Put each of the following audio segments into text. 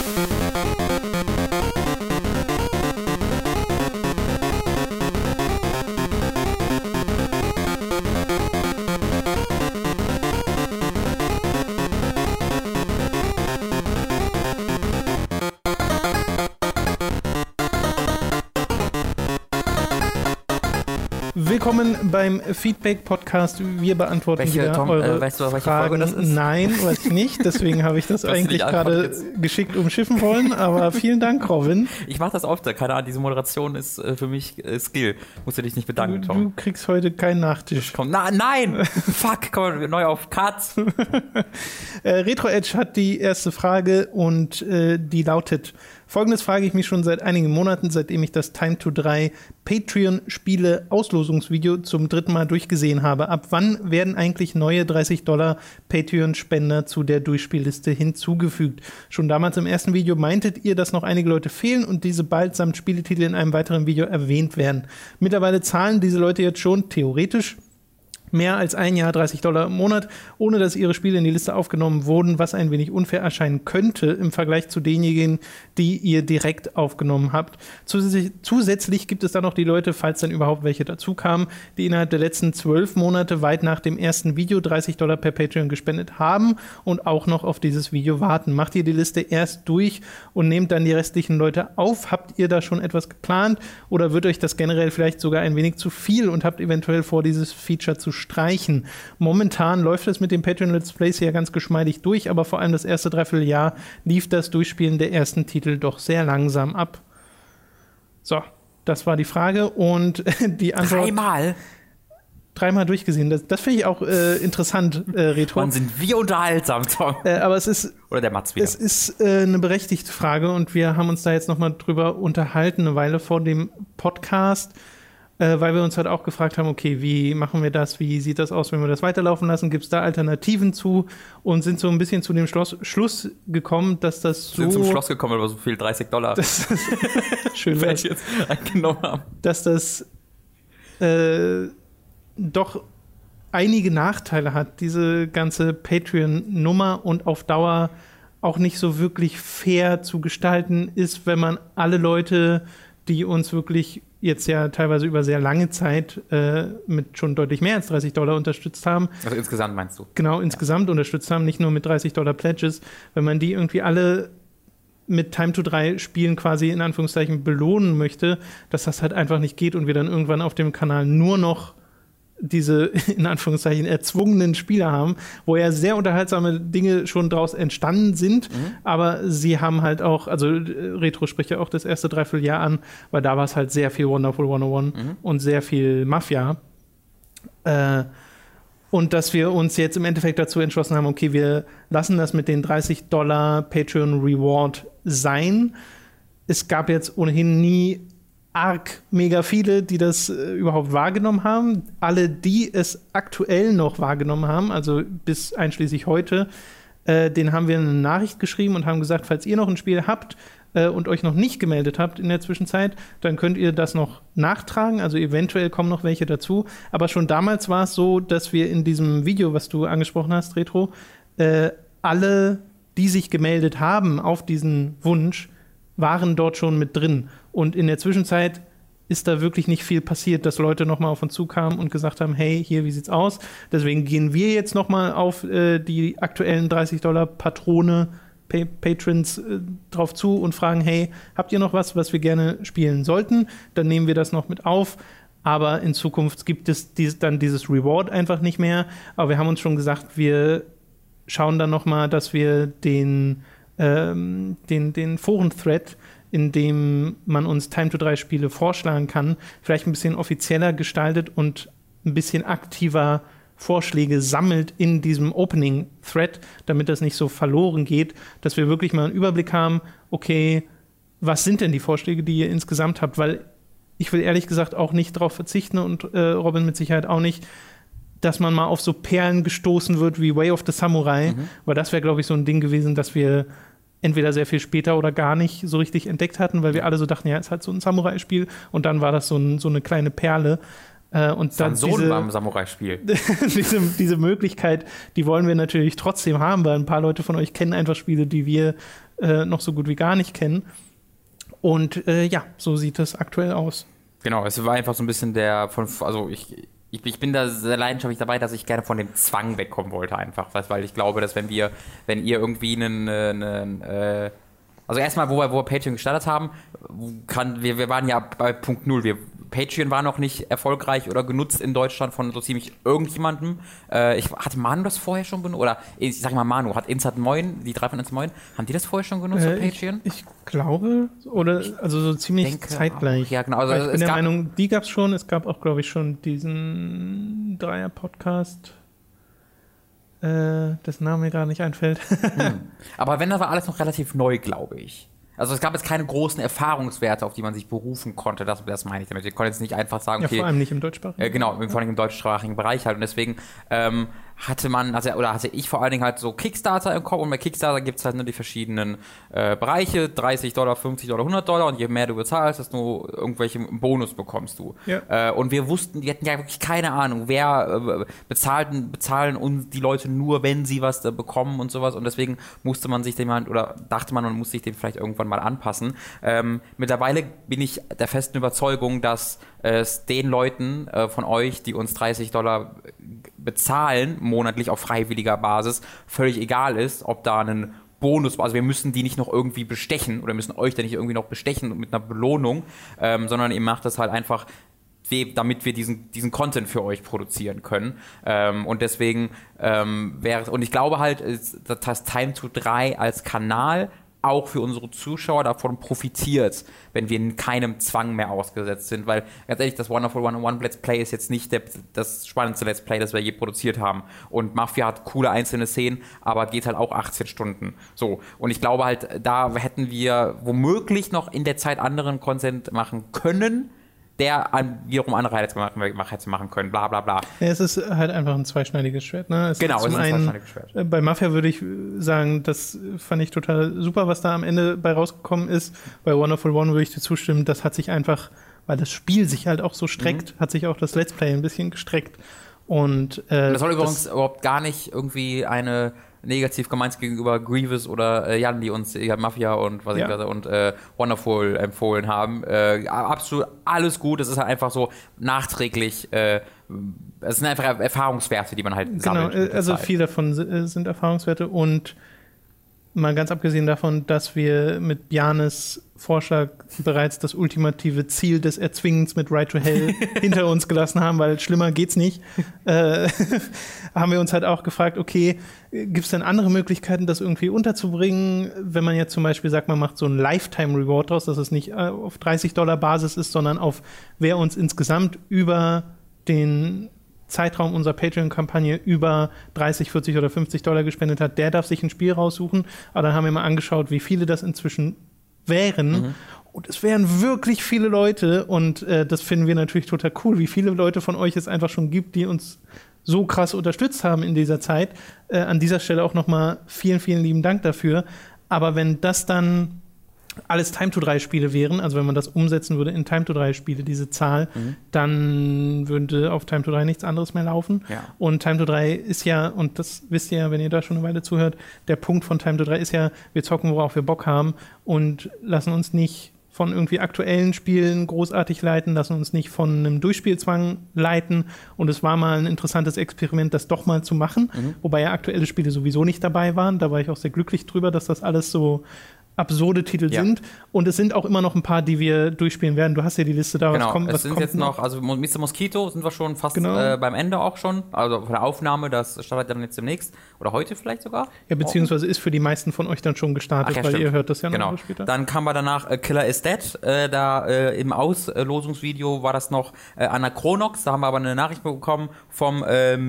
Willkommen beim Feedback-Podcast. Wir beantworten wieder eure weißt du, welche Fragen. Folge das ist? Nein, weiß ich nicht. Deswegen habe ich das eigentlich gerade geschickt umschiffen wollen. Aber vielen Dank, Robin. Ich mache das oft. Keine Ahnung, diese Moderation ist für mich Skill. Musst du dich nicht bedanken, Tom. Du kriegst heute keinen Nachtisch. Nein! Fuck, kommen wir neu auf Cuts. Retro Edge hat die erste Frage und die lautet: Folgendes frage ich mich schon seit einigen Monaten, seitdem ich das Time to 3 Patreon-Spiele-Auslosungsvideo zum 3. Mal durchgesehen habe. Ab wann werden eigentlich neue $30 Patreon-Spender zu der Durchspielliste hinzugefügt? Schon damals im ersten Video meintet ihr, dass noch einige Leute fehlen und diese bald samt Spieletitel in einem weiteren Video erwähnt werden. Mittlerweile zahlen diese Leute jetzt schon theoretisch mehr als ein Jahr $30 im Monat, ohne dass ihre Spiele in die Liste aufgenommen wurden, was ein wenig unfair erscheinen könnte im Vergleich zu denjenigen, die ihr direkt aufgenommen habt. Zusätzlich gibt es dann noch die Leute, falls dann überhaupt welche dazu kamen, die innerhalb der letzten 12 Monate weit nach dem ersten Video $30 per Patreon gespendet haben und auch noch auf dieses Video warten. Macht ihr die Liste erst durch und nehmt dann die restlichen Leute auf? Habt ihr da schon etwas geplant oder wird euch das generell vielleicht sogar ein wenig zu viel und habt eventuell vor, dieses Feature zu streichen? Momentan läuft es mit dem Patreon Let's Plays ja ganz geschmeidig durch, aber vor allem das erste Dreivierteljahr lief das Durchspielen der ersten Titel doch sehr langsam ab. So, das war die Frage und die Antwort. Dreimal durchgesehen. Das finde ich auch interessant, Retro. Wann sind wir unterhaltsam, Tom? Aber es ist. Oder der Mats wieder. Es ist eine berechtigte Frage und wir haben uns da jetzt nochmal drüber unterhalten, eine Weile vor dem Podcast. Weil wir uns halt auch gefragt haben, okay, wie machen wir das, wie sieht das aus, wenn wir das weiterlaufen lassen, gibt es da Alternativen zu und sind so ein bisschen zu dem Schluss gekommen, dass das so... Sind zum Schluss gekommen, aber so viel $30. Das schön, weil ich jetzt eingenommen habe. Dass das doch einige Nachteile hat, diese ganze Patreon-Nummer und auf Dauer auch nicht so wirklich fair zu gestalten ist, wenn man alle Leute, die uns wirklich jetzt ja teilweise über sehr lange Zeit mit schon deutlich mehr als $30 unterstützt haben. Also insgesamt meinst du? Genau, insgesamt unterstützt haben, nicht nur mit $30 Pledges. Wenn man die irgendwie alle mit Time to 3 Spielen quasi in Anführungszeichen belohnen möchte, dass das halt einfach nicht geht und wir dann irgendwann auf dem Kanal nur noch diese in Anführungszeichen erzwungenen Spiele haben, wo ja sehr unterhaltsame Dinge schon draus entstanden sind, aber sie haben halt auch, also Retro spricht ja auch das erste Dreivierteljahr an, weil da war es halt sehr viel Wonderful 101 und sehr viel Mafia. Und dass wir uns jetzt im Endeffekt dazu entschlossen haben, okay, wir lassen das mit den $30 Patreon Reward sein. Es gab jetzt ohnehin nie arg mega viele, die das überhaupt wahrgenommen haben. Alle, die es aktuell noch wahrgenommen haben, also bis einschließlich heute, denen haben wir eine Nachricht geschrieben und haben gesagt, falls ihr noch ein Spiel habt und euch noch nicht gemeldet habt in der Zwischenzeit, dann könnt ihr das noch nachtragen, also eventuell kommen noch welche dazu. Aber schon damals war es so, dass wir in diesem Video, was du angesprochen hast, Retro, alle, die sich gemeldet haben auf diesen Wunsch, waren dort schon mit drin. Und in der Zwischenzeit ist da wirklich nicht viel passiert, dass Leute nochmal auf uns zukamen und gesagt haben, hey, hier, wie sieht's aus? Deswegen gehen wir jetzt nochmal auf die aktuellen $30 Patrone, Patrons drauf zu und fragen, hey, habt ihr noch was wir gerne spielen sollten? Dann nehmen wir das noch mit auf. Aber in Zukunft gibt es dann dieses Reward einfach nicht mehr. Aber wir haben uns schon gesagt, wir schauen dann nochmal, dass wir den Foren-Thread, in dem man uns Time-to-3-Spiele vorschlagen kann, vielleicht ein bisschen offizieller gestaltet und ein bisschen aktiver Vorschläge sammelt in diesem Opening-Thread, damit das nicht so verloren geht, dass wir wirklich mal einen Überblick haben, okay, was sind denn die Vorschläge, die ihr insgesamt habt, weil ich will ehrlich gesagt auch nicht darauf verzichten und Robin mit Sicherheit auch nicht, dass man mal auf so Perlen gestoßen wird wie Way of the Samurai, weil das wäre, glaube ich, so ein Ding gewesen, dass wir entweder sehr viel später oder gar nicht so richtig entdeckt hatten, weil wir alle so dachten, ja, ist halt so ein Samurai-Spiel und dann war das so eine kleine Perle. Und dann so ein Samurai-Spiel. diese Möglichkeit, die wollen wir natürlich trotzdem haben, weil ein paar Leute von euch kennen einfach Spiele, die wir noch so gut wie gar nicht kennen. Und so sieht es aktuell aus. Genau, es war einfach so ein bisschen ich bin da sehr leidenschaftlich dabei, dass ich gerne von dem Zwang wegkommen wollte einfach, weil ich glaube, dass wenn ihr irgendwie also erstmal, wo wir Patreon gestartet haben, wir waren ja bei Punkt 0. Patreon war noch nicht erfolgreich oder genutzt in Deutschland von so ziemlich irgendjemandem. Hatte Manu das vorher schon benutzt? Oder ich sag mal Manu, hat Insert Moin, die 3 von Insert Moin, haben die das vorher schon genutzt auf Patreon? Ich glaube, also so ziemlich zeitgleich. Auch, ja, genau. Also ich bin der Meinung, die gab es schon. Es gab auch, glaube ich, schon diesen Dreier-Podcast, dessen Name mir gerade nicht einfällt. Aber wenn, das war alles noch relativ neu, glaube ich. Also es gab jetzt keine großen Erfahrungswerte, auf die man sich berufen konnte, das meine ich damit. Wir konnten jetzt nicht einfach sagen, okay... Ja, vor allem nicht im deutschsprachigen. Genau, vor allem im deutschsprachigen Bereich halt. Und deswegen hatte ich vor allen Dingen halt so Kickstarter im Kopf. Und bei Kickstarter gibt es halt nur die verschiedenen Bereiche, $30, $50, $100. Und je mehr du bezahlst, desto irgendwelche Bonus bekommst du. Ja. Und wir hatten ja wirklich keine Ahnung, wer bezahlen uns die Leute nur, wenn sie was bekommen und sowas. Und deswegen musste man sich dachte man muss sich dem vielleicht irgendwann mal anpassen. Mittlerweile bin ich der festen Überzeugung, dass es den Leuten von euch, die uns $30 bezahlen, monatlich auf freiwilliger Basis, völlig egal ist, ob da einen Bonus, also wir müssen die nicht noch irgendwie bestechen oder müssen euch da nicht irgendwie noch bestechen mit einer Belohnung, sondern ihr macht das halt einfach, damit wir diesen Content für euch produzieren können. Und deswegen und ich glaube halt, dass Time to 3 als Kanal auch für unsere Zuschauer davon profitiert, wenn wir in keinem Zwang mehr ausgesetzt sind, weil ganz ehrlich, das Wonderful 101 Let's Play ist jetzt nicht das spannendste Let's Play, das wir je produziert haben, und Mafia hat coole einzelne Szenen, aber geht halt auch 18 Stunden. So, und ich glaube halt, da hätten wir womöglich noch in der Zeit anderen Content machen können, der wiederum andere Highlights hätte machen können, bla bla bla. Ja, es ist halt einfach ein zweischneidiges Schwert. Ne? Es ist ein zweischneidiges Schwert. Bei Mafia würde ich sagen, das fand ich total super, was da am Ende bei rausgekommen ist. Bei Wonderful 1 würde ich dir zustimmen, das hat sich einfach, weil das Spiel sich halt auch so streckt, hat sich auch das Let's Play ein bisschen gestreckt. Und das soll übrigens überhaupt gar nicht irgendwie eine negativ gemeint gegenüber Grievous oder Jan, die uns Mafia und Wonderful empfohlen haben. Absolut alles gut. Es ist halt einfach so nachträglich. Es sind einfach Erfahrungswerte, die man halt sammelt. Genau, also viel davon sind Erfahrungswerte, und mal ganz abgesehen davon, dass wir mit Bjarnes Vorschlag bereits das ultimative Ziel des Erzwingens mit Right to Hell hinter uns gelassen haben, weil schlimmer geht's nicht, haben wir uns halt auch gefragt, okay, gibt es denn andere Möglichkeiten, das irgendwie unterzubringen, wenn man jetzt zum Beispiel sagt, man macht so einen Lifetime-Reward draus, dass es nicht auf $30 Basis ist, sondern auf, wer uns insgesamt über den Zeitraum unserer Patreon-Kampagne über 30, 40 oder $50 gespendet hat, der darf sich ein Spiel raussuchen. Aber dann haben wir mal angeschaut, wie viele das inzwischen wären. Und es wären wirklich viele Leute, und das finden wir natürlich total cool, wie viele Leute von euch es einfach schon gibt, die uns so krass unterstützt haben in dieser Zeit. An dieser Stelle auch nochmal vielen, vielen lieben Dank dafür. Aber wenn das dann alles Time-to-3-Spiele wären, also wenn man das umsetzen würde in Time-to-3-Spiele, diese Zahl, dann würde auf Time-to-3 nichts anderes mehr laufen. Ja. Und Time-to-3 ist ja, und das wisst ihr ja, wenn ihr da schon eine Weile zuhört, der Punkt von Time-to-3 ist ja, wir zocken, worauf wir Bock haben, und lassen uns nicht von irgendwie aktuellen Spielen großartig leiten, lassen uns nicht von einem Durchspielzwang leiten, und es war mal ein interessantes Experiment, das doch mal zu machen, wobei ja aktuelle Spiele sowieso nicht dabei waren. Da war ich auch sehr glücklich drüber, dass das alles so absurde Titel sind, und es sind auch immer noch ein paar, die wir durchspielen werden. Du hast ja die Liste da. Genau, es sind jetzt noch, also Mr. Mosquito sind wir schon fast beim Ende auch schon, also von der Aufnahme, das startet dann jetzt demnächst, oder heute vielleicht sogar. Ja, beziehungsweise ist für die meisten von euch dann schon gestartet, weil ihr hört das ja noch später. Dann kam danach Killer is Dead, im Auslosungsvideo war das noch Anachronox, da haben wir aber eine Nachricht bekommen vom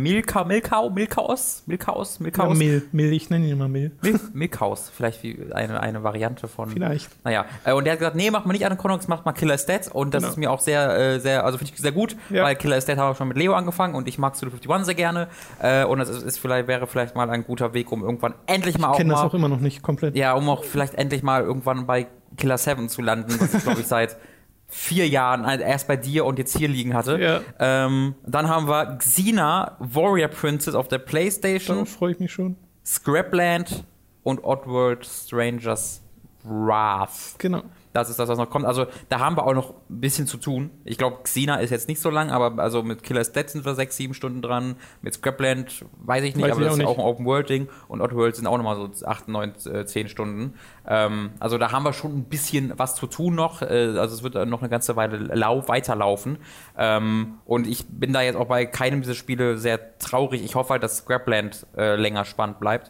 Milkaos? Ja, Mil, ich nenne ihn immer Mil. Milkaos, vielleicht wie eine Variante von. Vielleicht. Naja, und der hat gesagt, nee, mach mal nicht Anachronox, mach mal Killer is Dead, und das ist mir auch sehr, sehr, also finde ich sehr gut, weil Killer is Dead haben wir schon mit Leo angefangen, und ich mag Studio 51 sehr gerne, und das wäre vielleicht mal ein guter Weg, um irgendwann endlich mal ich kenne das auch immer noch nicht komplett. Ja, um auch vielleicht endlich mal irgendwann bei Killer 7 zu landen, was ich glaube ich seit 4 Jahren erst bei dir und jetzt hier liegen hatte. Ja. Dann haben wir Xena, Warrior Princess auf der PlayStation. Darauf freue ich mich schon. Scrapland und Oddworld Strangers Wrath. Genau. Das ist das, was noch kommt. Also da haben wir auch noch ein bisschen zu tun. Ich glaube, Xena ist jetzt nicht so lang, aber also mit Killer's Dead sind wir 6-7 Stunden dran. Mit Scrapland weiß ich nicht, aber das ist auch ein Open-World-Ding. Und Oddworld sind auch nochmal so 8, 9, 10 Stunden. Also da haben wir schon ein bisschen was zu tun noch. Also es wird noch eine ganze Weile weiterlaufen. Und ich bin da jetzt auch bei keinem dieser Spiele sehr traurig. Ich hoffe halt, dass Scrapland länger spannend bleibt.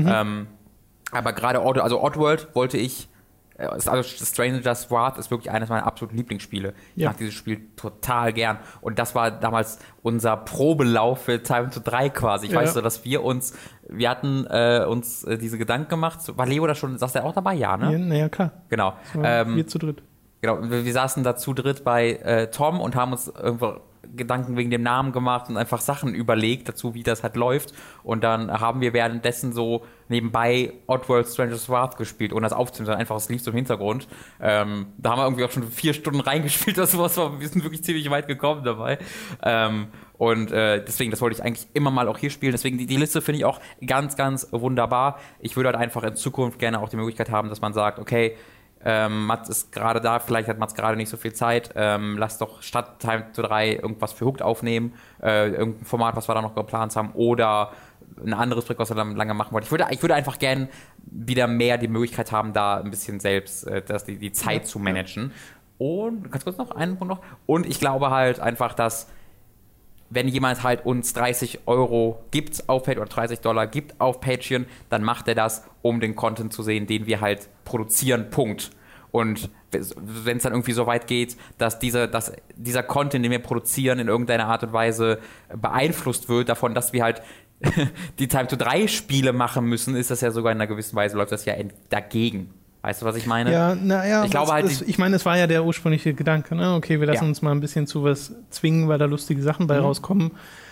Aber gerade Oddworld wollte ich. Also Strangers Wrath ist wirklich eines meiner absoluten Lieblingsspiele. Ich mag dieses Spiel total gern. Und das war damals unser Probelauf für Time to 3 quasi. Ich weiß so, dass wir hatten uns diese Gedanken gemacht. War Leo da schon, saß der auch dabei? Ja, ne? Ja, klar. Genau. Wir zu dritt. Genau, wir saßen da zu dritt bei Tom und haben uns irgendwo Gedanken wegen dem Namen gemacht und einfach Sachen überlegt dazu, wie das halt läuft. Und dann haben wir währenddessen so nebenbei Oddworld Strangers Wrath gespielt, ohne das aufzunehmen, sondern einfach, es lief so im Hintergrund. Da haben wir irgendwie auch schon 4 Stunden reingespielt, wir sind wirklich ziemlich weit gekommen dabei. Deswegen, das wollte ich eigentlich immer mal auch hier spielen. Deswegen, die Liste finde ich auch ganz, ganz wunderbar. Ich würde halt einfach in Zukunft gerne auch die Möglichkeit haben, dass man sagt, okay, Mats ist gerade da, vielleicht hat Mats gerade nicht so viel Zeit, lass doch statt Time to 3 irgendwas für Hooked aufnehmen, irgendein Format, was wir da noch geplant haben, oder ein anderes Projekt, was wir dann lange machen wollten. Ich würde einfach gern wieder mehr die Möglichkeit haben, da ein bisschen selbst die Zeit zu managen. Und, ganz kurz noch, einen Punkt noch, und ich glaube halt einfach, dass wenn jemand halt uns 30 € gibt auf Patreon oder 30 $ gibt auf Patreon, dann macht er das, um den Content zu sehen, den wir halt produzieren, Punkt. Und wenn es dann irgendwie so weit geht, dass dieser Content, den wir produzieren, in irgendeiner Art und Weise beeinflusst wird davon, dass wir halt die Time-to-3-Spiele machen müssen, ist das ja sogar in einer gewissen Weise, läuft das ja dagegen. Weißt du, was ich meine? Ja, naja, ich glaube halt, ich meine, es war ja der ursprüngliche Gedanke, ne? Okay, wir lassen uns mal ein bisschen zu was zwingen, weil da lustige Sachen bei rauskommen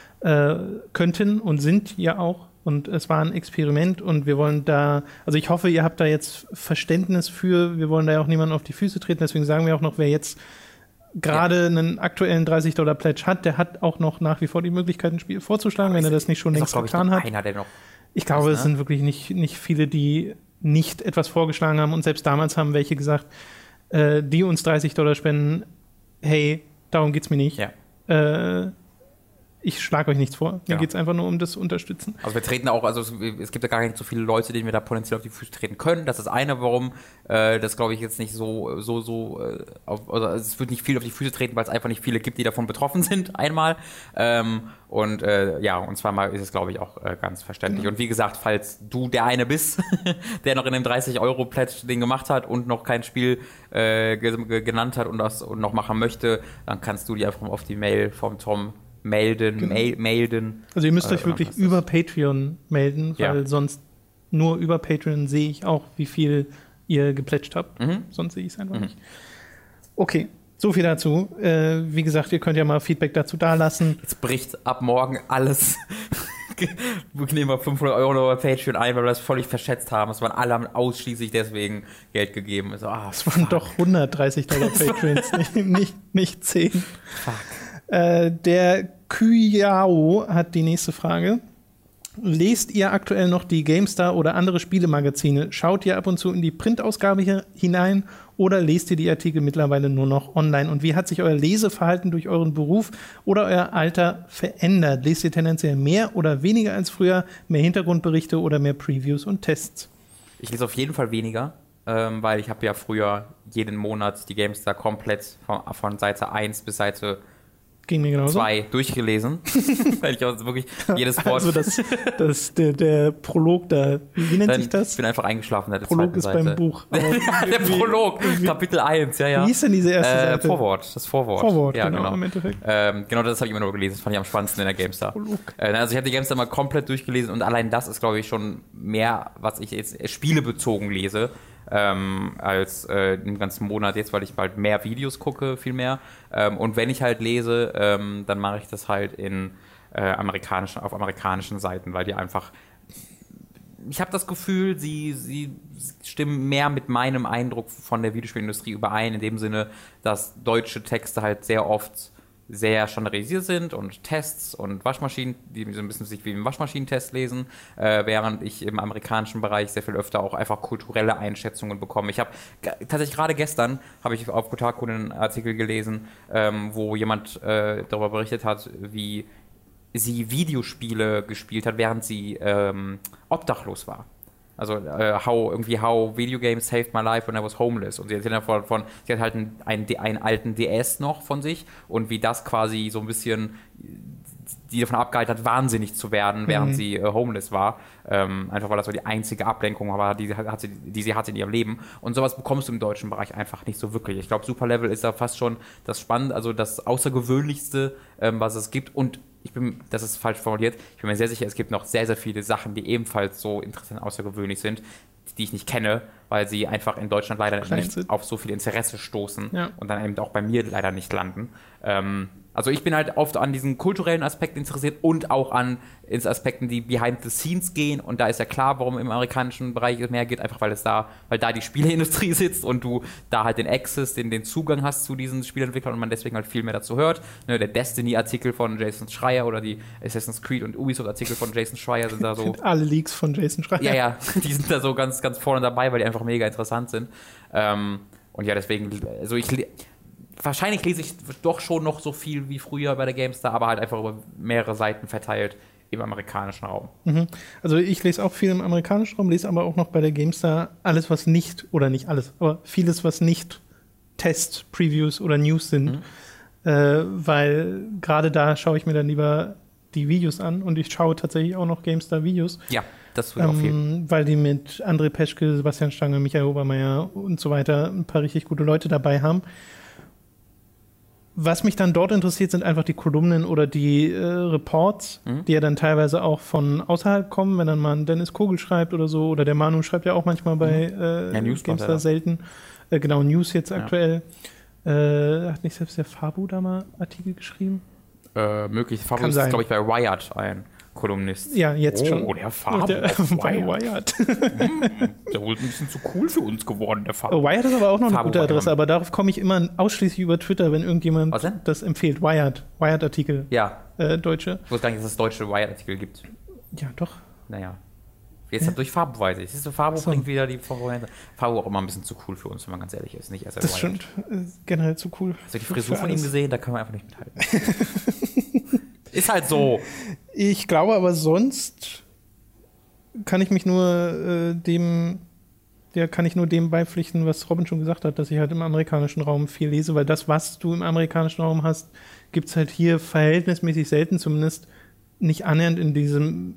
könnten und sind ja auch. Und es war ein Experiment und wir wollen da, also ich hoffe, ihr habt da jetzt Verständnis für, wir wollen da ja auch niemanden auf die Füße treten, deswegen sagen wir auch noch, wer jetzt gerade einen aktuellen 30 $ Pledge hat, der hat auch noch nach wie vor die Möglichkeit, ein Spiel vorzuschlagen, wenn er das nicht schon längst getan hat. Ich glaube, es sind wirklich nicht viele, die nicht etwas vorgeschlagen haben, und selbst damals haben welche gesagt, die uns 30 $ spenden, hey, darum geht's mir nicht. Ja. Ich schlage euch nichts vor. Mir geht es einfach nur um das Unterstützen. Also wir treten auch, also es gibt ja gar nicht so viele Leute, denen wir da potenziell auf die Füße treten können. Das ist eine, warum das, glaube ich, jetzt nicht also es wird nicht viel auf die Füße treten, weil es einfach nicht viele gibt, die davon betroffen sind, einmal. Und zweimal ist es, glaube ich, auch ganz verständlich. Und wie gesagt, falls du der eine bist, der noch in dem 30 € Pledge den gemacht hat und noch kein Spiel genannt hat und das noch machen möchte, dann kannst du die einfach auf die Mail vom Tom melden. Also ihr müsst euch wirklich über Patreon melden, weil sonst nur über Patreon sehe ich auch, wie viel ihr geplätscht habt. Sonst sehe ich es einfach nicht. Okay, so viel dazu. Wie gesagt, ihr könnt ja mal Feedback dazu dalassen. Jetzt bricht ab morgen alles. Wir nehmen mal 500 € bei Patreon ein, weil wir das völlig verschätzt haben. Es waren alle ausschließlich deswegen Geld gegeben. Also, es waren doch 130 $ Patreons, nicht 10. Fuck. Der Kyao hat die nächste Frage. Lest ihr aktuell noch die GameStar oder andere Spielemagazine? Schaut ihr ab und zu in die Printausgabe hinein oder lest ihr die Artikel mittlerweile nur noch online? Und wie hat sich euer Leseverhalten durch euren Beruf oder euer Alter verändert? Lest ihr tendenziell mehr oder weniger als früher? Mehr Hintergrundberichte oder mehr Previews und Tests? Ich lese auf jeden Fall weniger, weil ich habe ja früher jeden Monat die GameStar komplett von Seite 1 bis Seite Ging mir genauso. 2 durchgelesen. Weil ich auch wirklich jedes Wort. Also der Prolog da, wie nennt sich das? Ich bin einfach eingeschlafen. Prolog ist Seite. Beim Buch. Der Prolog, Kapitel 1, ja. Wie hieß denn diese erste Seite? Das Vorwort. Vorwort, ja, genau. Im Endeffekt. Genau, das habe ich immer nur gelesen. Das fand ich am spannendsten in der GameStar. Prolog. Also ich habe die GameStar mal komplett durchgelesen und allein das ist, glaube ich, schon mehr, was ich jetzt spielebezogen lese. Als im ganzen Monat jetzt, weil ich bald mehr Videos gucke, viel mehr. Und wenn ich halt lese, dann mache ich das halt auf amerikanischen Seiten, weil die einfach ich habe das Gefühl, sie stimmen mehr mit meinem Eindruck von der Videospielindustrie überein, in dem Sinne, dass deutsche Texte halt sehr oft sehr standardisiert sind und Tests und Waschmaschinen, die so ein bisschen sich wie im Waschmaschinentest lesen, während ich im amerikanischen Bereich sehr viel öfter auch einfach kulturelle Einschätzungen bekomme. Ich habe tatsächlich gerade gestern habe ich auf Kotaku einen Artikel gelesen, wo jemand darüber berichtet hat, wie sie Videospiele gespielt hat, während sie obdachlos war. Also how Video Games saved my life when I was homeless. Und sie erzählt davon, sie hat halt einen alten DS noch von sich und wie das quasi so ein bisschen die davon abgehalten hat, wahnsinnig zu werden, während sie homeless war. Einfach weil das so die einzige Ablenkung war, die sie hatte in ihrem Leben. Und sowas bekommst du im deutschen Bereich einfach nicht so wirklich. Ich glaube, Super Level ist da fast schon das Spannende, also das Außergewöhnlichste, was es gibt. Und das ist falsch formuliert, ich bin mir sehr sicher, es gibt noch sehr, sehr viele Sachen, die ebenfalls so interessant außergewöhnlich sind, die ich nicht kenne, weil sie einfach in Deutschland leider nicht auf so viel Interesse stoßen und dann eben auch bei mir leider nicht landen. Also ich bin halt oft an diesen kulturellen Aspekten interessiert und auch an Aspekten, die behind the scenes gehen. Und da ist ja klar, warum im amerikanischen Bereich es mehr geht, einfach weil da die Spieleindustrie sitzt und du da halt den Access, den Zugang hast zu diesen Spielentwicklern und man deswegen halt viel mehr dazu hört. Ne, der Destiny-Artikel von Jason Schreier oder die Assassin's Creed und Ubisoft-Artikel von Jason Schreier sind da so. Alle Leaks von Jason Schreier. Ja, die sind da so ganz, ganz vorne dabei, weil die einfach mega interessant sind. Und ja, deswegen, also wahrscheinlich lese ich doch schon noch so viel wie früher bei der GameStar, aber halt einfach über mehrere Seiten verteilt im amerikanischen Raum. Also ich lese auch viel im amerikanischen Raum, lese aber auch noch bei der GameStar alles, was nicht, oder nicht alles, aber vieles, was nicht Test, Previews oder News sind, weil gerade da schaue ich mir dann lieber die Videos an und ich schaue tatsächlich auch noch GameStar-Videos. Ja, das tut auch viel. Weil die mit André Peschke, Sebastian Stange, Michael Obermeier und so weiter ein paar richtig gute Leute dabei haben. Was mich dann dort interessiert, sind einfach die Kolumnen oder die Reports, die ja dann teilweise auch von außerhalb kommen, wenn dann mal ein Dennis Kogel schreibt oder so, oder der Manu schreibt ja auch manchmal bei GameStar selten. Genau, News jetzt aktuell. Hat nicht selbst der Fabu da mal Artikel geschrieben? Möglich. Fabu ist, glaube ich, bei Wired ein Kolumnist. Ja, jetzt schon. Oh, der Fabu bei Wired. Der wohl ein bisschen zu cool für uns geworden, der Fabu. Wired ist aber auch noch eine gute Adresse, aber darauf komme ich immer ausschließlich über Twitter, wenn irgendjemand das empfiehlt. Wired-Artikel. Ja. Deutsche. Ich wusste gar nicht, dass es deutsche Wired-Artikel gibt. Ja, doch. Naja. Jetzt durch Fabu weiß ich. Siehst du, Fabu bringt wieder die Favoriten. Fabu auch immer ein bisschen zu cool für uns, wenn man ganz ehrlich ist. Nicht als das stimmt. Generell zu cool. Hast du die Frisur von ihm gesehen? Da können wir einfach nicht mithalten. Ist halt so. Ich glaube aber sonst kann ich mich nur dem beipflichten, was Robin schon gesagt hat, dass ich halt im amerikanischen Raum viel lese, weil das, was du im amerikanischen Raum hast, gibt es halt hier verhältnismäßig selten, zumindest nicht annähernd in diesem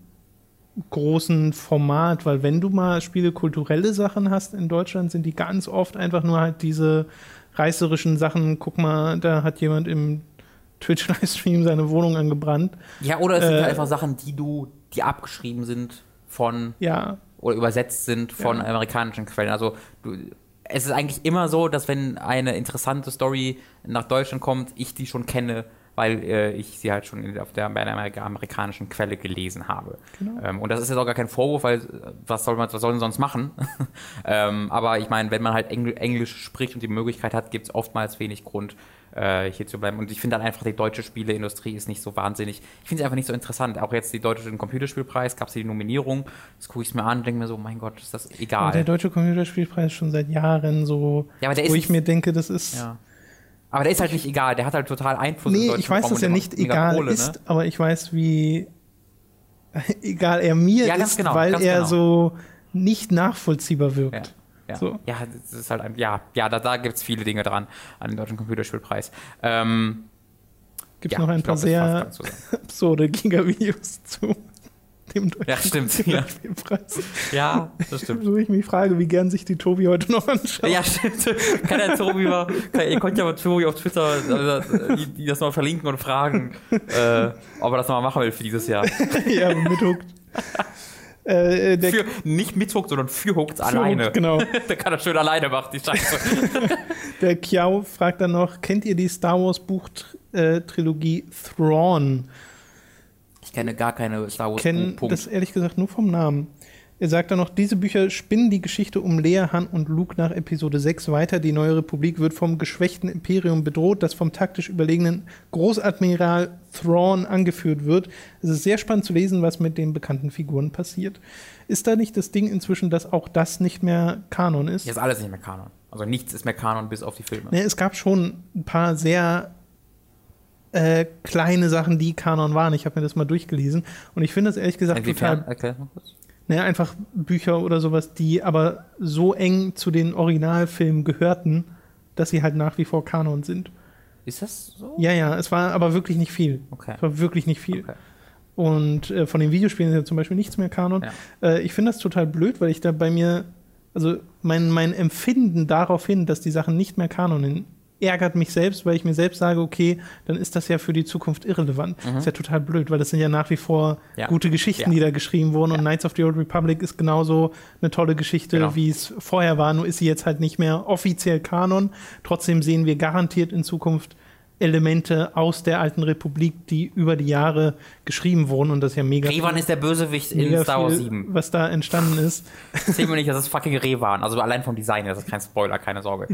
großen Format, weil wenn du mal kulturelle Sachen hast in Deutschland, sind die ganz oft einfach nur halt diese reißerischen Sachen, guck mal, da hat jemand im Twitch-Livestream seine Wohnung angebrannt. Ja, oder es sind halt einfach Sachen, die abgeschrieben sind von oder übersetzt sind von amerikanischen Quellen. Also es ist eigentlich immer so, dass wenn eine interessante Story nach Deutschland kommt, ich die schon kenne, weil ich sie halt schon bei einer amerikanischen Quelle gelesen habe. Genau. Und das ist jetzt auch gar kein Vorwurf, weil was soll man sonst machen? Aber ich meine, wenn man halt Englisch spricht und die Möglichkeit hat, gibt es oftmals wenig Grund, hier zu bleiben. Und ich finde dann einfach, die deutsche Spieleindustrie ist nicht so wahnsinnig. Ich finde sie einfach nicht so interessant. Auch jetzt die deutsche Computerspielpreis, gab es die Nominierung. Das gucke ich mir an und denke mir so, mein Gott, ist das egal. Aber der deutsche Computerspielpreis ist schon seit Jahren so, ja, wo ich mir denke, das ist... Ja. Aber der ist halt nicht egal, der hat halt total Einfluss im deutschen ich weiß, Raum dass er nicht egal Kohle, ist, ne? Aber ich weiß, wie egal er mir ist, weil er so nicht nachvollziehbar wirkt. Ja. So. Ja, das ist halt da gibt es viele Dinge dran an dem deutschen Computerspielpreis. Gibt es noch ein paar sehr absurde Giga-Videos zu dem deutschen Computerspielpreis? Ja, das stimmt. Wo ich mich frage, wie gern sich die Tobi heute noch anschaut. Ja, stimmt. Ihr könnt ja mal Tobi auf Twitter die das mal verlinken und fragen, ob er das mal machen will für dieses Jahr. Ja, mithuckt. Nicht mithuckt, sondern für Hooked alleine. Hooked, genau. Der kann das schön alleine machen, die Scheiße. Der Kiao fragt dann noch, kennt ihr die Star Wars Buch-Trilogie Thrawn? Ich kenne gar keine Star Wars Buch. Ich kenne das ehrlich gesagt nur vom Namen. Er sagt dann noch, diese Bücher spinnen die Geschichte um Leia, Han und Luke nach Episode 6 weiter. Die neue Republik wird vom geschwächten Imperium bedroht, das vom taktisch überlegenen Großadmiral Thrawn angeführt wird. Es ist sehr spannend zu lesen, was mit den bekannten Figuren passiert. Ist da nicht das Ding inzwischen, dass auch das nicht mehr Kanon ist? Jetzt ist alles nicht mehr Kanon. Also nichts ist mehr Kanon, bis auf die Filme. Ne, es gab schon ein paar sehr kleine Sachen, die Kanon waren. Ich habe mir das mal durchgelesen. Und ich finde das ehrlich gesagt Inwiefern? total... Erklär mal kurz. Naja, einfach Bücher oder sowas, die aber so eng zu den Originalfilmen gehörten, dass sie halt nach wie vor Kanon sind. Ist das so? Ja, es war aber wirklich nicht viel. Okay. Es war wirklich nicht viel. Okay. Und von den Videospielen ist ja zum Beispiel nichts mehr Kanon. Ja. Ich finde das total blöd, weil ich da bei mir, also mein Empfinden darauf hin, dass die Sachen nicht mehr Kanon sind, ärgert mich selbst, weil ich mir selbst sage, okay, dann ist das ja für die Zukunft irrelevant. Das ist ja total blöd, weil das sind ja nach wie vor gute Geschichten, die da geschrieben wurden. Und Knights of the Old Republic ist genauso eine tolle Geschichte, wie es vorher war. Nur ist sie jetzt halt nicht mehr offiziell Kanon. Trotzdem sehen wir garantiert in Zukunft Elemente aus der alten Republik, die über die Jahre geschrieben wurden. Und das ist ja mega Revan ist der Bösewicht in Star Wars 7. Was da entstanden ist. Sehen wir nicht, das ist fucking Revan. Also allein vom Design, das ist kein Spoiler, keine Sorge.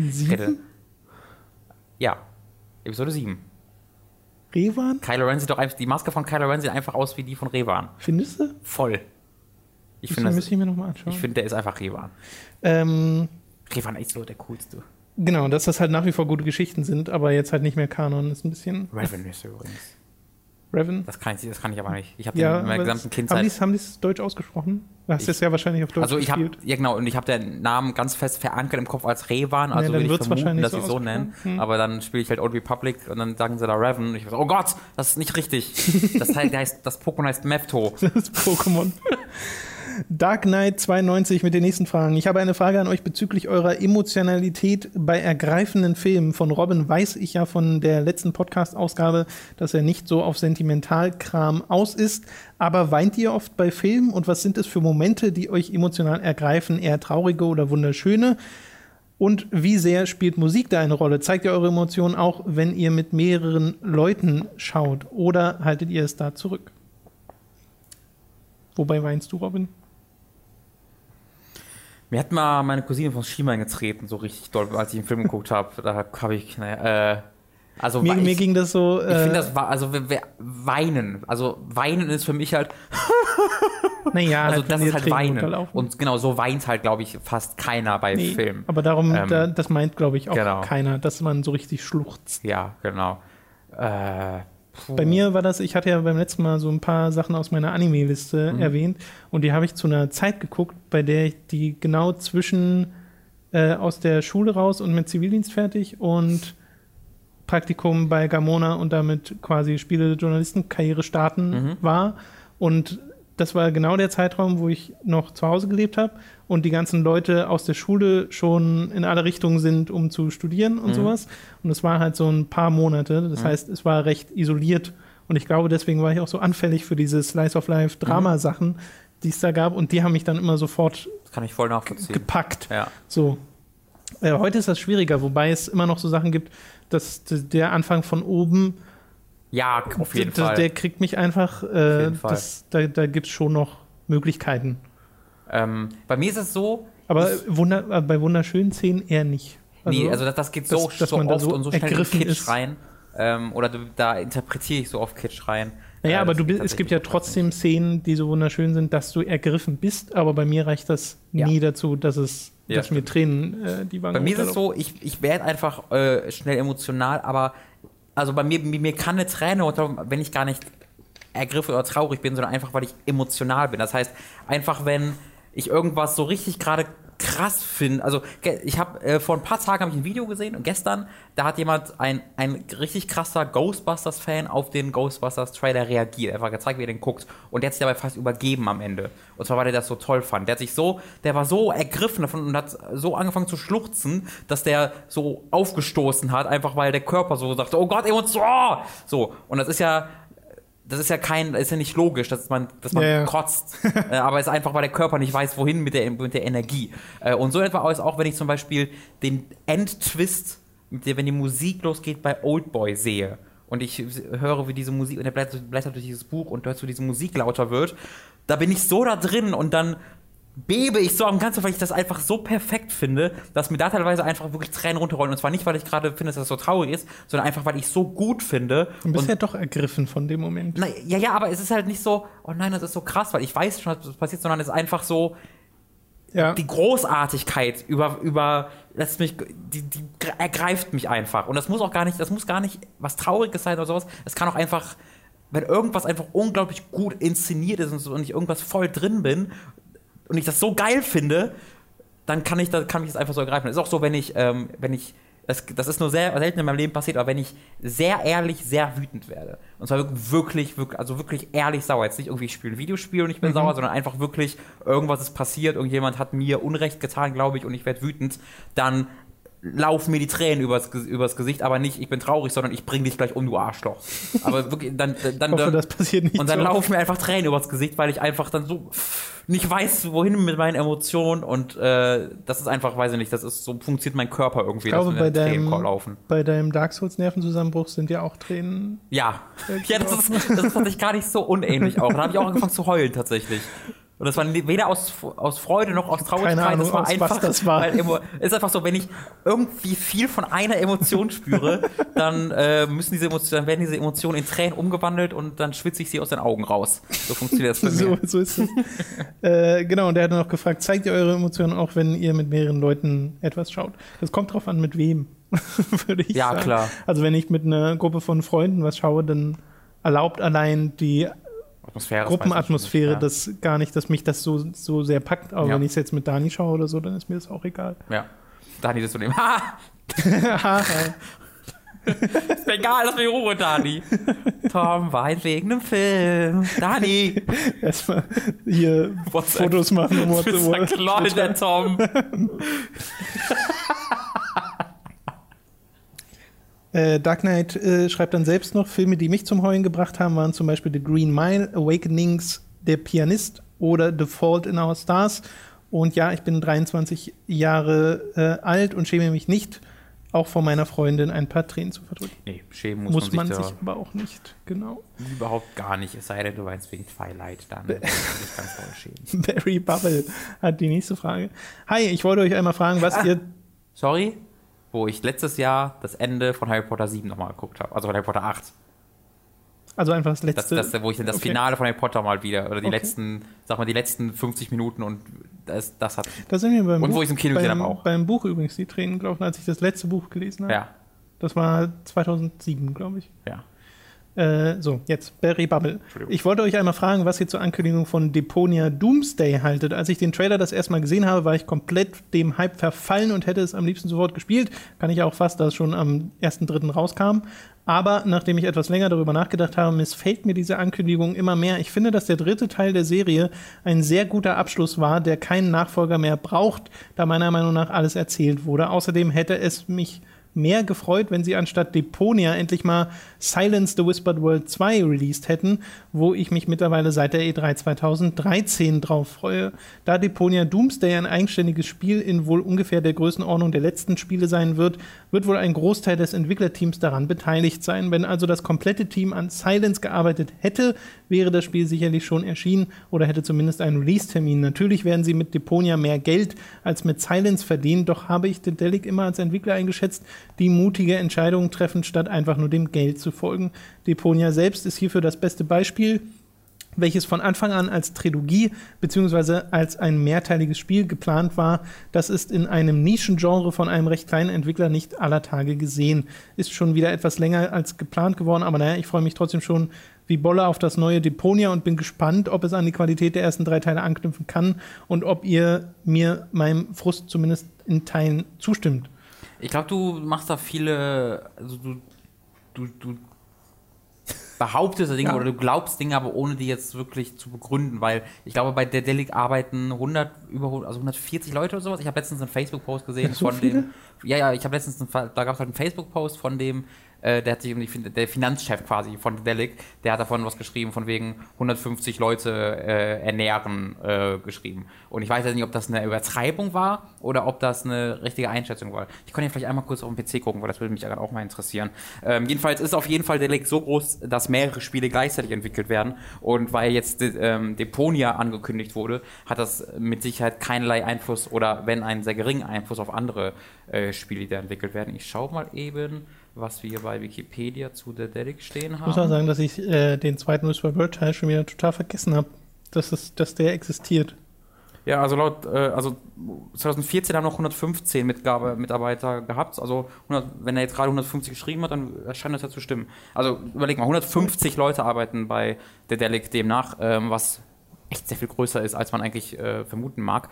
Ja, Episode 7. Revan? Kylo Ren sieht doch einfach, die Maske von Kylo Ren sieht einfach aus wie die von Revan. Findest du? Voll. Ich finde, das müsste ich mir nochmal anschauen. Ich finde, der ist einfach Revan. Revan ist so der coolste. Genau, dass das halt nach wie vor gute Geschichten sind, aber jetzt halt nicht mehr Kanon, ist ein bisschen... Revan ist übrigens. Revan? Das kann ich aber nicht. Ich habe den in meiner gesamten Kindheit... Haben die es deutsch ausgesprochen? Du hast es ja wahrscheinlich auf Deutsch gespielt. Ja genau, und ich habe den Namen ganz fest verankert im Kopf als Revan, also würde ich vermuten, dass sie so nennen. Aber dann spiele ich halt Old Republic und dann sagen sie da Revan und ich so, oh Gott, das ist nicht richtig. Das Pokémon heißt Mepto. Das Pokémon. Dark Knight 92 mit den nächsten Fragen. Ich habe eine Frage an euch bezüglich eurer Emotionalität bei ergreifenden Filmen. Von Robin weiß ich ja von der letzten Podcast-Ausgabe, dass er nicht so auf Sentimentalkram aus ist. Aber weint ihr oft bei Filmen? Und was sind es für Momente, die euch emotional ergreifen? Eher traurige oder wunderschöne? Und wie sehr spielt Musik da eine Rolle? Zeigt ihr eure Emotionen auch, wenn ihr mit mehreren Leuten schaut? Oder haltet ihr es da zurück? Wobei weinst du, Robin? Mir hat mal meine Cousine von Skimann getreten, so richtig doll, als ich den Film geguckt habe. Da habe ich, also mir ging das so. Ich finde das, also weinen. Also weinen ist für mich halt. Naja, also das ist halt Weinen. Und genau, so weint halt, glaube ich, fast keiner bei Filmen. Aber darum, das meint, glaube ich, auch keiner, dass man so richtig schluchzt. Ja, genau. Bei mir war das, ich hatte ja beim letzten Mal so ein paar Sachen aus meiner Anime-Liste erwähnt und die habe ich zu einer Zeit geguckt, bei der ich die genau zwischen aus der Schule raus und mit Zivildienst fertig und Praktikum bei Gamona und damit quasi Spiele-Journalistenkarriere starten war. Und das war genau der Zeitraum, wo ich noch zu Hause gelebt habe und die ganzen Leute aus der Schule schon in alle Richtungen sind, um zu studieren und sowas. Und es war halt so ein paar Monate. Das heißt, es war recht isoliert. Und ich glaube, deswegen war ich auch so anfällig für diese Slice-of-Life-Drama-Sachen, die es da gab. Und die haben mich dann immer sofort kann ich voll nachvollziehen. Gepackt. Ja. So. Heute ist das schwieriger, wobei es immer noch so Sachen gibt, dass der Anfang von oben ja, auf jeden Fall. Der kriegt mich einfach, da gibt es schon noch Möglichkeiten. Bei mir ist es so... Aber bei wunderschönen Szenen eher nicht. Also, also das geht so oft und so schnell in Kitsch rein. Oder da interpretiere ich so oft Kitsch rein. Naja, aber es gibt ja trotzdem Szenen, die so wunderschön sind, dass du ergriffen bist, aber bei mir reicht das nie dazu, dass mir Tränen die Wangen Bei mir ist es so, ich werde einfach schnell emotional, aber also bei mir kann eine Träne, wenn ich gar nicht ergriffen oder traurig bin, sondern einfach, weil ich emotional bin. Das heißt, einfach, wenn ich irgendwas so richtig gerade krass finde. Also ich habe vor ein paar Tagen habe ich ein Video gesehen und gestern, da hat jemand, ein richtig krasser Ghostbusters-Fan auf den Ghostbusters-Trailer reagiert. Er hat gezeigt, wie er den guckt und der hat sich dabei fast übergeben am Ende. Und zwar, weil er das so toll fand. Der war so ergriffen davon und hat so angefangen zu schluchzen, dass der so aufgestoßen hat, einfach weil der Körper so sagte, oh Gott, Emotion! So, und das ist ja nicht logisch, dass man kotzt. Aber es ist einfach, weil der Körper nicht weiß, wohin mit der Energie. Und so etwa ist auch, wenn ich zum Beispiel den Endtwist, wenn die Musik losgeht, bei Oldboy sehe. Und ich höre, wie diese Musik, und er blättert durch dieses Buch und hört, wie diese Musik lauter wird. Da bin ich so da drin und dann bebe ich so am Ganzen, weil ich das einfach so perfekt finde, dass mir da teilweise einfach wirklich Tränen runterrollen. Und zwar nicht, weil ich gerade finde, dass das so traurig ist, sondern einfach, weil ich so gut finde. Du bist ja doch ergriffen von dem Moment. Na, ja, aber es ist halt nicht so, oh nein, das ist so krass, weil ich weiß schon, dass das passiert, sondern es ist einfach so, die Großartigkeit lässt mich, die ergreift mich einfach. Und das muss gar nicht was Trauriges sein oder sowas. Es kann auch einfach, wenn irgendwas einfach unglaublich gut inszeniert ist und ich irgendwas voll drin bin, und ich das so geil finde, dann kann mich das einfach so ergreifen. Das ist auch so, wenn ich das ist nur sehr selten in meinem Leben passiert, aber wenn ich sehr ehrlich, sehr wütend werde. Und zwar wirklich ehrlich sauer. Jetzt nicht irgendwie, ich spiele ein Videospiel und ich bin sauer, sondern einfach wirklich, irgendwas ist passiert, irgendjemand hat mir Unrecht getan, glaube ich, und ich werde wütend, dann laufen mir die Tränen übers Gesicht, aber nicht, ich bin traurig, sondern ich bring dich gleich um, du Arschloch. Aber wirklich, dann hoffe, das passiert nicht. Und dann laufen mir einfach Tränen übers Gesicht, weil ich einfach dann so nicht weiß, wohin mit meinen Emotionen, und das ist einfach, weiß ich nicht, so funktioniert mein Körper irgendwie, ich glaube, dass mir Tränen laufen. Bei deinem Dark Souls Nervenzusammenbruch sind ja auch Tränen. Ja, das ist tatsächlich gar nicht so unähnlich auch. Da habe ich auch angefangen zu heulen tatsächlich. Und das war weder aus Freude noch aus Traurigkeit. Keine Ahnung, das war einfach, was das war. Weil es ist einfach so, wenn ich irgendwie viel von einer Emotion spüre, dann werden diese Emotionen in Tränen umgewandelt und dann schwitze ich sie aus den Augen raus. So funktioniert das bei mir. So ist es. Genau, und der hat noch gefragt, zeigt ihr eure Emotionen auch, wenn ihr mit mehreren Leuten etwas schaut? Das kommt drauf an, mit wem, würde ich sagen. Ja, klar. Also wenn ich mit einer Gruppe von Freunden was schaue, dann erlaubt allein die Gruppenatmosphäre das gar nicht, dass mich das so sehr packt. Aber wenn ich es jetzt mit Dani schaue oder so, dann ist mir das auch egal. Ja. Dani, das ist von dem. Ist mir egal, lass mich in Ruhe, Dani. Tom weint wegen einem Film. Dani. Erstmal hier Fotos machen. Lol, der Tom. Dark Knight schreibt dann selbst noch, Filme, die mich zum Heulen gebracht haben, waren zum Beispiel The Green Mile, Awakenings, Der Pianist oder The Fault in Our Stars. Und ja, ich bin 23 Jahre alt und schäme mich nicht, auch vor meiner Freundin ein paar Tränen zu verdrücken. Nee, schämen muss man sich aber auch nicht, genau. Überhaupt gar nicht, es sei denn, du weinst wegen Twilight, dann muss man sich ganz doll schämen. Barry Bubble hat die nächste Frage. Hi, ich wollte euch einmal fragen, was ihr... Sorry? Wo ich letztes Jahr das Ende von Harry Potter 7 nochmal geguckt habe. Also von Harry Potter 8. Also einfach das letzte. Wo ich dann das Finale von Harry Potter mal wieder, oder die letzten 50 Minuten, und das hat... Da sind wir und wo ich es im Kino gesehen habe auch. Beim Buch übrigens die Tränen gelaufen, als ich das letzte Buch gelesen habe. Ja. Das war 2007, glaube ich. Ja. So, jetzt Barry Bubble. Ich wollte euch einmal fragen, was ihr zur Ankündigung von Deponia Doomsday haltet. Als ich den Trailer das erste Mal gesehen habe, war ich komplett dem Hype verfallen und hätte es am liebsten sofort gespielt. Kann ich auch fast, dass es schon am 1.3. rauskam. Aber nachdem ich etwas länger darüber nachgedacht habe, missfällt mir diese Ankündigung immer mehr. Ich finde, dass der dritte Teil der Serie ein sehr guter Abschluss war, der keinen Nachfolger mehr braucht, da meiner Meinung nach alles erzählt wurde. Außerdem hätte es mich mehr gefreut, wenn sie anstatt Deponia endlich mal Silence the Whispered World 2 released hätten, wo ich mich mittlerweile seit der E3 2013 drauf freue. Da Deponia Doomsday ein eigenständiges Spiel in wohl ungefähr der Größenordnung der letzten Spiele sein wird wohl ein Großteil des Entwicklerteams daran beteiligt sein. Wenn also das komplette Team an Silence gearbeitet hätte, wäre das Spiel sicherlich schon erschienen oder hätte zumindest einen Release-Termin. Natürlich werden sie mit Deponia mehr Geld als mit Silence verdienen, doch habe ich Daedalic immer als Entwickler eingeschätzt, die mutige Entscheidungen treffen, statt einfach nur dem Geld zu folgen. Deponia selbst ist hierfür das beste Beispiel, welches von Anfang an als Trilogie bzw. als ein mehrteiliges Spiel geplant war. Das ist in einem Nischengenre von einem recht kleinen Entwickler nicht aller Tage gesehen. Ist schon wieder etwas länger als geplant geworden, aber naja, ich freue mich trotzdem schon wie Bolle auf das neue Deponia und bin gespannt, ob es an die Qualität der ersten 3 Teile anknüpfen kann und ob ihr mir meinem Frust zumindest in Teilen zustimmt. Ich glaube, du machst da viele, also du behauptest Dinge oder du glaubst Dinge, aber ohne die jetzt wirklich zu begründen, weil ich glaube, bei Daedalic arbeiten 140 Leute oder sowas. Ich habe letztens einen Facebook-Post gesehen von dem, ich habe letztens, da gab es halt einen Facebook-Post von dem der hat sich der Finanzchef quasi von Dedelic, der hat davon was geschrieben, von wegen 150 Leute ernähren geschrieben. Und ich weiß jetzt nicht, ob das eine Übertreibung war oder ob das eine richtige Einschätzung war. Ich kann ja vielleicht einmal kurz auf den PC gucken, weil das würde mich ja auch mal interessieren. Jedenfalls ist auf jeden Fall Dedelic so groß, dass mehrere Spiele gleichzeitig entwickelt werden. Und weil jetzt Deponia angekündigt wurde, hat das mit Sicherheit keinerlei Einfluss oder wenn einen sehr geringen Einfluss auf andere Spiele, die da entwickelt werden. Ich schaue mal eben, was wir bei Wikipedia zu Dedelic stehen haben. Ich muss auch sagen, dass ich den zweiten Whisper World Teil schon wieder total vergessen habe, dass der existiert. Ja, also laut 2014 haben noch 115 Mitarbeiter gehabt. Also wenn er jetzt gerade 150 geschrieben hat, dann scheint das ja zu stimmen. Also überleg mal, 150 Leute arbeiten bei Dedelic demnach, was echt sehr viel größer ist, als man eigentlich vermuten mag.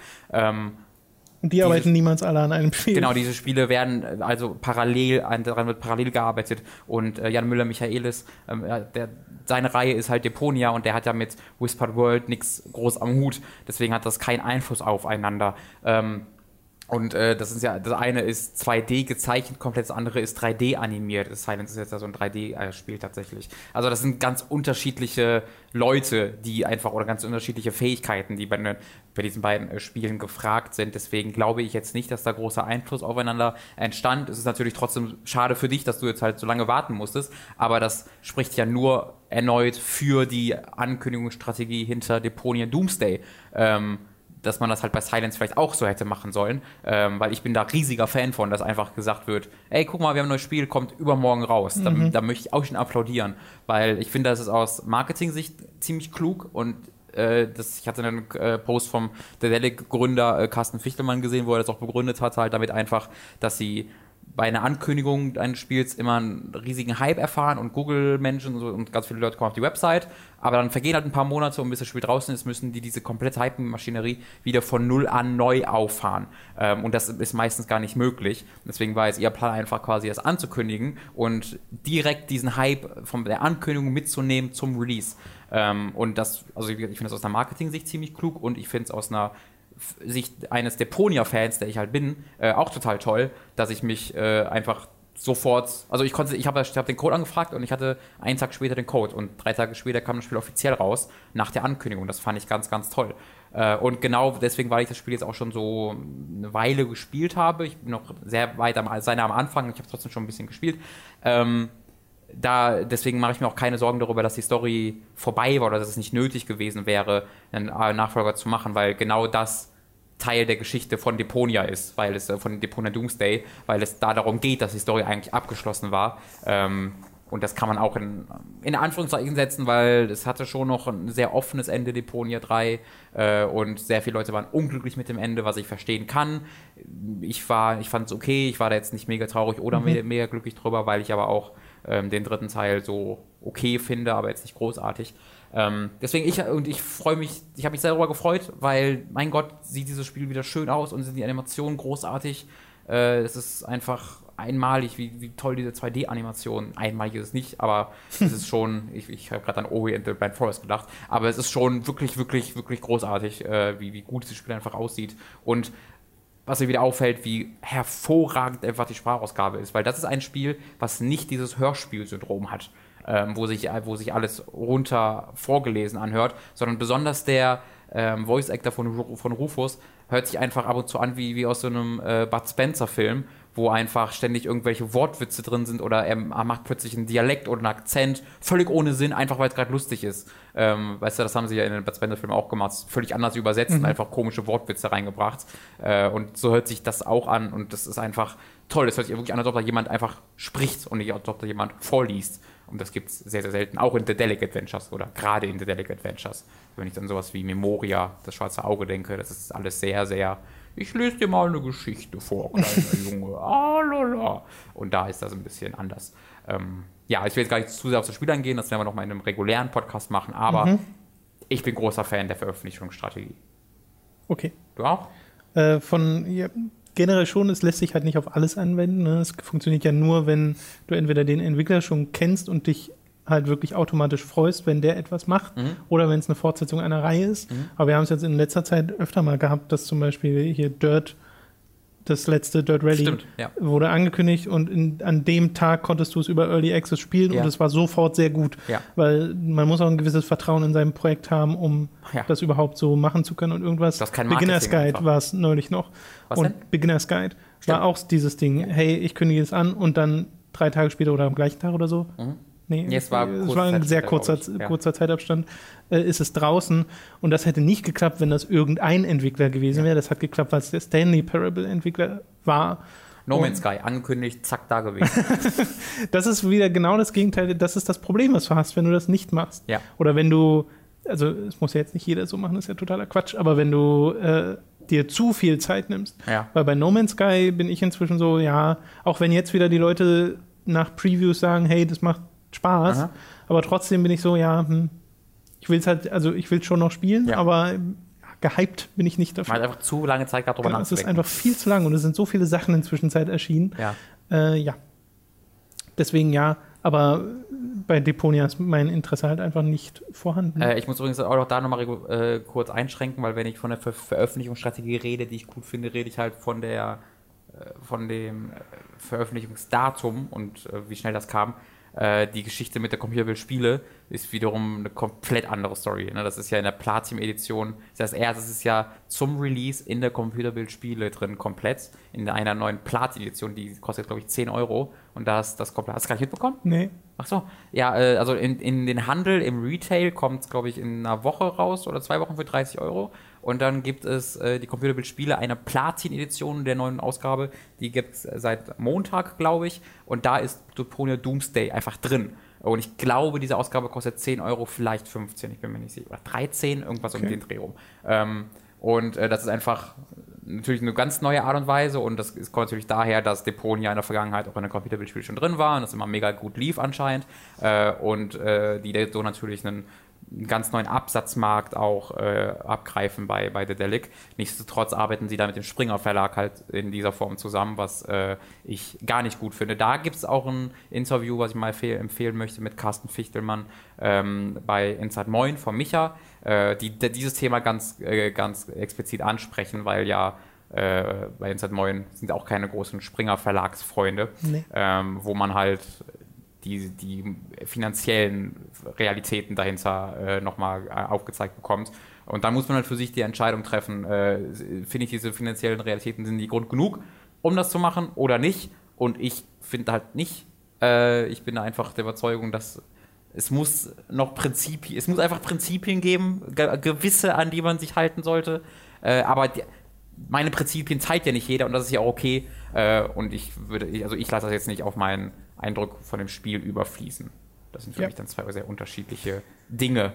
Und die arbeiten niemals alle an einem Spiel. Genau, diese Spiele werden also daran wird parallel gearbeitet. Und Jan Müller-Michaelis, seine Reihe ist halt Deponia und der hat ja mit Whispered World nichts groß am Hut. Deswegen hat das keinen Einfluss aufeinander. Und das eine ist 2D gezeichnet, komplett das andere ist 3D animiert. Silence ist jetzt ja so ein 3D-Spiel tatsächlich. Also das sind ganz unterschiedliche Leute, die einfach, oder ganz unterschiedliche Fähigkeiten, die bei diesen beiden Spielen gefragt sind. Deswegen glaube ich jetzt nicht, dass da großer Einfluss aufeinander entstand. Es ist natürlich trotzdem schade für dich, dass du jetzt halt so lange warten musstest, aber das spricht ja nur erneut für die Ankündigungsstrategie hinter Deponia Doomsday. Dass man das halt bei Silence vielleicht auch so hätte machen sollen, weil ich bin da riesiger Fan von, dass einfach gesagt wird, ey, guck mal, wir haben ein neues Spiel, kommt übermorgen raus. Da möchte ich auch schon applaudieren, weil ich finde, das ist aus Marketing-Sicht ziemlich klug und ich hatte einen Post vom Dedelic-Gründer Carsten Fichtelmann gesehen, wo er das auch begründet hat, halt damit einfach, dass sie bei einer Ankündigung eines Spiels immer einen riesigen Hype erfahren und Google-Menschen und ganz viele Leute kommen auf die Website, aber dann vergehen halt ein paar Monate und bis das Spiel draußen ist, müssen die diese komplette Hype-Maschinerie wieder von Null an neu auffahren. Und das ist meistens gar nicht möglich. Deswegen war jetzt ihr Plan einfach quasi das anzukündigen und direkt diesen Hype von der Ankündigung mitzunehmen zum Release. Und das, also ich finde das aus einer Marketing-Sicht ziemlich klug und ich finde es aus einer Sicht eines Deponia-Fans, der ich halt bin, auch total toll, dass ich mich einfach sofort, also ich hab den Code angefragt und ich hatte einen Tag später den Code und 3 Tage später kam das Spiel offiziell raus, nach der Ankündigung. Das fand ich ganz, ganz toll. Und genau deswegen, weil ich das Spiel jetzt auch schon so eine Weile gespielt habe, ich bin noch sehr weit am Anfang, ich habe trotzdem schon ein bisschen gespielt, deswegen mache ich mir auch keine Sorgen darüber, dass die Story vorbei war oder dass es nicht nötig gewesen wäre, einen Nachfolger zu machen, weil genau das Teil der Geschichte von Deponia ist, weil es von Deponia Doomsday, weil es da darum geht, dass die Story eigentlich abgeschlossen war. Und das kann man auch in Anführungszeichen setzen, weil es hatte schon noch ein sehr offenes Ende, Deponia 3, und sehr viele Leute waren unglücklich mit dem Ende, was ich verstehen kann. Ich fand es okay, ich war da jetzt nicht mega traurig oder mega glücklich drüber, weil ich aber auch den dritten Teil so okay finde, aber jetzt nicht großartig. Deswegen ich freue mich, ich habe mich sehr darüber gefreut, weil, mein Gott, sieht dieses Spiel wieder schön aus und sind die Animationen großartig. Es ist einfach einmalig, wie toll diese 2D-Animation, einmalig ist es nicht, aber es ist schon, ich habe gerade an Ori and the Blind Forest gedacht, aber es ist schon wirklich, wirklich, wirklich großartig, wie gut dieses Spiel einfach aussieht und was mir wieder auffällt, wie hervorragend einfach die Sprachausgabe ist, weil das ist ein Spiel, was nicht dieses Hörspiel-Syndrom hat, wo sich alles runter vorgelesen anhört, sondern besonders der Voice-Actor von Rufus hört sich einfach ab und zu an wie aus so einem Bud Spencer-Film, wo einfach ständig irgendwelche Wortwitze drin sind oder er macht plötzlich einen Dialekt oder einen Akzent, völlig ohne Sinn, einfach weil es gerade lustig ist. Weißt du, das haben sie ja in den Bud Spencer-Filmen auch gemacht, völlig anders übersetzt und einfach komische Wortwitze reingebracht. Und so hört sich das auch an und das ist einfach toll. Es hört sich wirklich an, als ob da jemand einfach spricht und nicht, als ob da jemand vorliest. Und das gibt es sehr, sehr selten, auch in Dedelic Adventures oder gerade in Dedelic Adventures. Wenn ich dann sowas wie Memoria, das schwarze Auge denke, das ist alles sehr, sehr, ich lese dir mal eine Geschichte vor, kleiner Junge, lala. Und da ist das ein bisschen anders. Ja, ich will jetzt gar nicht zu sehr auf das Spiel eingehen, das werden wir noch mal in einem regulären Podcast machen, aber ich bin großer Fan der Veröffentlichungsstrategie. Okay. Du auch? Generell schon, es lässt sich halt nicht auf alles anwenden. Ne? Es funktioniert ja nur, wenn du entweder den Entwickler schon kennst und dich halt wirklich automatisch freust, wenn der etwas macht, oder wenn es eine Fortsetzung einer Reihe ist. Aber wir haben es jetzt in letzter Zeit öfter mal gehabt, dass zum Beispiel hier Dirt das letzte Dirt Rally Stimmt, ja. wurde angekündigt und an dem Tag konntest du es über Early Access spielen und es war sofort sehr gut, weil man muss auch ein gewisses Vertrauen in seinem Projekt haben, um das überhaupt so machen zu können und irgendwas. Das ist kein Beginner's Marketing Guide war es neulich noch. Was und denn? Beginner's Guide war auch dieses Ding, hey, ich kündige es an und dann 3 Tage später oder am gleichen Tag oder so. Nee, es war ein sehr kurzer Zeitabstand, ist es draußen. Und das hätte nicht geklappt, wenn das irgendein Entwickler gewesen wäre. Das hat geklappt, weil es der Stanley Parable-Entwickler war. No Man's Sky, angekündigt, zack, da gewesen. Das ist wieder genau das Gegenteil. Das ist das Problem, was du hast, wenn du das nicht machst. Ja. Oder wenn du, also es muss ja jetzt nicht jeder so machen, das ist ja totaler Quatsch, aber wenn du dir zu viel Zeit nimmst. Ja. Weil bei No Man's Sky bin ich inzwischen so, ja, auch wenn jetzt wieder die Leute nach Previews sagen, hey, das macht Spaß, aber trotzdem bin ich so, ich will es halt, also ich will es schon noch spielen, aber gehypt bin ich nicht dafür. Man hat einfach zu lange Zeit gehabt, darüber nachzudenken. Es ist einfach viel zu lang und es sind so viele Sachen in der Zwischenzeit erschienen. Deswegen aber bei Deponia ist mein Interesse halt einfach nicht vorhanden. Ich muss übrigens auch noch da nochmal kurz einschränken, weil wenn ich von der Veröffentlichungsstrategie rede, die ich gut finde, rede ich halt von dem Veröffentlichungsdatum und wie schnell das kam. Die Geschichte mit der Computerbild Spiele ist wiederum eine komplett andere Story. Ne? Das ist ja in der Platinum-Edition. Das ist ja zum Release in der Computerbild Spiele drin komplett. In einer neuen Platin-Edition, die kostet, glaube ich, 10 €. Und das komplett. Hast du gar nicht mitbekommen? Nee. Ach so. Ja, also in den Handel, im Retail kommt es, glaube ich, in einer Woche raus oder 2 Wochen für 30 €. Und dann gibt es die Computerbild Spiele, eine Platin-Edition der neuen Ausgabe. Die gibt es seit Montag, glaube ich. Und da ist Deponia Doomsday einfach drin. Und ich glaube, diese Ausgabe kostet 10 €, vielleicht 15, ich bin mir nicht sicher. Oder 13, irgendwas um den Dreh rum. Das ist einfach natürlich eine ganz neue Art und Weise. Und das kommt natürlich daher, dass Deponia in der Vergangenheit auch in der Computerbild-Spiel schon drin war und das immer mega gut lief anscheinend. Die so natürlich einen ganz neuen Absatzmarkt auch abgreifen bei Daedalic. Nichtsdestotrotz arbeiten sie da mit dem Springer Verlag halt in dieser Form zusammen, was ich gar nicht gut finde. Da gibt es auch ein Interview, was ich mal empfehlen möchte mit Carsten Fichtelmann bei Inside Moin von Micha, die dieses Thema ganz explizit ansprechen, weil ja bei Inside Moin sind auch keine großen Springer Verlagsfreunde, wo man halt die finanziellen Realitäten dahinter nochmal aufgezeigt bekommt. Und dann muss man halt für sich die Entscheidung treffen, finde ich diese finanziellen Realitäten, sind die Grund genug, um das zu machen oder nicht? Und ich finde halt nicht. Ich bin einfach der Überzeugung, dass es muss einfach Prinzipien geben, gewisse, an die man sich halten sollte. Aber meine Prinzipien zeigt ja nicht jeder und das ist ja auch okay. Und ich lasse das jetzt nicht auf meinen Eindruck von dem Spiel überfließen. Das sind für mich dann zwei sehr unterschiedliche Dinge.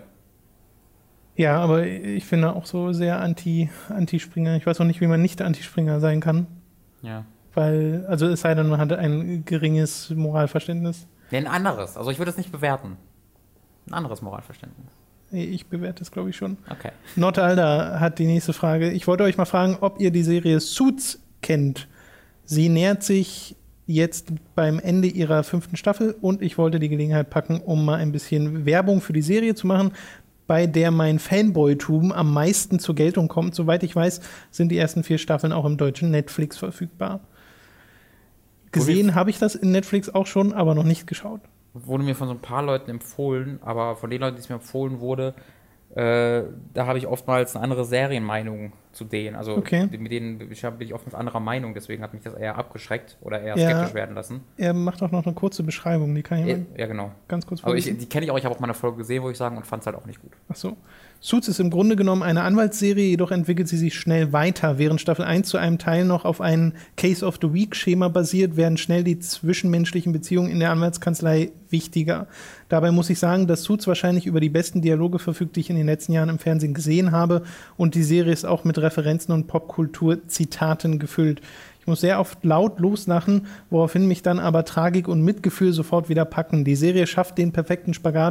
Ja, aber ich finde auch so sehr Anti-Springer. Ich weiß auch nicht, wie man nicht Anti-Springer sein kann. Ja. Weil, also es sei denn, man hat ein geringes Moralverständnis. Ja, ein anderes. Also ich würde es nicht bewerten. Ein anderes Moralverständnis. Ich bewerte es, glaube ich, schon. Okay. Notalda hat die nächste Frage. Ich wollte euch mal fragen, ob ihr die Serie Suits kennt. Sie nähert sich jetzt beim Ende ihrer 5. Staffel und ich wollte die Gelegenheit packen, um mal ein bisschen Werbung für die Serie zu machen, bei der mein Fanboytum am meisten zur Geltung kommt. Soweit ich weiß, sind die ersten 4 Staffeln auch im deutschen Netflix verfügbar. Gesehen habe ich das in Netflix auch schon, aber noch nicht geschaut. Wurde mir von so ein paar Leuten empfohlen, aber von den Leuten, die es mir empfohlen wurde, da habe ich oftmals eine andere Serienmeinung zu denen. Also mit denen bin ich oftmals anderer Meinung, deswegen hat mich das eher abgeschreckt oder eher skeptisch werden lassen. Er macht auch noch eine kurze Beschreibung, die kann ich genau. Ganz kurz vorlesen. Also die kenne ich auch, ich habe auch mal eine Folge gesehen, wo ich sagen, und fand es halt auch nicht gut. Ach so. Suits ist im Grunde genommen eine Anwaltsserie, jedoch entwickelt sie sich schnell weiter. Während Staffel 1 zu einem Teil noch auf ein Case of the Week-Schema basiert, werden schnell die zwischenmenschlichen Beziehungen in der Anwaltskanzlei wichtiger. Dabei muss ich sagen, dass Suits wahrscheinlich über die besten Dialoge verfügt, die ich in den letzten Jahren im Fernsehen gesehen habe. Und die Serie ist auch mit Referenzen und Popkultur-Zitaten gefüllt. Ich muss sehr oft laut loslachen, woraufhin mich dann aber Tragik und Mitgefühl sofort wieder packen. Die Serie schafft den perfekten Spagat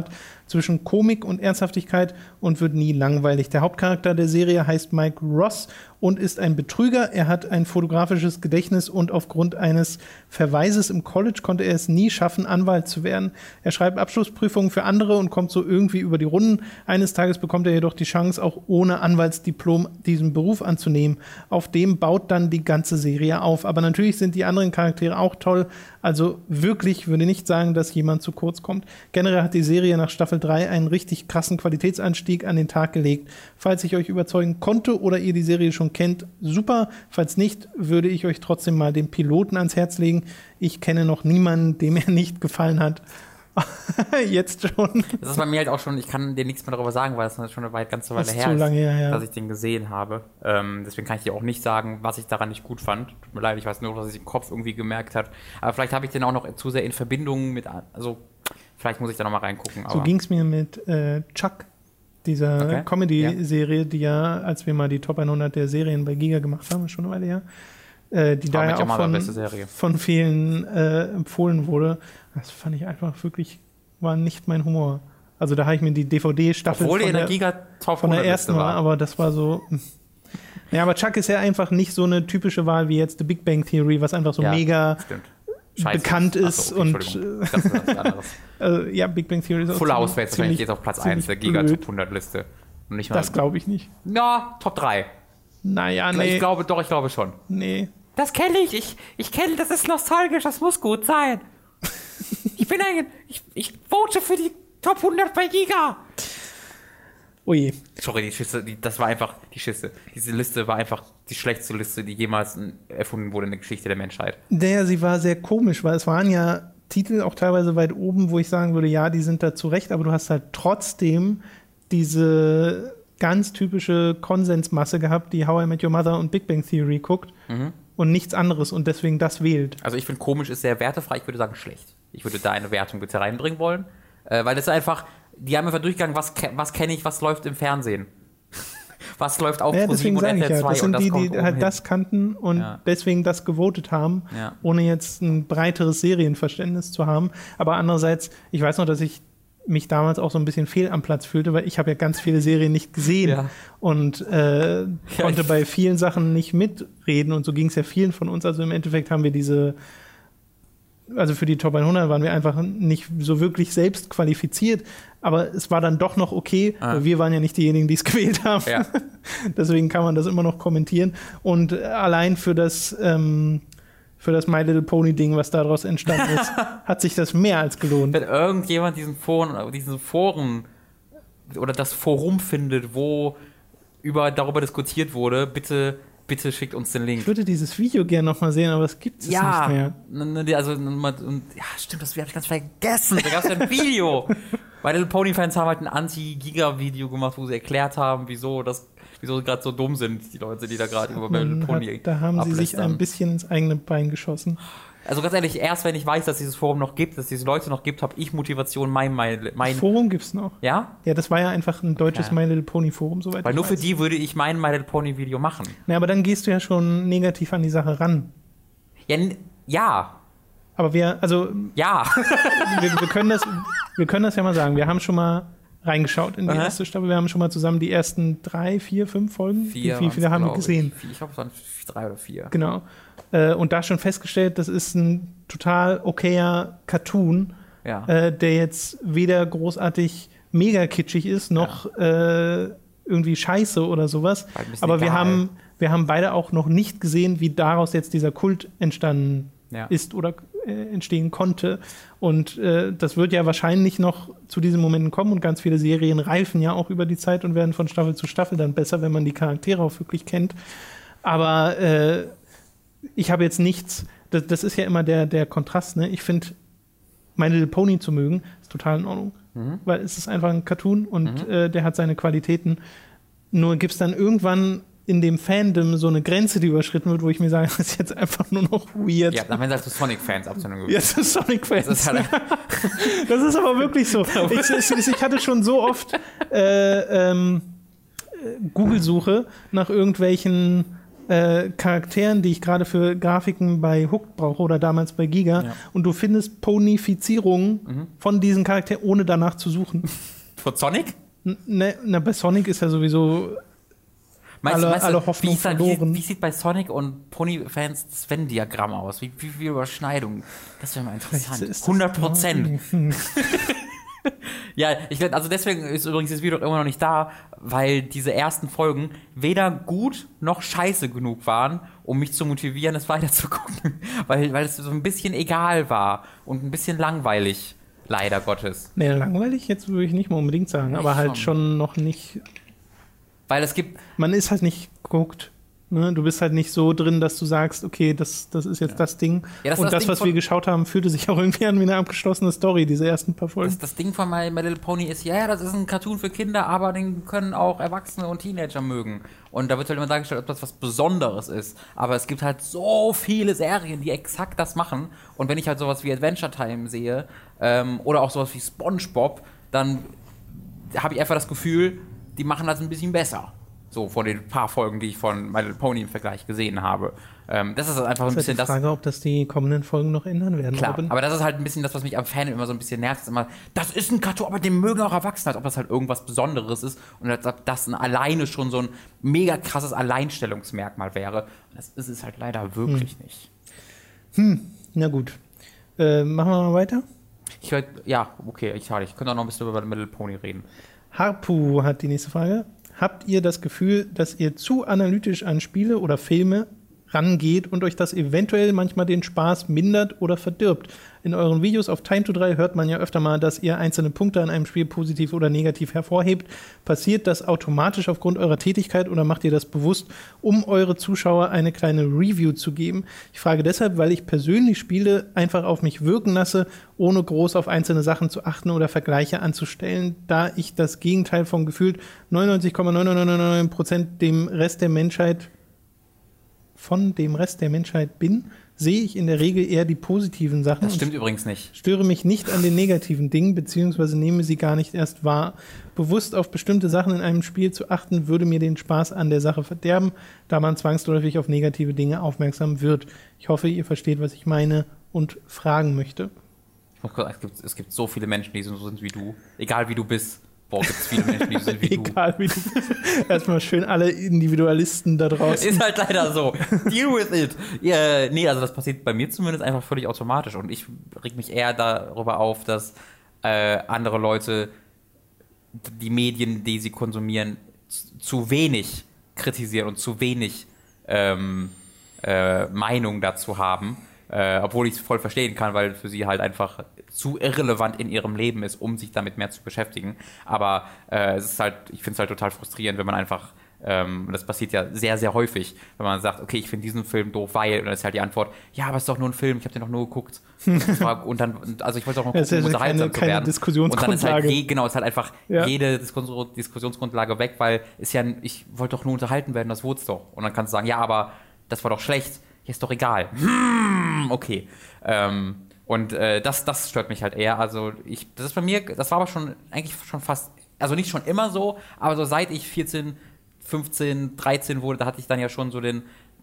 zwischen Komik und Ernsthaftigkeit und wird nie langweilig. Der Hauptcharakter der Serie heißt Mike Ross und ist ein Betrüger. Er hat ein fotografisches Gedächtnis und aufgrund eines Verweises im College konnte er es nie schaffen, Anwalt zu werden. Er schreibt Abschlussprüfungen für andere und kommt so irgendwie über die Runden. Eines Tages bekommt er jedoch die Chance, auch ohne Anwaltsdiplom diesen Beruf anzunehmen. Auf dem baut dann die ganze Serie auf. Aber natürlich sind die anderen Charaktere auch toll. Also wirklich würde nicht sagen, dass jemand zu kurz kommt. Generell hat die Serie nach Staffel 3 einen richtig krassen Qualitätsanstieg an den Tag gelegt. Falls ich euch überzeugen konnte oder ihr die Serie schon kennt, super. Falls nicht, würde ich euch trotzdem mal den Piloten ans Herz legen. Ich kenne noch niemanden, dem er nicht gefallen hat. Jetzt schon. Das ist bei mir halt auch schon, ich kann dir nichts mehr darüber sagen, weil das schon eine ganze Weile her ist, dass ich den gesehen habe. Deswegen kann ich dir auch nicht sagen, was ich daran nicht gut fand. Tut mir leid, ich weiß nur, dass ich im Kopf irgendwie gemerkt habe. Aber vielleicht habe ich den auch noch zu sehr in Verbindung mit, also vielleicht muss ich da nochmal reingucken. So ging es mir mit Chuck, dieser Comedy-Serie, die ja, als wir mal die Top 100 der Serien bei Giga gemacht haben, schon eine Weile her, die da ja auch von vielen empfohlen wurde. Das fand ich einfach wirklich, war nicht mein Humor. Also da habe ich mir die DVD-Staffel von der ersten war, aber das war so. Ja, aber Chuck ist ja einfach nicht so eine typische Wahl wie jetzt The Big Bang Theory, was einfach so mega bekannt ist. Und das ist anderes. ja, Big Bang Theory ist Full House wäre jetzt wahrscheinlich jetzt auf Platz 1 der Giga Top 100 Liste. Und nicht mal das glaube ich nicht. Ja, Top 3. Naja, nee. Ich glaube schon. Nee. Das kenne ich. Ich kenne, das ist nostalgisch, das muss gut sein. Ich vote für die Top 100 bei Giga. Ui. Sorry, die Schisse, das war einfach die Schisse. Diese Liste war einfach die schlechteste Liste, die jemals erfunden wurde in der Geschichte der Menschheit. Sie war sehr komisch, weil es waren ja Titel auch teilweise weit oben, wo ich sagen würde, ja, die sind da zu Recht, aber du hast halt trotzdem diese ganz typische Konsensmasse gehabt, die How I Met Your Mother und Big Bang Theory guckt und nichts anderes und deswegen das wählt. Also ich finde, komisch ist sehr wertefrei, ich würde sagen schlecht. Ich würde da eine Wertung bitte reinbringen wollen, weil das ist einfach, die haben einfach durchgegangen, was kenne ich, was läuft im Fernsehen. Was läuft auf ProSieben und RTL 2 das sind die halt das kannten und deswegen das gewotet haben, ohne jetzt ein breiteres Serienverständnis zu haben. Aber andererseits, ich weiß noch, dass ich mich damals auch so ein bisschen fehl am Platz fühlte, weil ich habe ja ganz viele Serien nicht gesehen und konnte bei vielen Sachen nicht mitreden und so ging es ja vielen von uns. Also im Endeffekt haben wir also für die Top 100 waren wir einfach nicht so wirklich selbst qualifiziert, aber es war dann doch noch okay, weil wir waren ja nicht diejenigen, die es gewählt haben. Ja. Deswegen kann man das immer noch kommentieren und allein für das My Little Pony Ding, was daraus entstanden ist, hat sich das mehr als gelohnt. Wenn irgendjemand diesen Foren oder das Forum findet, wo darüber diskutiert wurde, bitte schickt uns den Link. Ich würde dieses Video gerne noch mal sehen, aber es gibt es nicht mehr. Also, stimmt, das habe ich ganz vergessen. Da gab es ja ein Video. My Little Pony Fans haben halt ein Anti-Giga-Video gemacht, wo sie erklärt haben, wieso sie gerade so dumm sind, die Leute, die da gerade über My Little Pony da haben sie sich ein bisschen ins eigene Bein geschossen. Also ganz ehrlich, erst wenn ich weiß, dass dieses Forum noch gibt, dass es diese Leute noch gibt, habe ich Motivation, Das Forum gibt's noch. Ja? Ja, das war ja einfach ein deutsches My Little Pony Forum, soweit weil nur für die würde ich mein My Little Pony Video machen. Na, aber dann gehst du ja schon negativ an die Sache ran. Ja. Aber wir können das ja mal sagen. Wir haben schon mal reingeschaut in die erste Staffel. Wir haben schon mal zusammen die ersten 3, 4, 5 Folgen. Wie viele haben wir gesehen? Ich glaube, es waren 3 oder 4. Genau. Und da schon festgestellt, das ist ein total okayer Cartoon, der jetzt weder großartig mega kitschig ist, noch irgendwie scheiße oder sowas. Aber wir haben beide auch noch nicht gesehen, wie daraus jetzt dieser Kult entstanden ist oder entstehen konnte. Und das wird ja wahrscheinlich noch zu diesen Momenten kommen und ganz viele Serien reifen ja auch über die Zeit und werden von Staffel zu Staffel dann besser, wenn man die Charaktere auch wirklich kennt. Aber ich habe jetzt nichts, das ist ja immer der Kontrast, ne? Ich finde, My Little Pony zu mögen, ist total in Ordnung. Weil es ist einfach ein Cartoon und der hat seine Qualitäten. Nur gibt es dann irgendwann in dem Fandom so eine Grenze, die überschritten wird, wo ich mir sage, das ist jetzt einfach nur noch weird. Ja, dann sagst du Sonic-Fans ab zu einem Ja, das ist Sonic-Fans. Das ist aber wirklich so. Ich hatte schon so oft Google-Suche nach irgendwelchen Charakteren, die ich gerade für Grafiken bei Hooked brauche oder damals bei Giga und du findest Ponifizierungen von diesen Charakteren, ohne danach zu suchen. Von Sonic? Bei Sonic ist ja sowieso alle Hoffnung verloren. Wie sieht bei Sonic und Pony-Fans das Venn-Diagramm aus? Wie viel Überschneidung? Das wäre mal interessant. 100%. Ja, also deswegen ist übrigens das Video immer noch nicht da, weil diese ersten Folgen weder gut noch scheiße genug waren, um mich zu motivieren, es weiterzugucken. Weil es so ein bisschen egal war und ein bisschen langweilig, leider Gottes. Nee, langweilig jetzt würde ich nicht mal unbedingt sagen, aber halt schon noch nicht. Weil es gibt. Man ist halt nicht geguckt. Ne? Du bist halt nicht so drin, dass du sagst, okay, das ist jetzt das Ding. Ja, und das, was wir geschaut haben, fühlte sich auch irgendwie an wie eine abgeschlossene Story, diese ersten paar Folgen. Das Ding von My Little Pony ist, ja, das ist ein Cartoon für Kinder, aber den können auch Erwachsene und Teenager mögen. Und da wird halt immer dargestellt, ob das was Besonderes ist. Aber es gibt halt so viele Serien, die exakt das machen. Und wenn ich halt sowas wie Adventure Time sehe, oder auch sowas wie SpongeBob, dann habe ich einfach das Gefühl, die machen das ein bisschen besser. So von den paar Folgen, die ich von My Little Pony im Vergleich gesehen habe. Das ist einfach ein bisschen das. Ich frage, ob das die kommenden Folgen noch ändern werden. Klar, aber das ist halt ein bisschen das, was mich am Fan immer so ein bisschen nervt. Ist immer, das ist ein Cartoon, aber den mögen auch Erwachsene, als ob das halt irgendwas Besonderes ist und als ob das alleine schon so ein mega krasses Alleinstellungsmerkmal wäre. Und das ist es halt leider wirklich nicht. Na gut. Machen wir mal weiter? Ich könnte auch noch ein bisschen über My Little Pony reden. Harpu hat die nächste Frage. Habt ihr das Gefühl, dass ihr zu analytisch an Spiele oder Filme rangeht und euch das eventuell manchmal den Spaß mindert oder verdirbt? In euren Videos auf Time to 3 hört man ja öfter mal, dass ihr einzelne Punkte an einem Spiel positiv oder negativ hervorhebt. Passiert das automatisch aufgrund eurer Tätigkeit oder macht ihr das bewusst, um eure Zuschauer eine kleine Review zu geben? Ich frage deshalb, weil ich persönlich Spiele einfach auf mich wirken lasse, ohne groß auf einzelne Sachen zu achten oder Vergleiche anzustellen, da ich das Gegenteil von gefühlt 99,999% dem Rest der Menschheit bin, sehe ich in der Regel eher die positiven Sachen. Das stimmt übrigens nicht. Störe mich nicht an den negativen Dingen, beziehungsweise nehme sie gar nicht erst wahr. Bewusst auf bestimmte Sachen in einem Spiel zu achten, würde mir den Spaß an der Sache verderben, da man zwangsläufig auf negative Dinge aufmerksam wird. Ich hoffe, ihr versteht, was ich meine und fragen möchte. Es gibt so viele Menschen, die so sind wie du. Egal wie du bist. Boah, gibt es viele Menschen, die so sind wie du. Egal wie du bist. Erstmal schön alle Individualisten da draußen. Ist halt leider so. Deal with it. Nee, also das passiert bei mir zumindest einfach völlig automatisch. Und ich reg mich eher darüber auf, dass andere Leute die Medien, die sie konsumieren, zu wenig kritisieren und zu wenig Meinung dazu haben. Obwohl ich es voll verstehen kann, weil für sie halt einfach zu irrelevant in ihrem Leben ist, um sich damit mehr zu beschäftigen. Aber es ist halt, ich finde es halt total frustrierend, wenn man einfach, und das passiert ja sehr, sehr häufig, wenn man sagt, okay, ich finde diesen Film doof, weil, und dann ist halt die Antwort, ja, aber es ist doch nur ein Film, ich habe den doch nur geguckt. Und dann, also ich wollte auch mal gucken, um unterhaltsam zu werden. Diskussionsgrundlage. Und dann ist halt, ist halt einfach jede Diskussionsgrundlage weg, weil ist ja, ich wollte doch nur unterhalten werden, das wurde es doch. Und dann kannst du sagen, ja, aber das war doch schlecht. Ja, ist doch egal. Okay. Und das stört mich halt eher. Also das ist bei mir, das war aber eigentlich schon fast, also nicht schon immer so, aber so seit ich 14, 15, 13 wurde, da hatte ich dann ja schon so den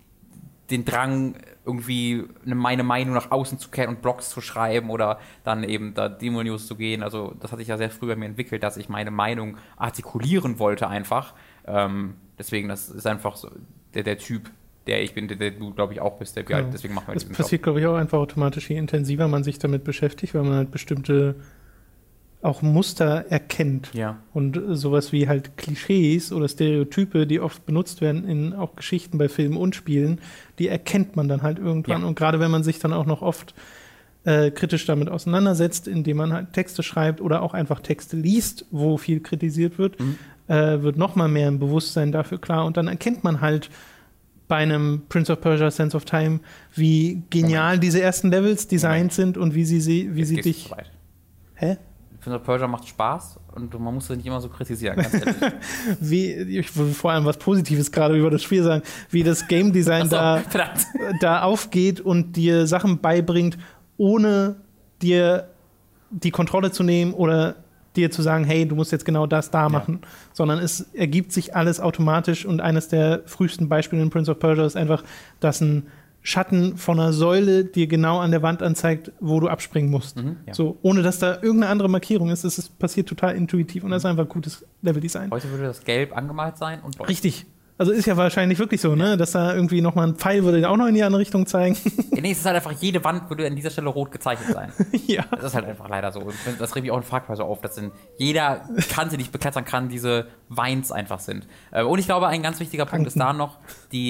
Drang, irgendwie meine Meinung nach außen zu kehren und Blogs zu schreiben oder dann eben da Demo-News zu gehen. Also das hatte ich ja sehr früh bei mir entwickelt, dass ich meine Meinung artikulieren wollte einfach. Deswegen, das ist einfach so der Typ, der ich bin, der du, glaube ich, auch bist, deswegen machen wir das passiert, glaube ich, auch einfach automatisch, je intensiver man sich damit beschäftigt, weil man halt bestimmte auch Muster erkennt. Ja. Und sowas wie halt Klischees oder Stereotype, die oft benutzt werden in auch Geschichten bei Filmen und Spielen, die erkennt man dann halt irgendwann. Ja. Und gerade wenn man sich dann auch noch oft kritisch damit auseinandersetzt, indem man halt Texte schreibt oder auch einfach Texte liest, wo viel kritisiert wird, wird noch mal mehr ein Bewusstsein dafür klar. Und dann erkennt man halt bei einem Prince of Persia Sands of Time, wie genial diese ersten Levels designt sind und wie sie dich... Hä? Prince of Persia macht Spaß und man muss es nicht immer so kritisieren, ganz ehrlich. Ich will vor allem was Positives gerade über das Spiel sagen, wie das Game Design da aufgeht und dir Sachen beibringt, ohne dir die Kontrolle zu nehmen oder dir zu sagen, hey, du musst jetzt genau das da machen, sondern es ergibt sich alles automatisch und eines der frühesten Beispiele in Prince of Persia ist einfach, dass ein Schatten von einer Säule dir genau an der Wand anzeigt, wo du abspringen musst. Ja. So, ohne dass da irgendeine andere Markierung ist. Es passiert total intuitiv und das ist einfach gutes Leveldesign. Heute würde das gelb angemalt sein und blau. Richtig. Also ist ja wahrscheinlich wirklich so, ne? Dass da irgendwie nochmal ein Pfeil würde auch noch in die andere Richtung zeigen. Nee, es ist halt einfach, jede Wand würde an dieser Stelle rot gezeichnet sein. Ja. Das ist halt einfach leider so. Und das regt mich auch in Far Cry so auf, dass jeder Kante, die ich beklettern kann, diese Vines einfach sind. Und ich glaube, ein ganz wichtiger Punkt ist da noch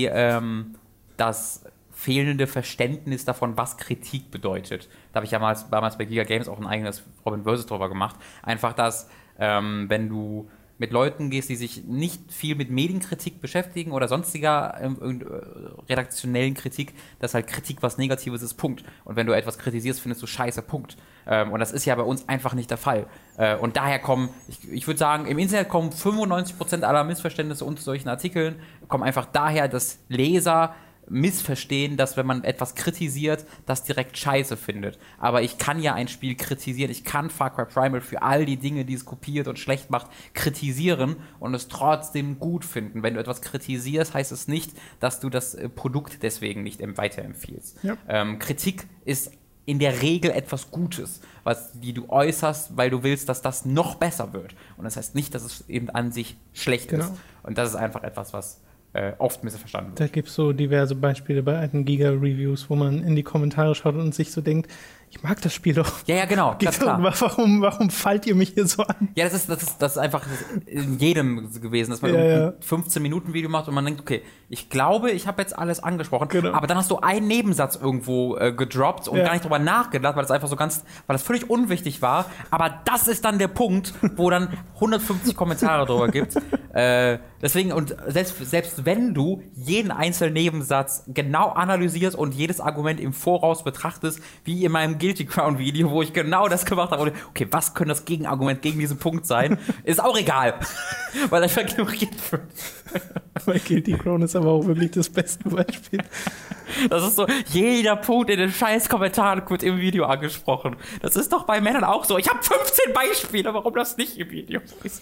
das fehlende Verständnis davon, was Kritik bedeutet. Da habe ich ja damals bei Giga Games auch ein eigenes Robin Versus drüber gemacht. Einfach, dass wenn du mit Leuten gehst, die sich nicht viel mit Medienkritik beschäftigen oder sonstiger redaktionellen Kritik, dass halt Kritik was Negatives ist, Punkt. Und wenn du etwas kritisierst, findest du scheiße, Punkt. Und das ist ja bei uns einfach nicht der Fall. Und daher ich würde sagen, im Internet kommen 95% aller Missverständnisse unter solchen Artikeln, kommen einfach daher, dass Leser missverstehen, dass wenn man etwas kritisiert, das direkt scheiße findet. Aber ich kann ja ein Spiel kritisieren, ich kann Far Cry Primal für all die Dinge, die es kopiert und schlecht macht, kritisieren und es trotzdem gut finden. Wenn du etwas kritisierst, heißt es nicht, dass du das Produkt deswegen nicht weiterempfiehlst. Ja. Kritik ist in der Regel etwas Gutes, die du äußerst, weil du willst, dass das noch besser wird. Und das heißt nicht, dass es eben an sich schlecht ist. Und das ist einfach etwas, was oft missverstanden wird. Da gibt es so diverse Beispiele bei alten Giga-Reviews, wo man in die Kommentare schaut und sich so denkt, ich mag das Spiel doch. Ja, genau. Ganz klar. Warum fallt ihr mich hier so an? Ja, das ist einfach in jedem gewesen, dass man ein 15-Minuten-Video macht und man denkt, okay, ich glaube, ich habe jetzt alles angesprochen, aber dann hast du einen Nebensatz irgendwo gedroppt und gar nicht drüber nachgedacht, weil das völlig unwichtig war. Aber das ist dann der Punkt, wo dann 150 Kommentare drüber gibt. Deswegen, und selbst wenn du jeden einzelnen Nebensatz genau analysierst und jedes Argument im Voraus betrachtest, wie in meinem Guilty Crown Video, wo ich genau das gemacht habe. Und, okay, was könnte das Gegenargument gegen diesen Punkt sein? Ist auch egal, weil das ignoriert wird. Bei Guilty Crown ist aber auch wirklich das beste Beispiel. Das ist so, jeder Punkt in den scheiß Kommentaren wird im Video angesprochen. Das ist doch bei Männern auch so. Ich habe 15 Beispiele, warum das nicht im Video ist.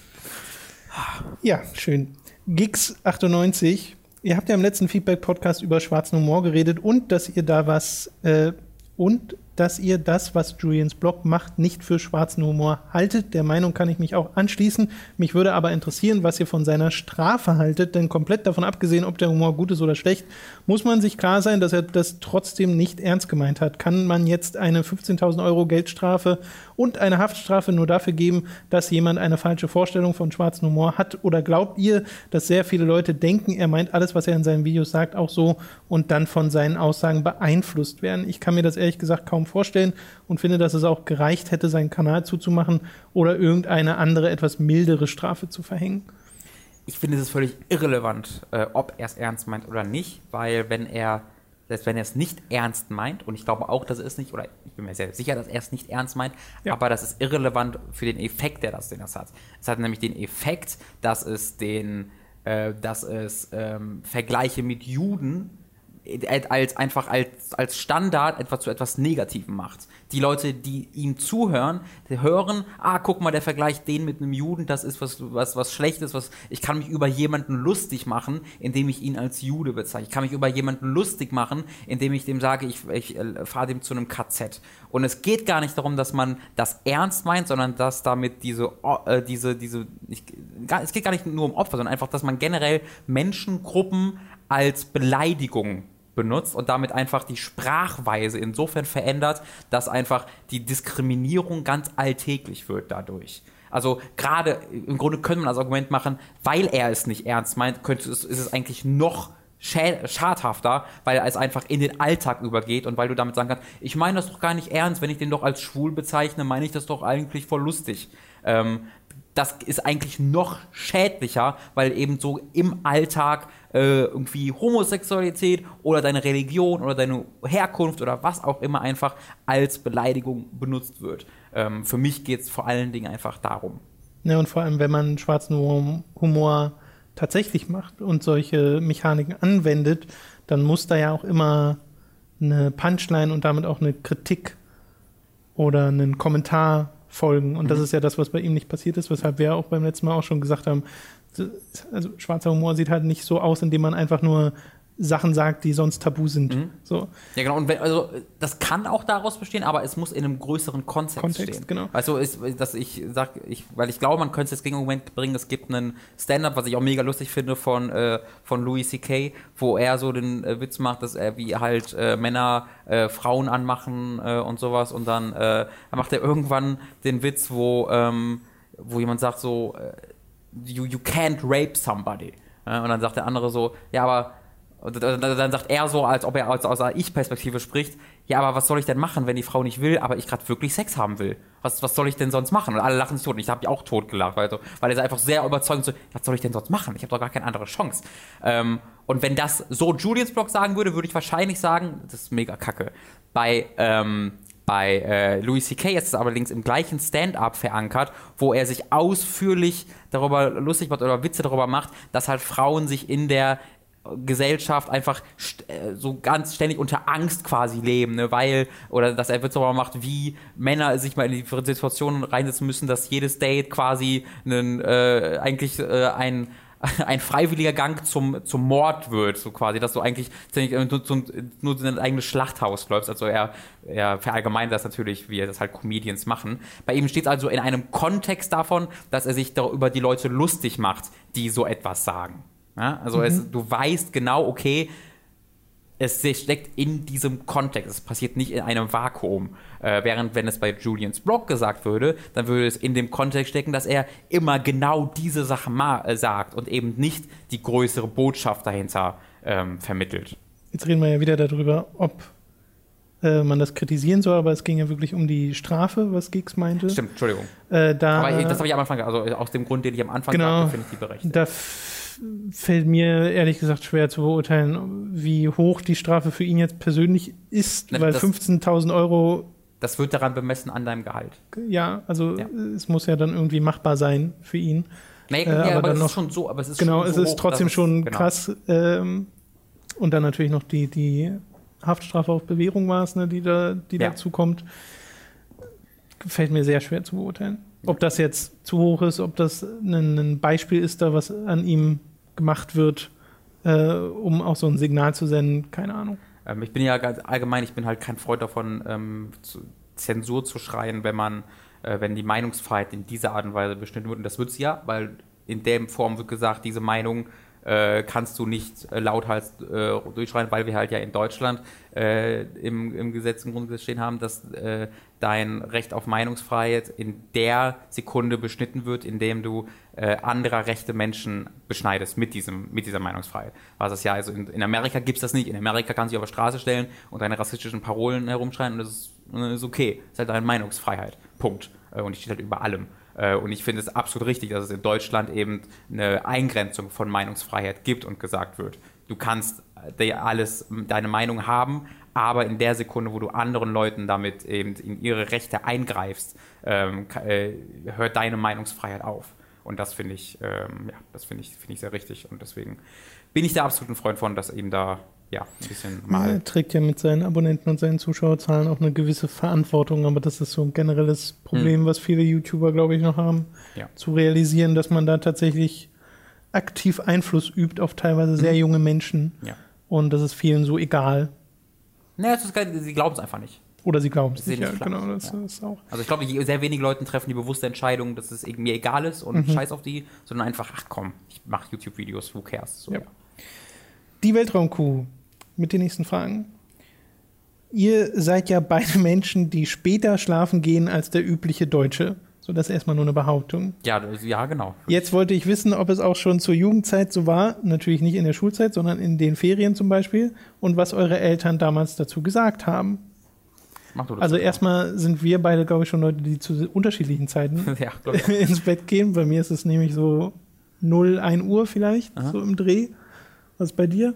Ja, schön. Gigs98, ihr habt ja im letzten Feedback-Podcast über schwarzen Humor geredet und dass ihr da was Julians Blog macht, nicht für schwarzen Humor haltet. Der Meinung kann ich mich auch anschließen. Mich würde aber interessieren, was ihr von seiner Strafe haltet, denn komplett davon abgesehen, ob der Humor gut ist oder schlecht, muss man sich klar sein, dass er das trotzdem nicht ernst gemeint hat. Kann man jetzt eine 15.000 Euro Geldstrafe und eine Haftstrafe nur dafür geben, dass jemand eine falsche Vorstellung von schwarzem Humor hat? Oder glaubt ihr, dass sehr viele Leute denken, er meint alles, was er in seinen Videos sagt, auch so und dann von seinen Aussagen beeinflusst werden? Ich kann mir das ehrlich gesagt kaum vorstellen und finde, dass es auch gereicht hätte, seinen Kanal zuzumachen oder irgendeine andere, etwas mildere Strafe zu verhängen. Ich finde, es ist völlig irrelevant, ob er es ernst meint oder nicht, weil selbst wenn er es nicht ernst meint, und ich glaube auch, dass er es nicht, oder ich bin mir sehr sicher, dass er es nicht ernst meint, aber das ist irrelevant für den Effekt, den das hat. Es hat nämlich den Effekt, dass es Vergleiche mit Juden als Standard zu etwas Negativem macht. Die Leute, die ihm zuhören, die hören, guck mal, der vergleicht den mit einem Juden, das ist was Schlechtes, ich kann mich über jemanden lustig machen, indem ich ihn als Jude bezeichne. Ich kann mich über jemanden lustig machen, indem ich dem sage, ich fahre dem zu einem KZ. Und es geht gar nicht darum, dass man das ernst meint, sondern dass damit es geht gar nicht nur um Opfer, sondern einfach, dass man generell Menschengruppen als Beleidigung benutzt und damit einfach die Sprachweise insofern verändert, dass einfach die Diskriminierung ganz alltäglich wird dadurch. Also gerade, im Grunde könnte man das Argument machen, weil er es nicht ernst meint, ist es eigentlich noch schadhafter, weil es einfach in den Alltag übergeht und weil du damit sagen kannst, ich meine das doch gar nicht ernst, wenn ich den doch als schwul bezeichne, meine ich das doch eigentlich voll lustig. Das ist eigentlich noch schädlicher, weil eben so im Alltag irgendwie Homosexualität oder deine Religion oder deine Herkunft oder was auch immer einfach als Beleidigung benutzt wird. Für mich geht es vor allen Dingen einfach darum. Ja, und vor allem, wenn man schwarzen Humor tatsächlich macht und solche Mechaniken anwendet, dann muss da ja auch immer eine Punchline und damit auch eine Kritik oder einen Kommentar folgen. Und das ist ja das, was bei ihm nicht passiert ist, weshalb wir auch beim letzten Mal auch schon gesagt haben, also schwarzer Humor sieht halt nicht so aus, indem man einfach nur Sachen sagt, die sonst tabu sind. So. Ja, genau. Und also das kann auch daraus bestehen, aber es muss in einem größeren Kontext stehen. Genau. Also, weil ich glaube, man könnte es jetzt gegen einen Moment bringen, es gibt einen Stand-up, was ich auch mega lustig finde, von Louis C.K., wo er so den Witz macht, dass er wie halt Männer Frauen anmachen und sowas. Und dann macht er irgendwann den Witz, wo jemand sagt so, you can't rape somebody. Und dann sagt der andere so, ja, aber und dann sagt er so, als ob er aus einer Ich-Perspektive spricht, ja, aber was soll ich denn machen, wenn die Frau nicht will, aber ich gerade wirklich Sex haben will? Was soll ich denn sonst machen? Und alle lachen sich tot. Und ich habe mich auch tot gelacht, weil er ist einfach sehr überzeugend so, was soll ich denn sonst machen? Ich habe doch gar keine andere Chance. Und wenn das so Julians Blog sagen würde, würde ich wahrscheinlich sagen, das ist mega kacke. Bei Louis C.K. ist es allerdings im gleichen Stand-up verankert, wo er sich ausführlich darüber lustig macht oder Witze darüber macht, dass halt Frauen sich in der Gesellschaft einfach so ganz ständig unter Angst quasi leben, ne? Oder dass er Witze darüber macht, wie Männer sich mal in die Situation reinsetzen müssen, dass jedes Date quasi ein freiwilliger Gang zum Mord wird, so quasi, dass du eigentlich nur in dein eigenes Schlachthaus läufst. Also er verallgemeinert das natürlich, wie das halt Comedians machen. Bei ihm steht es also in einem Kontext davon, dass er sich über die Leute lustig macht, die so etwas sagen. Ja? Also du weißt genau, okay, es steckt in diesem Kontext. Es passiert nicht in einem Vakuum. Während, wenn es bei Julians Blog gesagt würde, dann würde es in dem Kontext stecken, dass er immer genau diese Sachen sagt und eben nicht die größere Botschaft dahinter vermittelt. Jetzt reden wir ja wieder darüber, ob man das kritisieren soll, aber es ging ja wirklich um die Strafe, was Giggs meinte. Stimmt, Entschuldigung. Aber das habe ich am Anfang, also aus dem Grund, den ich am Anfang sagte, finde ich die berechtigt. Da fällt mir ehrlich gesagt schwer zu beurteilen, wie hoch die Strafe für ihn jetzt persönlich ist, weil 15.000 Euro... Das wird daran bemessen an deinem Gehalt. Ja, also es muss ja dann irgendwie machbar sein für ihn. Nee, aber es ist schon so, aber es ist genau, schon so es ist hoch, trotzdem schon genau. krass. Und dann natürlich noch die Haftstrafe auf Bewährung war es, ne, die dazu kommt. Fällt mir sehr schwer zu beurteilen. Ob das jetzt zu hoch ist, ob das ein Beispiel ist, da was an ihm gemacht wird, um auch so ein Signal zu senden, keine Ahnung. Ich bin ja ganz allgemein, ich bin halt kein Freund davon, Zensur zu schreien, wenn die Meinungsfreiheit in dieser Art und Weise beschnitten wird. Und das wird sie ja, weil in der Form wird gesagt, diese Meinung kannst du nicht lauthals durchschreien, weil wir halt ja in Deutschland im Grundgesetz stehen haben, dass dein Recht auf Meinungsfreiheit in der Sekunde beschnitten wird, indem du anderer rechte Menschen beschneidest mit dieser Meinungsfreiheit. Was das ja, also in Amerika gibt es das nicht. In Amerika kannst du dich auf die Straße stellen und deine rassistischen Parolen herumschreien und das ist okay. Das ist halt deine Meinungsfreiheit. Punkt. Und die steht halt über allem. Und ich finde es absolut richtig, dass es in Deutschland eben eine Eingrenzung von Meinungsfreiheit gibt und gesagt wird, du kannst deine Meinung haben, aber in der Sekunde, wo du anderen Leuten damit eben in ihre Rechte eingreifst, hört deine Meinungsfreiheit auf. Und das finde ich, finde ich sehr richtig. Und deswegen bin ich der absolute Freund von, dass eben da ein bisschen mal... Er trägt ja mit seinen Abonnenten und seinen Zuschauerzahlen auch eine gewisse Verantwortung, aber das ist so ein generelles Problem, was viele YouTuber, glaube ich, noch haben, zu realisieren, dass man da tatsächlich aktiv Einfluss übt auf teilweise sehr junge Menschen. Ja. Und das ist vielen so egal. Naja, sie glauben es einfach nicht. Oder sie glauben es nicht, genau. Das ist auch. Also ich glaube, sehr wenige Leute treffen die bewusste Entscheidung, dass es mir egal ist und scheiß auf die, sondern einfach, ach komm, ich mache YouTube-Videos, who cares? So, Die Weltraumkuh mit den nächsten Fragen. Ihr seid ja beide Menschen, die später schlafen gehen als der übliche Deutsche. So, das ist erstmal nur eine Behauptung. Ja, genau. Jetzt wollte ich wissen, ob es auch schon zur Jugendzeit so war, natürlich nicht in der Schulzeit, sondern in den Ferien zum Beispiel, und was eure Eltern damals dazu gesagt haben. Also erstmal sind wir beide, glaube ich, schon Leute, die zu unterschiedlichen Zeiten ins Bett gehen. Bei mir ist es nämlich so 0, 1 Uhr vielleicht, so im Dreh. Was ist bei dir?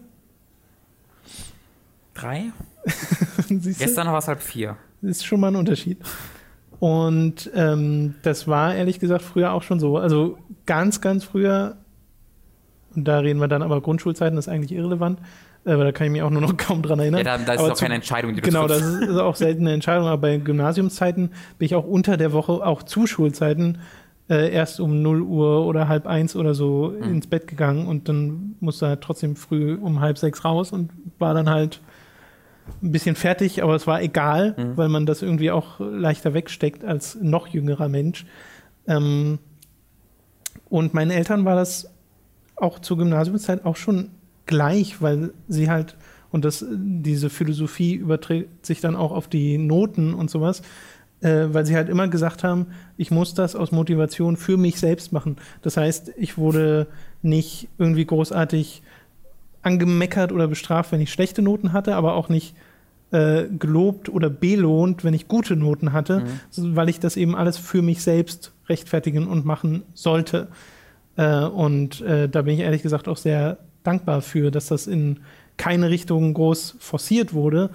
3? Gestern war es 3:30. Das ist schon mal ein Unterschied. Und das war ehrlich gesagt früher auch schon so. Also ganz, ganz früher, und da reden wir dann aber Grundschulzeiten, das ist eigentlich irrelevant, weil da kann ich mich auch nur noch kaum dran erinnern. Ja, da ist auch keine Entscheidung, die du Genau, das ist auch selten eine Entscheidung, aber bei Gymnasiumszeiten bin ich auch unter der Woche, auch zu Schulzeiten, erst um 0 Uhr oder 12:30 oder so ins Bett gegangen und dann musste halt trotzdem früh um 5:30 raus und war dann halt ein bisschen fertig, aber es war egal, weil man das irgendwie auch leichter wegsteckt als noch jüngerer Mensch. Und meinen Eltern war das auch zur Gymnasiumszeit auch schon gleich, weil sie halt, und diese Philosophie überträgt sich dann auch auf die Noten und sowas, weil sie halt immer gesagt haben, ich muss das aus Motivation für mich selbst machen. Das heißt, ich wurde nicht irgendwie großartig angemeckert oder bestraft, wenn ich schlechte Noten hatte, aber auch nicht gelobt oder belohnt, wenn ich gute Noten hatte, weil ich das eben alles für mich selbst rechtfertigen und machen sollte. Da bin ich ehrlich gesagt auch sehr dankbar für, dass das in keine Richtung groß forciert wurde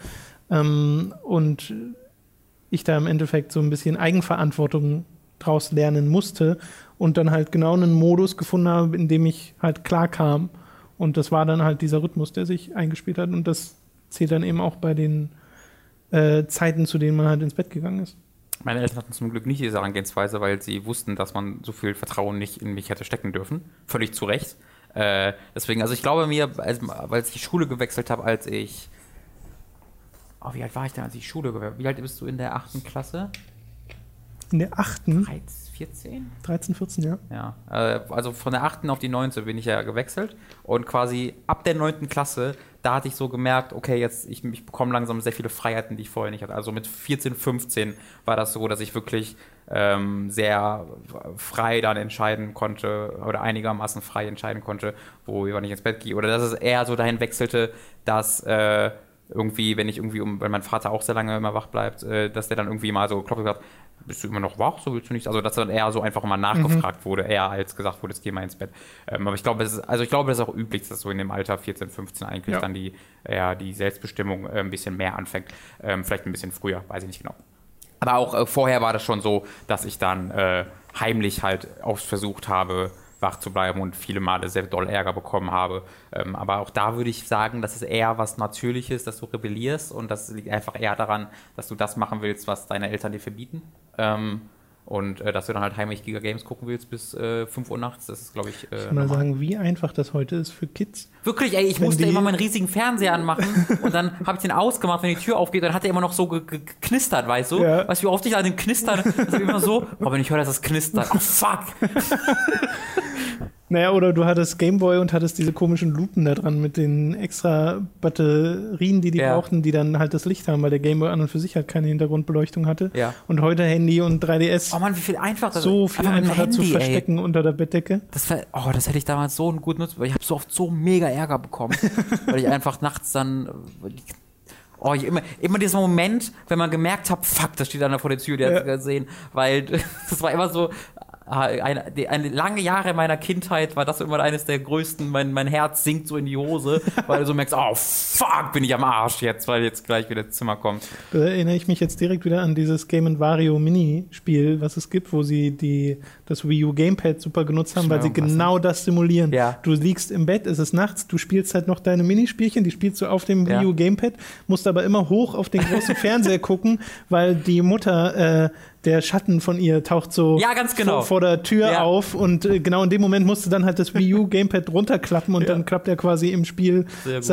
und ich da im Endeffekt so ein bisschen Eigenverantwortung draus lernen musste und dann halt genau einen Modus gefunden habe, in dem ich halt klar kam. Und das war dann halt dieser Rhythmus, der sich eingespielt hat. Und das zählt dann eben auch bei den Zeiten, zu denen man halt ins Bett gegangen ist. Meine Eltern hatten zum Glück nicht diese Herangehensweise, weil sie wussten, dass man so viel Vertrauen nicht in mich hätte stecken dürfen. Völlig zu Recht. Deswegen, also ich glaube mir, weil ich die Schule gewechselt habe, als ich... Oh, wie alt war ich denn, als ich Schule gewechselt habe? Wie alt bist du in der 8. Klasse? In der 8.? 14? 13, 14, ja. Ja, also von der 8. auf die 9. bin ich ja gewechselt und quasi ab der 9. Klasse, da hatte ich so gemerkt, okay, jetzt ich bekomme langsam sehr viele Freiheiten, die ich vorher nicht hatte. Also mit 14, 15 war das so, dass ich wirklich sehr frei dann entscheiden konnte oder einigermaßen frei entscheiden konnte, wann ich ins Bett gehe. Oder dass es eher so dahin wechselte, dass irgendwie, weil mein Vater auch sehr lange immer wach bleibt, dass der dann irgendwie mal so klopft und sagt, bist du immer noch wach, so willst du nicht? Also dass dann eher so einfach mal nachgefragt wurde, eher als gesagt wurde, jetzt geh mal ins Bett. Aber ich glaube, das ist auch üblich, dass so in dem Alter 14, 15 eigentlich dann die Selbstbestimmung ein bisschen mehr anfängt. Vielleicht ein bisschen früher, weiß ich nicht genau. Aber auch vorher war das schon so, dass ich dann heimlich halt oft versucht habe, wach zu bleiben und viele Male sehr doll Ärger bekommen habe. Aber auch da würde ich sagen, das ist eher was Natürliches, dass du rebellierst und das liegt einfach eher daran, dass du das machen willst, was deine Eltern dir verbieten. Und dass du dann halt heimlich Giga Games gucken willst bis 5 Uhr nachts, das ist, glaube ich, ich kann mal sagen, wie einfach das heute ist für Kids. Wirklich, ey, ich musste immer meinen riesigen Fernseher anmachen und dann habe ich den ausgemacht, wenn die Tür aufgeht, dann hat er immer noch so geknistert, weißt du? Ja. Weißt du, wie oft ich an dem Knistern, das ist immer so, aber wenn ich höre, dass das knistert, oh fuck! Naja, oder du hattest Gameboy und hattest diese komischen Lupen da dran mit den extra Batterien, die brauchten, die dann halt das Licht haben, weil der Gameboy an und für sich halt keine Hintergrundbeleuchtung hatte. Ja. Und heute Handy und 3DS. Oh Mann, wie viel einfacher. So viel einfacher Handy, zu verstecken unter der Bettdecke. Das hätte ich damals so gut nutzt, weil ich habe so oft so mega Ärger bekommen, weil ich einfach nachts dann... immer dieser Moment, wenn man gemerkt hat, fuck, das steht einer vor der Tür, der hat es gesehen, weil das war immer so... Eine lange Jahre meiner Kindheit war das immer eines der größten, mein Herz sinkt so in die Hose, weil du so merkst, oh fuck, bin ich am Arsch jetzt, weil jetzt gleich wieder ins Zimmer kommt. Da erinnere ich mich jetzt direkt wieder an dieses Game & Wario Minispiel, was es gibt, wo sie das Wii U Gamepad super genutzt haben, weil sie genau das simulieren. Ja. Du liegst im Bett, es ist nachts, du spielst halt noch deine Minispielchen, die spielst du auf dem Wii U Gamepad, musst aber immer hoch auf den großen Fernseher gucken, weil die Mutter der Schatten von ihr taucht so ganz genau. vor der Tür auf und genau in dem Moment musste dann halt das Wii U Gamepad runterklappen und dann klappt er quasi im Spiel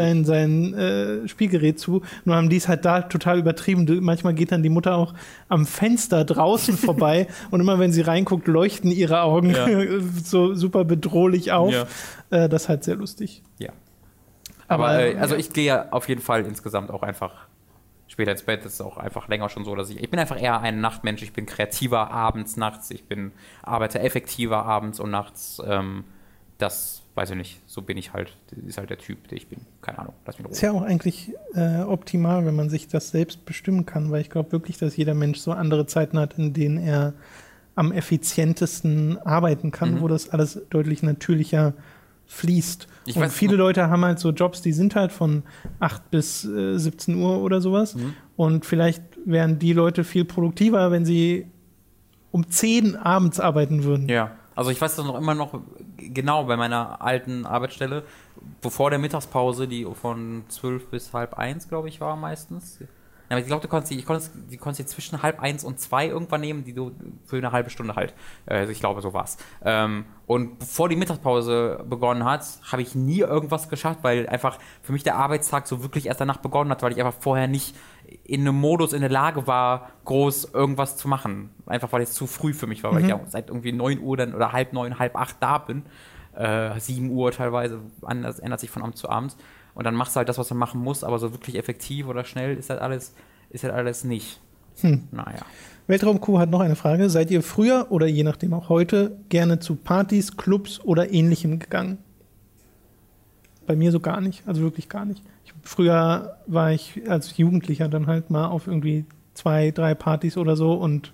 sein Spielgerät zu. Nur haben die es halt da total übertrieben. Manchmal geht dann die Mutter auch am Fenster draußen vorbei und immer wenn sie reinguckt, leuchten ihre Augen so super bedrohlich auf. Ja. Das ist halt sehr lustig. Ja. Aber also ich gehe auf jeden Fall insgesamt auch einfach später ins Bett. Das ist auch einfach länger schon so, dass ich bin einfach eher ein Nachtmensch. Ich bin kreativer abends, nachts. Ich arbeite effektiver abends und nachts. Das weiß ich nicht. So bin ich halt. Das ist halt der Typ, der ich bin. Keine Ahnung. Lass mich in Ruhe. Ist ja auch eigentlich optimal, wenn man sich das selbst bestimmen kann, weil ich glaube wirklich, dass jeder Mensch so andere Zeiten hat, in denen er am effizientesten arbeiten kann, wo das alles deutlich natürlicher fließt. Und viele Leute haben halt so Jobs, die sind halt von 8 bis 17 Uhr oder sowas. Und vielleicht wären die Leute viel produktiver, wenn sie um 10 abends arbeiten würden. Ja, also ich weiß das noch immer noch genau bei meiner alten Arbeitsstelle, bevor der Mittagspause, die von 12 bis 12:30, glaube ich, war meistens. aber ich glaube, die konntest die zwischen 12:30 und 2 irgendwann nehmen, die du für eine halbe Stunde halt. Also ich glaube, so war's. Und bevor die Mittagspause begonnen hat, habe ich nie irgendwas geschafft, weil einfach für mich der Arbeitstag so wirklich erst danach begonnen hat, weil ich einfach vorher nicht in einem Modus in der Lage war, groß irgendwas zu machen. Einfach weil es zu früh für mich war, weil ich ja seit irgendwie 9 Uhr dann oder 7:30, 7:30 da bin. 7 Uhr teilweise, das ändert sich von Amt zu Amt. Und dann machst du halt das, was du machen musst, aber so wirklich effektiv oder schnell ist halt alles nicht. Naja. Weltraum-Q hat noch eine Frage. Seid ihr früher oder je nachdem auch heute gerne zu Partys, Clubs oder Ähnlichem gegangen? Bei mir so gar nicht, also wirklich gar nicht. Früher war ich als Jugendlicher dann halt mal auf irgendwie 2, 3 Partys oder so und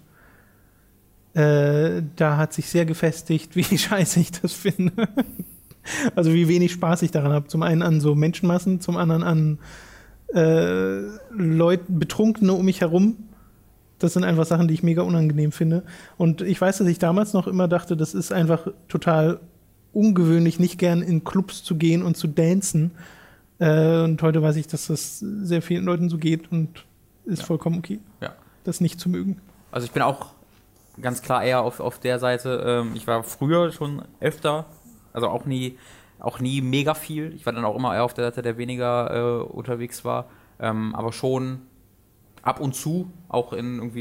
da hat sich sehr gefestigt, wie scheiße ich das finde. Also wie wenig Spaß ich daran habe. Zum einen an so Menschenmassen, zum anderen an Leute, Betrunkene um mich herum. Das sind einfach Sachen, die ich mega unangenehm finde. Und ich weiß, dass ich damals noch immer dachte, das ist einfach total ungewöhnlich, nicht gern in Clubs zu gehen und zu dancen. Und heute weiß ich, dass das sehr vielen Leuten so geht und ist vollkommen okay, das nicht zu mögen. Also ich bin auch ganz klar eher auf der Seite. Ich war früher schon öfter, also auch nie mega viel. Ich war dann auch immer eher auf der Seite, der weniger unterwegs war. Aber schon ab und zu, auch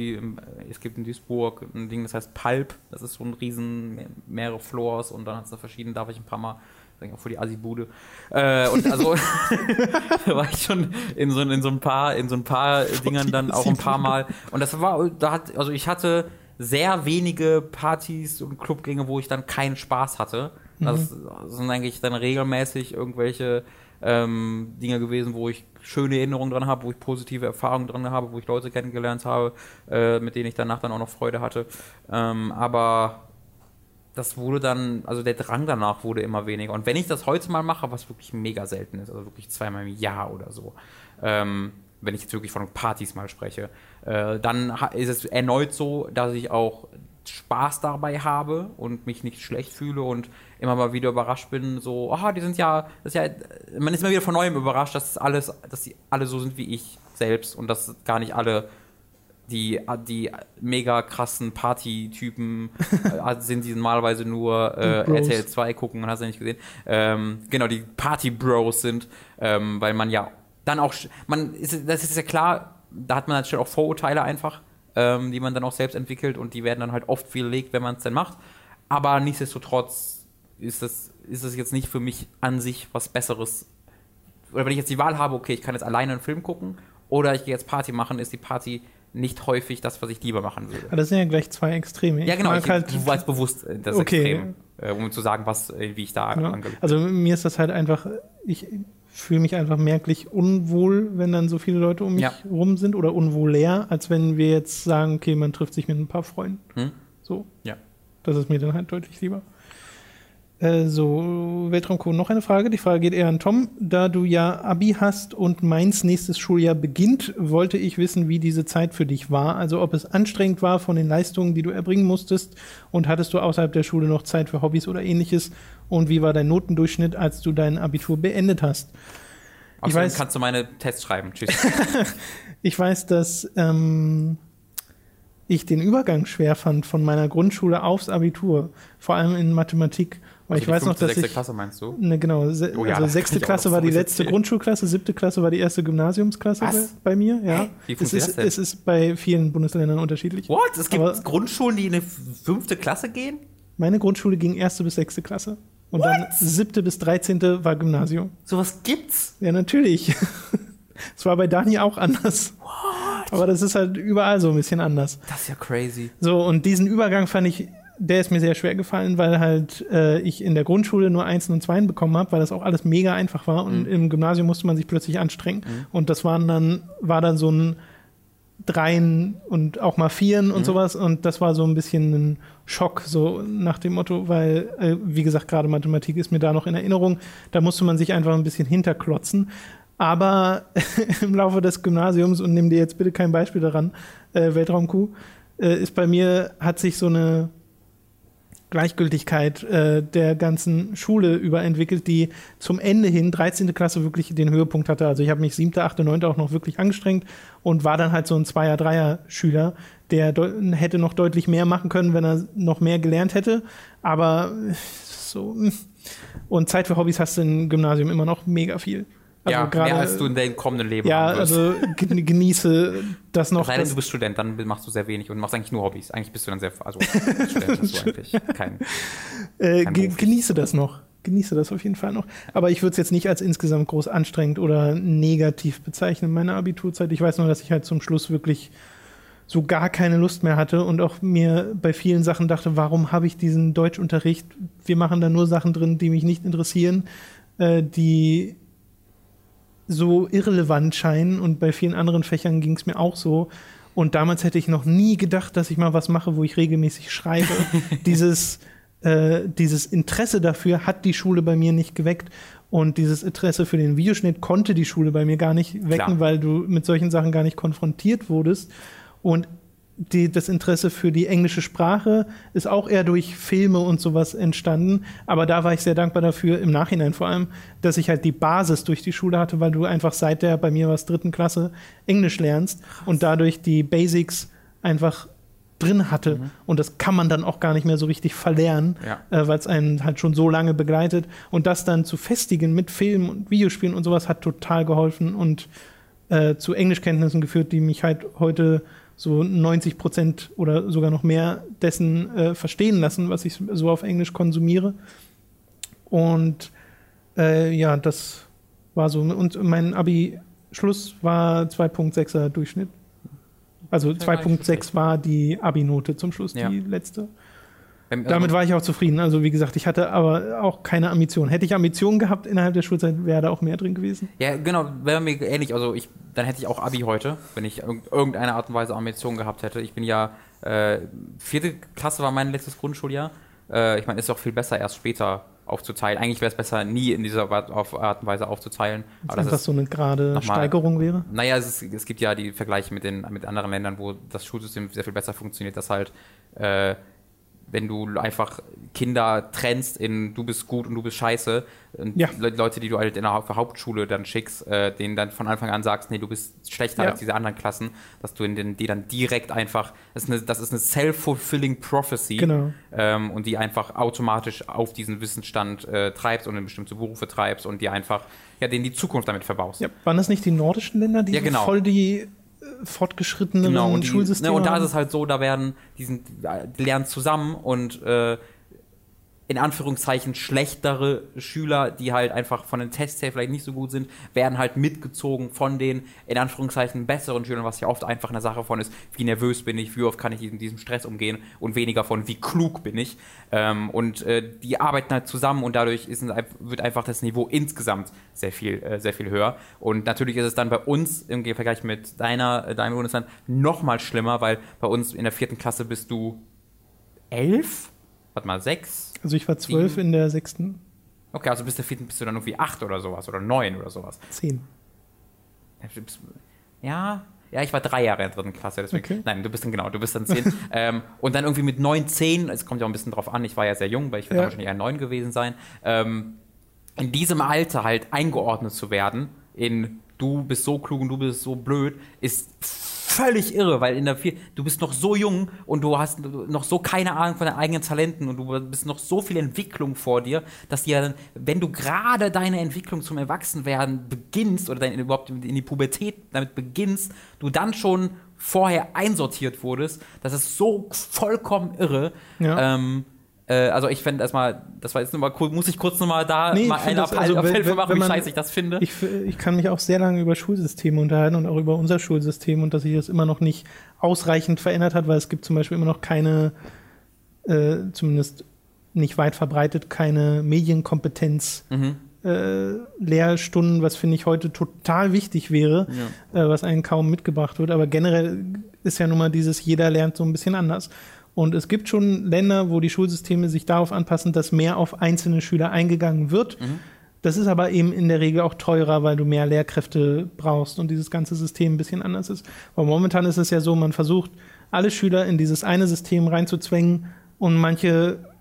es gibt in Duisburg ein Ding, das heißt Pulp. Das ist so ein riesen, mehrere Floors und dann hat es da verschiedene, darf ich ein paar Mal, auch für die Assi-Bude. Und also da war ich schon in so ein paar Dingern dann auch ein paar Mal. Und das war, also ich hatte sehr wenige Partys und Clubgänge, wo ich dann keinen Spaß hatte. Das sind eigentlich dann regelmäßig irgendwelche Dinge gewesen, wo ich schöne Erinnerungen dran habe, wo ich positive Erfahrungen dran habe, wo ich Leute kennengelernt habe, mit denen ich danach dann auch noch Freude hatte. Aber das wurde dann, also der Drang danach wurde immer weniger. Und wenn ich das heute mal mache, was wirklich mega selten ist, also wirklich 2-mal im Jahr oder so, wenn ich jetzt wirklich von Partys mal spreche, dann ist es erneut so, dass ich auch Spaß dabei habe und mich nicht schlecht fühle und immer mal wieder überrascht bin, so, man ist immer wieder von Neuem überrascht, dass die alle so sind wie ich selbst und dass gar nicht alle die mega krassen Party-Typen sind, die normalerweise nur RTL 2 gucken und hast du nicht gesehen. Genau, die Party-Bros sind, weil man ja dann auch, das ist ja klar, da hat man natürlich auch Vorurteile einfach, die man dann auch selbst entwickelt und die werden dann halt oft widerlegt, wenn man es dann macht. Aber nichtsdestotrotz ist es jetzt nicht für mich an sich was Besseres. Oder wenn ich jetzt die Wahl habe, okay, ich kann jetzt alleine einen Film gucken oder ich gehe jetzt Party machen, ist die Party nicht häufig das, was ich lieber machen würde. Aber das sind ja gleich zwei Extreme. Ja, genau, du weißt bewusst das Extrem, um zu sagen, wie ich da angehe. Also mir ist das halt einfach, ich fühle mich einfach merklich unwohl, wenn dann so viele Leute um mich rum sind oder unwohler, als wenn wir jetzt sagen, okay, man trifft sich mit ein paar Freunden. So. Ja. Das ist mir dann halt deutlich lieber. Weltraumcode, noch eine Frage. Die Frage geht eher an Tom. Da du ja Abi hast und meins nächstes Schuljahr beginnt, wollte ich wissen, wie diese Zeit für dich war. Also ob es anstrengend war von den Leistungen, die du erbringen musstest, und hattest du außerhalb der Schule noch Zeit für Hobbys oder Ähnliches? Und wie war dein Notendurchschnitt, als du dein Abitur beendet hast? Kannst du meine Tests schreiben. Tschüss. Ich weiß, dass ich den Übergang schwer fand von meiner Grundschule aufs Abitur, vor allem in Mathematik. Weil ich weiß noch, dass 6. Klasse meinst du? Ne, genau. Also 6. Klasse war die letzte Grundschulklasse, 7. Klasse war die erste Gymnasiumsklasse bei mir. Ja. Wie funktioniert das denn? Es ist bei vielen Bundesländern unterschiedlich. What? Es gibt Grundschulen, die in eine 5. Klasse gehen? Meine Grundschule ging 1. bis 6. Klasse. Und dann 7. bis 13. war Gymnasium. Sowas gibt's? Ja, natürlich. Es war bei Dani auch anders. What? Aber das ist halt überall so ein bisschen anders. Das ist ja crazy. So, und diesen Übergang fand ich, der ist mir sehr schwer gefallen, weil halt ich in der Grundschule nur 1 und 2 bekommen habe, weil das auch alles mega einfach war. Und im Gymnasium musste man sich plötzlich anstrengen. Und das war dann so ein 3 und auch mal 4 und sowas. Und das war so ein bisschen ein Schock, so nach dem Motto, weil, wie gesagt, gerade Mathematik ist mir da noch in Erinnerung. Da musste man sich einfach ein bisschen hinterklotzen. Aber im Laufe des Gymnasiums, und nimm dir jetzt bitte kein Beispiel daran, Weltraum-Q, ist bei mir, hat sich so eine Gleichgültigkeit der ganzen Schule überentwickelt, die zum Ende hin 13. Klasse wirklich den Höhepunkt hatte. Also ich habe mich 7., 8., 9. auch noch wirklich angestrengt und war dann halt so ein 2er-, 3er-Schüler, der hätte noch deutlich mehr machen können, wenn er noch mehr gelernt hätte. Aber so. Und Zeit für Hobbys hast du im Gymnasium immer noch mega viel. Also ja, grade, mehr als du in deinem kommenden Leben haben wirst. Ja, also genieße das noch. Sei denn, du bist Student, dann machst du sehr wenig und machst eigentlich nur Hobbys. Eigentlich bist du dann sehr, also Student bist du eigentlich kein genieße das noch. Genieße das auf jeden Fall noch. Aber ich würde es jetzt nicht als insgesamt groß anstrengend oder negativ bezeichnen, meine Abiturzeit. Ich weiß nur, dass ich halt zum Schluss wirklich so gar keine Lust mehr hatte und auch mir bei vielen Sachen dachte, warum habe ich diesen Deutschunterricht? Wir machen da nur Sachen drin, die mich nicht interessieren, die so irrelevant scheinen, und bei vielen anderen Fächern ging es mir auch so. Und damals hätte ich noch nie gedacht, dass ich mal was mache, wo ich regelmäßig schreibe. Dieses Interesse dafür hat die Schule bei mir nicht geweckt. Und dieses Interesse für den Videoschnitt konnte die Schule bei mir gar nicht wecken, Klar. weil du mit solchen Sachen gar nicht konfrontiert wurdest. Und das Interesse für die englische Sprache ist auch eher durch Filme und sowas entstanden. Aber da war ich sehr dankbar dafür, im Nachhinein vor allem, dass ich halt die Basis durch die Schule hatte, weil du einfach seit der, bei mir war es 3. Klasse, Englisch lernst und dadurch die Basics einfach drin hatte. Und das kann man dann auch gar nicht mehr so richtig verlernen, weil es einen halt schon so lange begleitet. Und das dann zu festigen mit Filmen und Videospielen und sowas hat total geholfen und zu Englischkenntnissen geführt, die mich halt heute so 90% oder sogar noch mehr dessen verstehen lassen, was ich so auf Englisch konsumiere. Und ja, das war so. Und mein Abi-Schluss war 2,6er Durchschnitt. Also 2,6 war die Abi-Note zum Schluss, die letzte. Damit war ich auch zufrieden. Also wie gesagt, ich hatte aber auch keine Ambition. Hätte ich Ambitionen gehabt innerhalb der Schulzeit, wäre da auch mehr drin gewesen. Ja, genau, wäre mir ähnlich. Also dann hätte ich auch Abi heute, wenn ich irgendeine Art und Weise Ambitionen gehabt hätte. Ich bin ja, 4. Klasse war mein letztes Grundschuljahr. Ich meine, ist auch viel besser, erst später aufzuteilen. Eigentlich wäre es besser, nie in dieser Art und Weise aufzuteilen. Aber dass das so eine gerade Steigerung wäre? Naja, es gibt ja die Vergleiche mit anderen Ländern, wo das Schulsystem sehr viel besser funktioniert, dass halt wenn du einfach Kinder trennst in du bist gut und du bist scheiße, und Leute, die du halt in der Hauptschule dann schickst, denen dann von Anfang an sagst, nee, du bist schlechter als diese anderen Klassen, dass du die dann direkt einfach, das ist eine self-fulfilling prophecy, genau. Und die einfach automatisch auf diesen Wissensstand treibst und in bestimmte Berufe treibst und die einfach, denen die Zukunft damit verbaust. Ja, waren das nicht die nordischen Länder, die voll die fortgeschritteneren Schulsysteme. Und da ist es halt so, die lernen zusammen und in Anführungszeichen schlechtere Schüler, die halt einfach von den Tests her vielleicht nicht so gut sind, werden halt mitgezogen von den in Anführungszeichen besseren Schülern, was ja oft einfach eine Sache von ist, wie nervös bin ich, wie oft kann ich in diesem Stress umgehen und weniger von wie klug bin ich. Die arbeiten halt zusammen und dadurch wird einfach das Niveau insgesamt sehr viel höher. Und natürlich ist es dann bei uns im Vergleich mit deinem Bundesland noch mal schlimmer, weil bei uns in der 4. Klasse bist du 11? Warte mal, 6? Also ich war 12 in der 6. Okay, also bis der 4. bist du dann irgendwie 8 oder sowas oder 9 oder sowas. 10. Ja, ich war 3 Jahre in der 3. Klasse, deswegen. Okay. Nein, du bist dann 10. Und dann irgendwie mit 9, 10, es kommt ja auch ein bisschen drauf an, ich war ja sehr jung, weil ich werde wahrscheinlich eher 9 gewesen sein, in diesem Alter halt eingeordnet zu werden in du bist so klug und du bist so blöd, ist völlig irre, weil du bist noch so jung und du hast noch so keine Ahnung von deinen eigenen Talenten und du bist noch so viel Entwicklung vor dir, dass dir dann, wenn du gerade deine Entwicklung zum Erwachsenwerden beginnst oder überhaupt in die Pubertät damit beginnst, du dann schon vorher einsortiert wurdest, das ist so vollkommen irre. Ja. Also ich fände erstmal, das war jetzt nochmal cool, muss ich kurz nochmal einen Appell für machen, wie scheiße ich das finde. Ich kann mich auch sehr lange über Schulsysteme unterhalten und auch über unser Schulsystem und dass sich das immer noch nicht ausreichend verändert hat, weil es gibt zum Beispiel immer noch keine, zumindest nicht weit verbreitet, keine Medienkompetenz Lehrstunden, was finde ich heute total wichtig wäre, was einem kaum mitgebracht wird. Aber generell ist ja nun mal jeder lernt so ein bisschen anders. Und es gibt schon Länder, wo die Schulsysteme sich darauf anpassen, dass mehr auf einzelne Schüler eingegangen wird. Das ist aber eben in der Regel auch teurer, weil du mehr Lehrkräfte brauchst und dieses ganze System ein bisschen anders ist. Aber momentan ist es ja so, man versucht, alle Schüler in dieses eine System reinzuzwängen und manche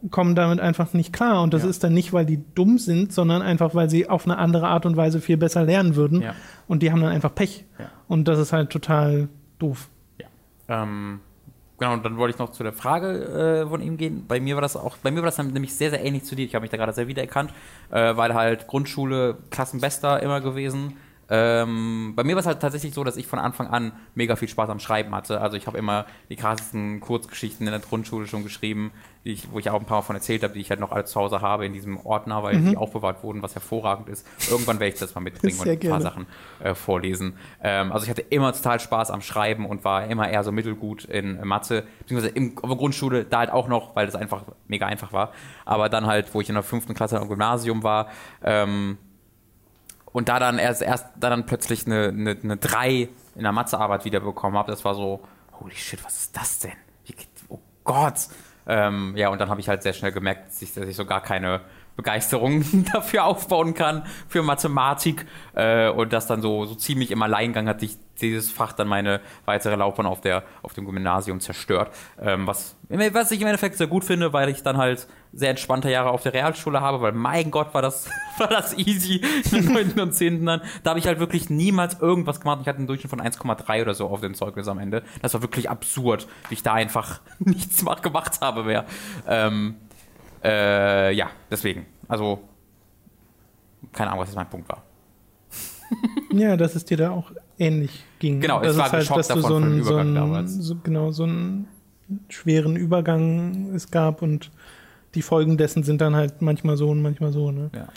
kommen damit einfach nicht klar. Und das ist dann nicht, weil die dumm sind, sondern einfach, weil sie auf eine andere Art und Weise viel besser lernen würden. Ja. Und die haben dann einfach Pech. Ja. Und das ist halt total doof. Ja. Genau, und dann wollte ich noch zu der Frage von ihm gehen. Bei mir war das dann nämlich sehr, sehr ähnlich zu dir. Ich habe mich da gerade sehr wiedererkannt, weil halt Grundschule Klassenbester immer gewesen. Bei mir war es halt tatsächlich so, dass ich von Anfang an mega viel Spaß am Schreiben hatte. Also ich habe immer die krassesten Kurzgeschichten in der Grundschule schon geschrieben, wo ich auch ein paar Mal von erzählt habe, die ich halt noch alle zu Hause habe in diesem Ordner, weil die aufbewahrt wurden, was hervorragend ist. Irgendwann werde ich das mal mitbringen und ein paar Sachen vorlesen. Also ich hatte immer total Spaß am Schreiben und war immer eher so mittelgut in Mathe, beziehungsweise in der Grundschule da halt auch noch, weil das einfach mega einfach war. Aber dann halt, wo ich in der 5. Klasse im Gymnasium war, und da dann dann plötzlich eine 3 in der Mathearbeit wiederbekommen habe, das war so, holy shit, was ist das denn? Oh Gott. Ja, und dann habe ich halt sehr schnell gemerkt, dass ich so gar keine Begeisterung dafür aufbauen kann, für Mathematik. Und das dann so ziemlich im Alleingang hat dieses Fach dann meine weitere Laufbahn auf dem Gymnasium zerstört. Was ich im Endeffekt sehr gut finde, weil ich dann halt sehr entspannte Jahre auf der Realschule habe, weil mein Gott war das easy in der 9. und 10. dann. Da habe ich halt wirklich niemals irgendwas gemacht. Ich hatte einen Durchschnitt von 1,3 oder so auf dem Zeugnis am Ende. Das war wirklich absurd, wie ich da einfach nichts gemacht habe mehr. Ja, deswegen. Also, keine Ahnung, was jetzt mein Punkt war. Ja, dass es dir da auch ähnlich ging. Genau, das ich war ist halt, geschockt dass davon du von dem Übergang damals. so einen schweren Übergang es gab und die Folgen dessen sind dann halt manchmal so und manchmal so. Ne? Ja.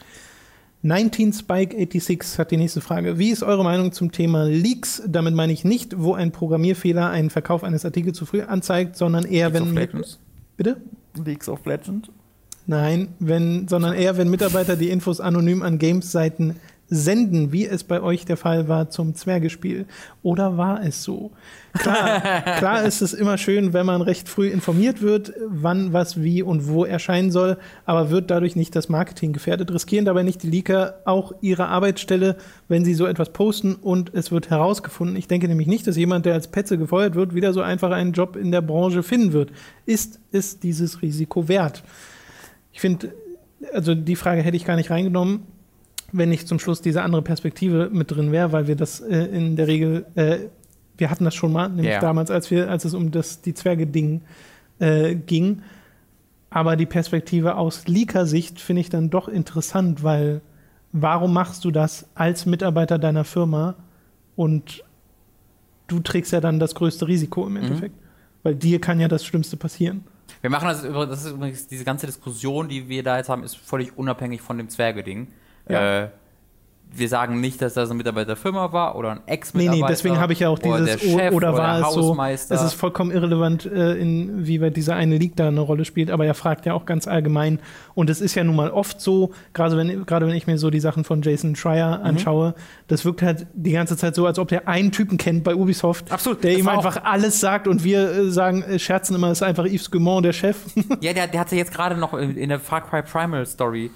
19Spike86 hat die nächste Frage. Wie ist eure Meinung zum Thema Leaks? Damit meine ich nicht, wo ein Programmierfehler einen Verkauf eines Artikels zu früh anzeigt, sondern eher, Leaks wenn... of Legends? Bitte? Leaks of Legends? Nein, sondern eher, wenn Mitarbeiter die Infos anonym an Games-Seiten senden, wie es bei euch der Fall war zum Zwergespiel. Oder war es so? Klar ist es immer schön, wenn man recht früh informiert wird, wann, was, wie und wo erscheinen soll, aber wird dadurch nicht das Marketing gefährdet. Riskieren dabei nicht die Leaker auch ihre Arbeitsstelle, wenn sie so etwas posten und es wird herausgefunden. Ich denke nämlich nicht, dass jemand, der als Petze gefeuert wird, wieder so einfach einen Job in der Branche finden wird. Ist es dieses Risiko wert? Ich finde, also die Frage hätte ich gar nicht reingenommen, wenn nicht zum Schluss diese andere Perspektive mit drin wäre, weil wir das in der Regel, wir hatten das schon mal, nämlich damals, als es um die Zwerge-Ding ging. Aber die Perspektive aus Leaker-Sicht finde ich dann doch interessant, weil warum machst du das als Mitarbeiter deiner Firma und du trägst ja dann das größte Risiko im Endeffekt, weil dir kann ja das Schlimmste passieren. Wir machen das ist übrigens, diese ganze Diskussion, die wir da jetzt haben, ist völlig unabhängig von dem Zwerge-Ding. Ja. Wir sagen nicht, dass das ein Mitarbeiter der Firma war oder ein Ex-Mitarbeiter. Nee, deswegen habe ich ja auch dieses oder war es so. Es ist vollkommen irrelevant, inwieweit dieser eine Leak da eine Rolle spielt, aber er fragt ja auch ganz allgemein. Und es ist ja nun mal oft so, gerade wenn ich mir so die Sachen von Jason Schreier anschaue, das wirkt halt die ganze Zeit so, als ob der einen Typen kennt bei Ubisoft, absolut, der ihm einfach alles sagt und wir scherzen immer, es ist einfach Yves Guillemot, der Chef. Ja, der hatte jetzt gerade noch in der Far Cry Primal Story,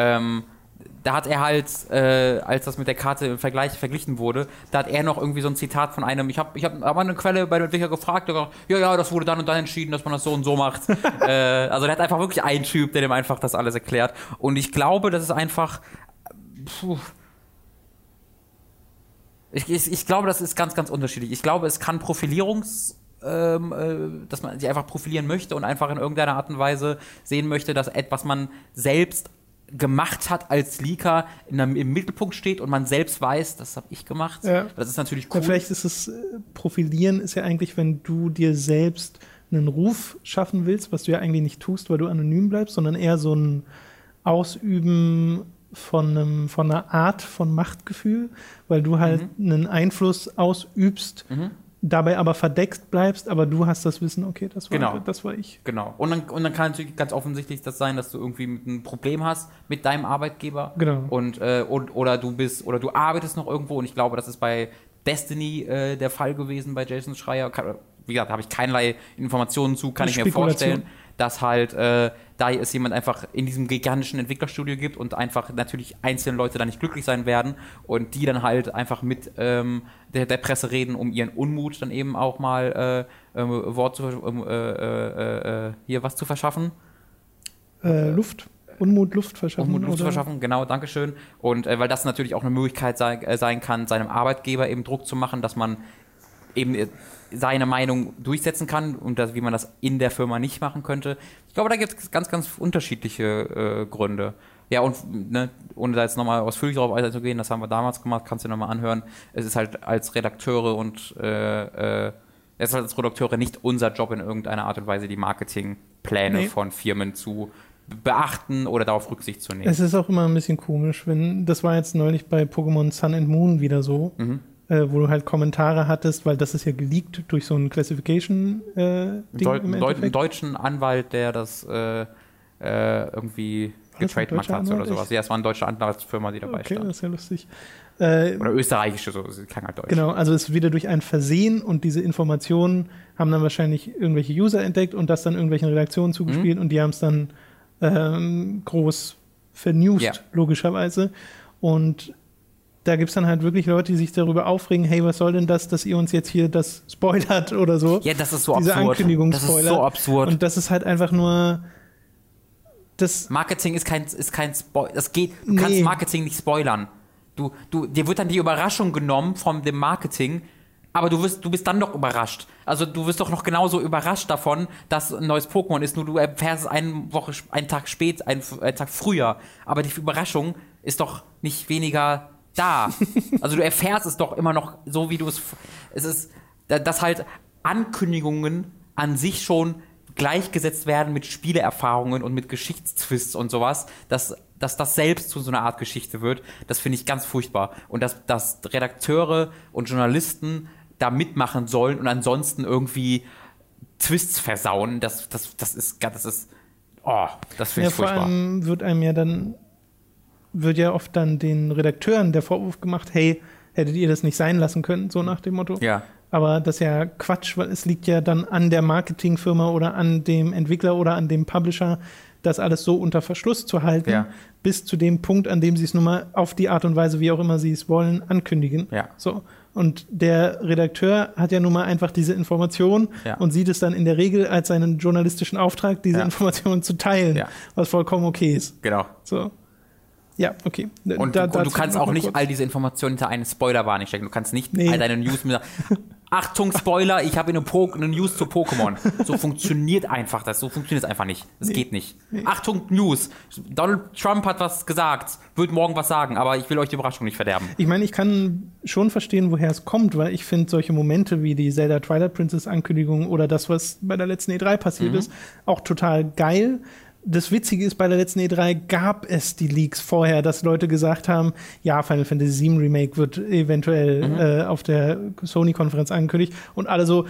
da hat er halt, als das mit der Karte im Vergleich verglichen wurde, da hat er noch irgendwie so ein Zitat von einem, ich hab aber eine Quelle bei dem Entwickler gefragt, der gesagt, ja, das wurde dann und dann entschieden, dass man das so und so macht. Also der hat einfach wirklich einen Typ, der dem einfach das alles erklärt. Und ich glaube, das ist einfach, ich glaube, das ist ganz, ganz unterschiedlich. Ich glaube, es kann dass man sich einfach profilieren möchte und einfach in irgendeiner Art und Weise sehen möchte, dass etwas man selbst gemacht hat als Leaker im Mittelpunkt steht und man selbst weiß, das habe ich gemacht. Ja. Das ist natürlich cool. Ja, vielleicht ist es, Profilieren ist ja eigentlich, wenn du dir selbst einen Ruf schaffen willst, was du ja eigentlich nicht tust, weil du anonym bleibst, sondern eher so ein Ausüben von einer Art von Machtgefühl, weil du halt einen Einfluss ausübst, dabei aber verdeckt bleibst, aber du hast das Wissen, okay, das war ich. Genau. Und dann kann natürlich ganz offensichtlich das sein, dass du irgendwie ein Problem hast mit deinem Arbeitgeber. Genau. Oder du arbeitest noch irgendwo und ich glaube, das ist bei Destiny der Fall gewesen bei Jason Schreier. Wie gesagt, da habe ich keinerlei Informationen zu, kann ich mir vorstellen, dass halt da es jemand einfach in diesem gigantischen Entwicklerstudio gibt und einfach natürlich einzelne Leute da nicht glücklich sein werden und die dann halt einfach mit der Presse reden, um ihren Unmut dann eben auch mal was zu verschaffen. Luft verschaffen. Luft verschaffen, genau, dankeschön. Und weil das natürlich auch eine Möglichkeit sein kann, seinem Arbeitgeber eben Druck zu machen, dass man eben seine Meinung durchsetzen kann und wie man das in der Firma nicht machen könnte. Ich glaube, da gibt es ganz, ganz unterschiedliche Gründe. Ja, und ne, ohne da jetzt nochmal ausführlich darauf einzugehen, das haben wir damals gemacht, kannst du nochmal anhören. Es ist halt als Redakteure nicht unser Job in irgendeiner Art und Weise, die Marketingpläne von Firmen zu beachten oder darauf Rücksicht zu nehmen. Es ist auch immer ein bisschen komisch, das war jetzt neulich bei Pokémon Sun and Moon wieder so, wo du halt Kommentare hattest, weil das ist ja geleakt durch so ein Classification-Ding einen deutschen Anwalt, der das irgendwie getrademarkt hat oder sowas. Ja, es war eine deutsche Anwaltsfirma, die dabei stand. Okay, das ist ja lustig. Oder österreichische, so, das klang halt deutsch. Genau, also es ist wieder durch ein Versehen und diese Informationen haben dann wahrscheinlich irgendwelche User entdeckt und das dann irgendwelchen Redaktionen zugespielt und die haben es dann groß vernewst, logischerweise. Und da gibt es dann halt wirklich Leute, die sich darüber aufregen, hey, was soll denn das, dass ihr uns jetzt hier das spoilert oder so. Ja, das ist so diese absurd. Ankündigung das ist so absurd. Und das ist halt einfach nur das Marketing ist kein Spoiler. Du kannst Marketing nicht spoilern. Dir wird dann die Überraschung genommen von dem Marketing, aber du bist dann doch überrascht. Also du wirst doch noch genauso überrascht davon, dass ein neues Pokémon ist, nur du erfährst es einen Tag früher. Aber die Überraschung ist doch nicht weniger da. Also du erfährst es doch immer noch so, wie du es ist, dass halt Ankündigungen an sich schon gleichgesetzt werden mit Spieleerfahrungen und mit Geschichtstwists und sowas, dass das selbst zu so einer Art Geschichte wird, das finde ich ganz furchtbar. Und dass Redakteure und Journalisten da mitmachen sollen und ansonsten irgendwie Twists versauen, das finde ich furchtbar. Vor allem wird ja oft dann den Redakteuren der Vorwurf gemacht, hey, hättet ihr das nicht sein lassen können, so nach dem Motto. Ja. Aber das ist ja Quatsch, weil es liegt ja dann an der Marketingfirma oder an dem Entwickler oder an dem Publisher, das alles so unter Verschluss zu halten, bis zu dem Punkt, an dem sie es nun mal auf die Art und Weise, wie auch immer sie es wollen, ankündigen. Ja. So. Und der Redakteur hat ja nun mal einfach diese Information und sieht es dann in der Regel als seinen journalistischen Auftrag, diese Information zu teilen, was vollkommen okay ist. Genau. So. Ja, okay. Und du kannst auch nicht all diese Informationen hinter eine Spoilerwarnung stecken. Du kannst nicht all deine News mit Achtung, Spoiler, ich habe eine News zu Pokémon. So funktioniert einfach das. So funktioniert es einfach nicht. Das geht nicht. Achtung, News. Donald Trump hat was gesagt, wird morgen was sagen, aber ich will euch die Überraschung nicht verderben. Ich meine, ich kann schon verstehen, woher es kommt, weil ich finde solche Momente wie die Zelda Twilight Princess Ankündigung oder das, was bei der letzten E3 passiert ist, auch total geil. Das Witzige ist, bei der letzten E3 gab es die Leaks vorher, dass Leute gesagt haben, ja, Final Fantasy VII Remake wird eventuell auf der Sony-Konferenz angekündigt und alle so,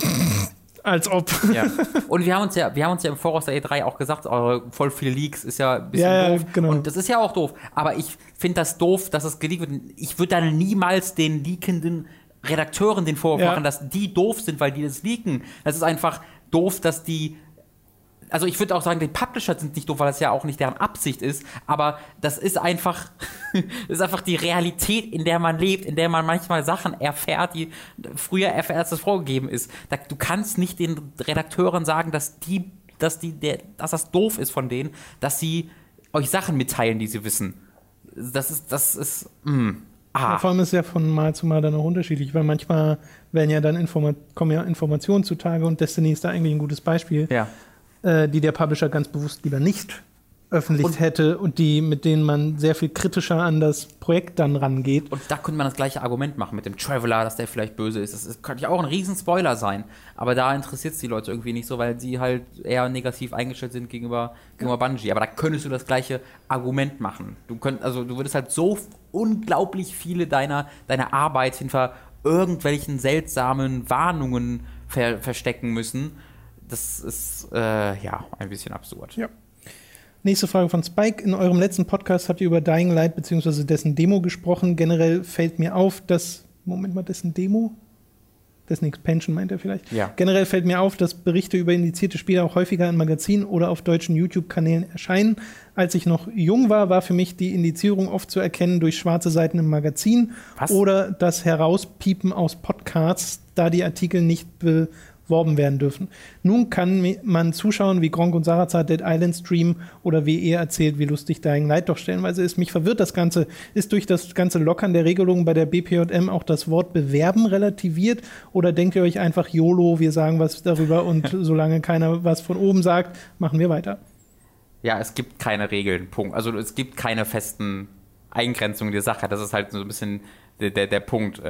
als ob. Ja. Und wir haben uns ja im Voraus der E3 auch gesagt, voll viele Leaks ist ja ein bisschen doof. Genau. Und das ist ja auch doof. Aber ich finde das doof, dass es geleakt wird. Ich würde dann niemals den leakenden Redakteuren den Vorwurf machen, dass die doof sind, weil die das leaken. Das ist einfach doof, dass die. Also ich würde auch sagen, die Publisher sind nicht doof, weil das ja auch nicht deren Absicht ist, aber das ist einfach die Realität, in der man lebt, in der man manchmal Sachen erfährt, die früher erfährt, als das vorgegeben ist. Du kannst nicht den Redakteuren sagen, dass das doof ist von denen, dass sie euch Sachen mitteilen, die sie wissen. Das ist Ja, vor allem ist es ja von Mal zu Mal dann auch unterschiedlich, weil manchmal werden ja dann kommen ja Informationen zutage und Destiny ist da eigentlich ein gutes Beispiel. Ja. Die der Publisher ganz bewusst lieber nicht öffentlich hätte und mit denen man sehr viel kritischer an das Projekt dann rangeht. Und da könnte man das gleiche Argument machen mit dem Traveler, dass der vielleicht böse ist. Das könnte ja auch ein Riesen-Spoiler sein. Aber da interessiert es die Leute irgendwie nicht so, weil sie halt eher negativ eingestellt sind gegenüber Bungie. Aber da könntest du das gleiche Argument machen. Du würdest halt so unglaublich viele deiner Arbeit hinter irgendwelchen seltsamen Warnungen verstecken müssen. Das ist, ein bisschen absurd. Ja. Nächste Frage von Spike. In eurem letzten Podcast habt ihr über Dying Light bzw. dessen Demo gesprochen. Generell fällt mir auf, dass... Moment mal, dessen Demo? Dessen Expansion meint er vielleicht? Ja. Generell fällt mir auf, dass Berichte über indizierte Spiele auch häufiger in Magazinen oder auf deutschen YouTube-Kanälen erscheinen. Als ich noch jung war für mich die Indizierung oft zu erkennen durch schwarze Seiten im Magazin oder das Herauspiepen aus Podcasts, da die Artikel nicht beworben werden dürfen. Nun kann man zuschauen, wie Gronkh und Sarazar Dead Island streamen oder wie er erzählt, wie lustig Dying Light doch stellenweise ist. Mich verwirrt das Ganze. Ist durch das ganze Lockern der Regelungen bei der BPJM auch das Wort Bewerben relativiert? Oder denkt ihr euch einfach YOLO, wir sagen was darüber und solange keiner was von oben sagt, machen wir weiter? Ja, es gibt keine Regeln, Punkt. Also es gibt keine festen Eingrenzungen der Sache. Das ist halt so ein bisschen der Punkt.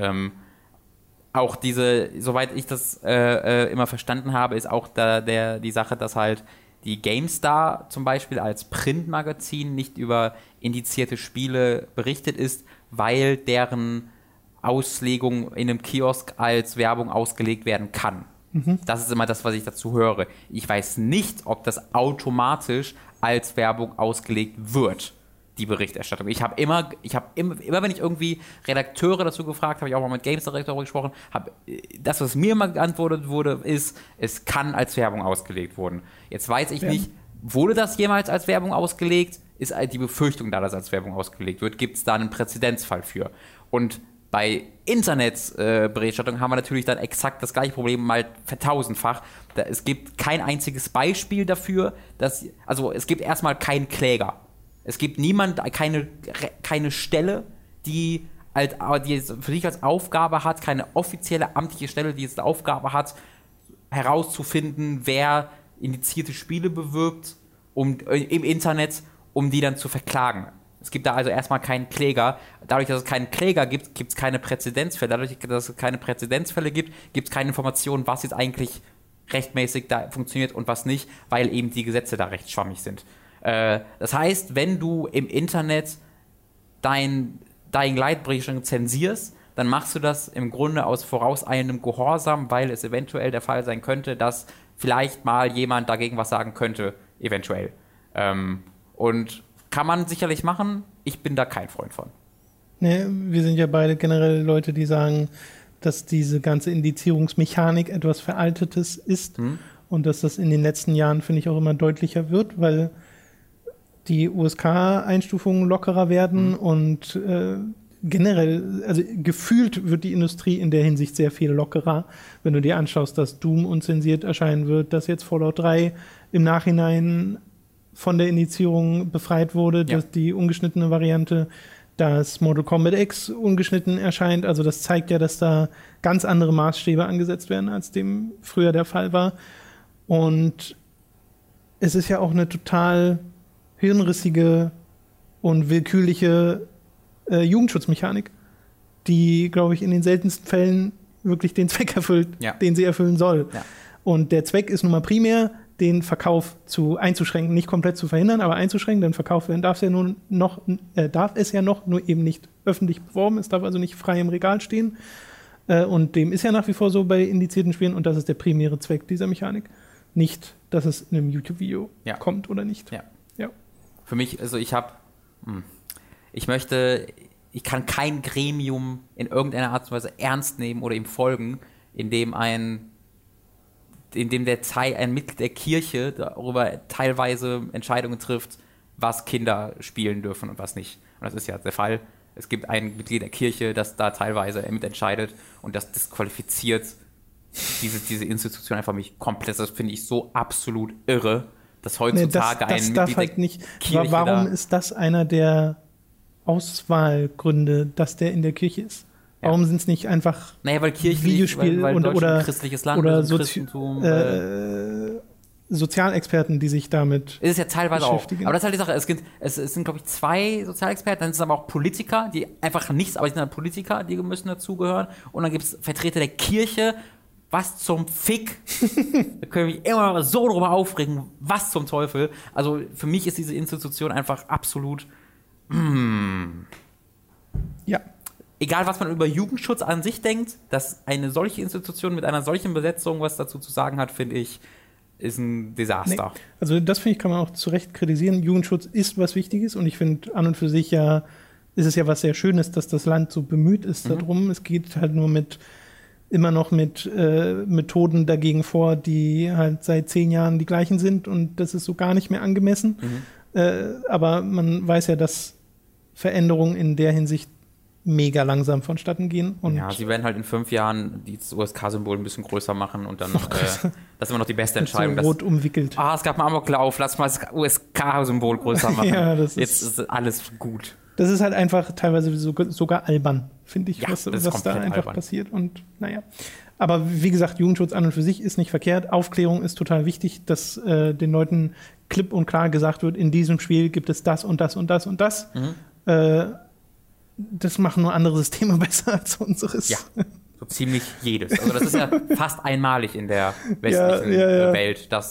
Auch soweit ich das immer verstanden habe, ist auch die Sache, dass halt die GameStar zum Beispiel als Printmagazin nicht über indizierte Spiele berichtet ist, weil deren Auslegung in einem Kiosk als Werbung ausgelegt werden kann. Das ist immer das, was ich dazu höre. Ich weiß nicht, ob das automatisch als Werbung ausgelegt wird, die Berichterstattung. Ich habe immer, wenn ich irgendwie Redakteure dazu gefragt habe, ich auch mal mit GameStar darüber gesprochen, das, was mir immer geantwortet wurde, ist, es kann als Werbung ausgelegt werden. Jetzt weiß ich nicht, wurde das jemals als Werbung ausgelegt? Ist die Befürchtung da, dass als Werbung ausgelegt wird? Gibt es da einen Präzedenzfall für? Und bei Internetberichterstattung haben wir natürlich dann exakt das gleiche Problem, mal vertausendfach. Es gibt kein einziges Beispiel dafür, also es gibt erstmal keinen Kläger. Es gibt keine Stelle, die für sich als Aufgabe hat, keine offizielle amtliche Stelle, die jetzt die Aufgabe hat, herauszufinden, wer indizierte Spiele bewirbt im Internet, um die dann zu verklagen. Es gibt da also erstmal keinen Kläger. Dadurch, dass es keinen Kläger gibt, gibt es keine Präzedenzfälle. Dadurch, dass es keine Präzedenzfälle gibt, gibt es keine Informationen, was jetzt eigentlich rechtmäßig da funktioniert und was nicht, weil eben die Gesetze da recht schwammig sind. Das heißt, wenn du im Internet dein Dying Light Berichterstattung zensierst, dann machst du das im Grunde aus vorauseilendem Gehorsam, weil es eventuell der Fall sein könnte, dass vielleicht mal jemand dagegen was sagen könnte, eventuell. Und kann man sicherlich machen, ich bin da kein Freund von. Nee, wir sind ja beide generell Leute, die sagen, dass diese ganze Indizierungsmechanik etwas Veraltetes ist und dass das in den letzten Jahren, finde ich, auch immer deutlicher wird, weil die USK-Einstufungen lockerer werden und generell, also gefühlt wird die Industrie in der Hinsicht sehr viel lockerer, wenn du dir anschaust, dass Doom unzensiert erscheinen wird, dass jetzt Fallout 3 im Nachhinein von der Indizierung befreit wurde, dass die ungeschnittene Variante, dass Mortal Kombat X ungeschnitten erscheint. Also das zeigt ja, dass da ganz andere Maßstäbe angesetzt werden, als dem früher der Fall war. Und es ist ja auch eine total hirnrissige und willkürliche Jugendschutzmechanik, die, glaube ich, in den seltensten Fällen wirklich den Zweck erfüllt, den sie erfüllen soll. Ja. Und der Zweck ist nun mal primär, den Verkauf einzuschränken, nicht komplett zu verhindern, aber einzuschränken, denn verkauft werden darf es ja noch, nur eben nicht öffentlich beworben, es darf also nicht frei im Regal stehen. Und dem ist ja nach wie vor so bei indizierten Spielen und das ist der primäre Zweck dieser Mechanik. Nicht, dass es in einem YouTube-Video kommt oder nicht. Ja. Für mich, also ich kann kein Gremium in irgendeiner Art und Weise ernst nehmen oder ihm folgen, in dem ein Mitglied der Kirche darüber teilweise Entscheidungen trifft, was Kinder spielen dürfen und was nicht. Und das ist ja der Fall. Es gibt ein Mitglied der Kirche, das da teilweise mitentscheidet und das disqualifiziert diese Institution einfach mich komplett. Das finde ich so absolut irre, dass heutzutage das darf halt nicht. Kirche warum ist das einer der Auswahlgründe, dass der in der Kirche ist? Warum sind es nicht einfach weil Videospiel weil oder ein christliches Land oder Sozialexperten, die sich damit ist es ja teilweise beschäftigen. Auch. Aber das ist halt die Sache. Es sind, glaube ich, 2 Sozialexperten, dann sind es aber auch Politiker, die einfach nichts, aber die sind halt Politiker, die müssen dazugehören. Und dann gibt es Vertreter der Kirche. Was zum Fick? Da können wir mich immer noch so drüber aufregen. Was zum Teufel? Also für mich ist diese Institution einfach absolut ja. Egal, was man über Jugendschutz an sich denkt, dass eine solche Institution mit einer solchen Besetzung was dazu zu sagen hat, finde ich, ist ein Desaster. Nee. Also das, finde ich, kann man auch zu Recht kritisieren. Jugendschutz ist was Wichtiges und ich finde, an und für sich ist es ja was sehr Schönes, dass das Land so bemüht ist darum. Es geht halt nur immer noch mit Methoden dagegen vor, die halt seit 10 Jahren die gleichen sind und das ist so gar nicht mehr angemessen. Aber man weiß ja, dass Veränderungen in der Hinsicht mega langsam vonstatten gehen. Und ja, sie werden halt in 5 Jahren das USK-Symbol ein bisschen größer machen und dann, das ist immer noch die beste Entscheidung. So rot umwickelt. Es gab einen Amoklauf, lass mal das USK-Symbol größer machen. Ja, jetzt ist alles gut. Das ist halt einfach teilweise sogar albern, finde ich, Ja, was da einfach albern. passiert. Und naja. Aber wie gesagt, Jugendschutz an und für sich ist nicht verkehrt. Aufklärung ist total wichtig, dass den Leuten klipp und klar gesagt wird, in diesem Spiel gibt es das und das und das und das. Das machen nur andere Systeme besser als unseres. Ja, so ziemlich jedes. Also das ist ja fast einmalig in der westlichen Welt, dass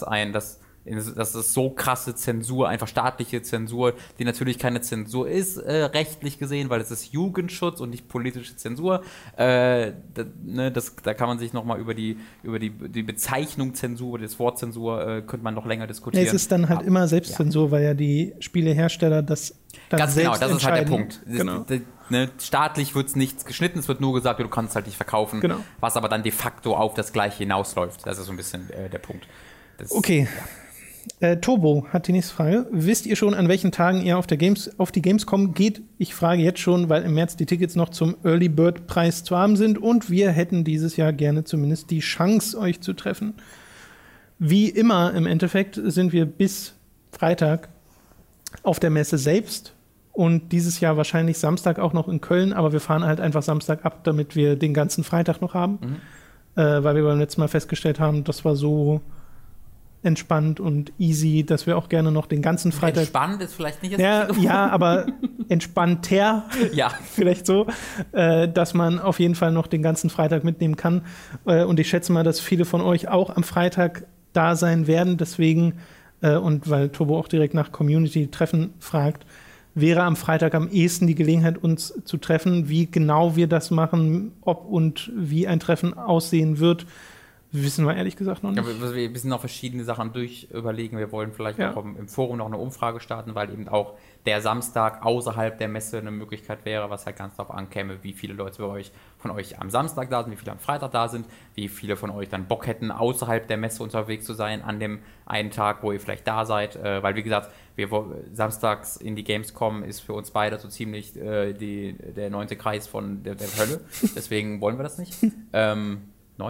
es so krasse Zensur, einfach staatliche Zensur, die natürlich keine Zensur ist, rechtlich gesehen, weil es ist Jugendschutz und nicht politische Zensur. Da kann man sich nochmal über die Bezeichnung Zensur, das Wort Zensur, könnte man noch länger diskutieren. Es ist dann halt immer Selbstzensur, weil ja die Spielehersteller das dann ganz selbst genau, das ist halt der Punkt. Genau. Staatlich wird es nichts geschnitten, es wird nur gesagt, du kannst es halt nicht verkaufen, was aber dann de facto auf das Gleiche hinausläuft. Das ist so ein bisschen der Punkt. Okay. Ja. Turbo hat die nächste Frage. Wisst ihr schon, an welchen Tagen ihr auf die Gamescom geht? Ich frage jetzt schon, weil im März die Tickets noch zum Early Bird Preis zu haben sind und wir hätten dieses Jahr gerne zumindest die Chance, euch zu treffen. Wie immer im Endeffekt sind wir bis Freitag auf der Messe selbst und dieses Jahr wahrscheinlich Samstag auch noch in Köln, aber wir fahren halt einfach Samstag ab, damit wir den ganzen Freitag noch haben, weil wir beim letzten Mal festgestellt haben, das war so entspannt und easy, dass wir auch gerne noch den ganzen Freitag... Entspannt ist vielleicht nicht... Ja, aber entspannter, vielleicht so, dass man auf jeden Fall noch den ganzen Freitag mitnehmen kann. Und ich schätze mal, dass viele von euch auch am Freitag da sein werden. Deswegen, und weil Turbo auch direkt nach Community-Treffen fragt, wäre am Freitag am ehesten die Gelegenheit, uns zu treffen. Wie genau wir das machen, ob und wie ein Treffen aussehen wird, wissen wir ehrlich gesagt noch nicht. Ja, wir müssen noch verschiedene Sachen überlegen. Wir wollen vielleicht auch im Forum noch eine Umfrage starten, weil eben auch der Samstag außerhalb der Messe eine Möglichkeit wäre, was halt ganz darauf ankäme, wie viele Leute von euch am Samstag da sind, wie viele am Freitag da sind, wie viele von euch dann Bock hätten, außerhalb der Messe unterwegs zu sein, an dem einen Tag, wo ihr vielleicht da seid. Weil, wie gesagt, samstags in die Gamescom ist für uns beide so ziemlich der 9. Kreis von der Hölle. Deswegen wollen wir das nicht. 9?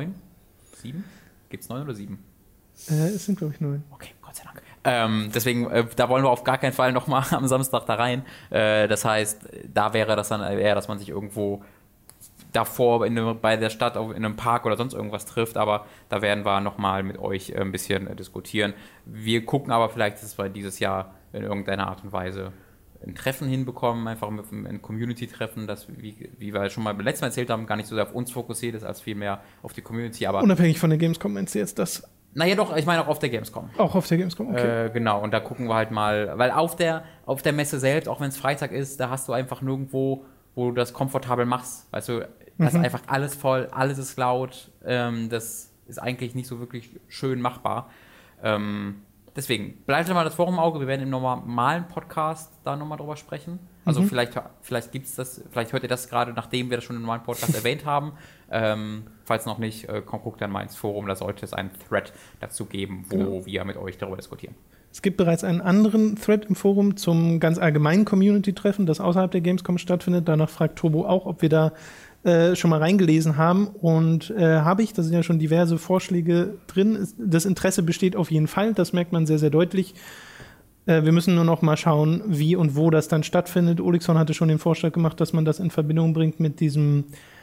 7? Gibt es 9 oder 7? Es sind, glaube ich, 9. Okay, Gott sei Dank. Deswegen, da wollen wir auf gar keinen Fall nochmal am Samstag da rein. Das heißt, da wäre das dann eher, dass man sich irgendwo davor bei der Stadt in einem Park oder sonst irgendwas trifft. Aber da werden wir nochmal mit euch ein bisschen diskutieren. Wir gucken aber vielleicht, dass wir dieses Jahr in irgendeiner Art und Weise ein Treffen hinbekommen, einfach ein Community-Treffen, das, wie wir schon mal beim letzten Mal erzählt haben, gar nicht so sehr auf uns fokussiert ist, als vielmehr auf die Community. Aber unabhängig von der Gamescom meinst du jetzt das? Naja doch, ich meine auch auf der Gamescom. Auch auf der Gamescom, okay. Genau, und da gucken wir halt mal, weil auf der Messe selbst, auch wenn es Freitag ist, da hast du einfach nirgendwo, wo du das komfortabel machst. Weißt du, da ist einfach alles voll, alles ist laut, das ist eigentlich nicht so wirklich schön machbar. Deswegen, bleibt mal das Forum im Auge. Wir werden im normalen Podcast da nochmal drüber sprechen. Also vielleicht gibt's das, vielleicht hört ihr das gerade, nachdem wir das schon im normalen Podcast erwähnt haben. Falls noch nicht, guckt dann mal ins Forum. Da sollte es einen Thread dazu geben, wo wir mit euch darüber diskutieren. Es gibt bereits einen anderen Thread im Forum zum ganz allgemeinen Community-Treffen, das außerhalb der Gamescom stattfindet. Danach fragt Turbo auch, ob wir da schon mal reingelesen haben und habe ich, da sind ja schon diverse Vorschläge drin. Das Interesse besteht auf jeden Fall, das merkt man sehr, sehr deutlich. Wir müssen nur noch mal schauen, wie und wo das dann stattfindet. Olixon hatte schon den Vorschlag gemacht, dass man das in Verbindung bringt mit diesem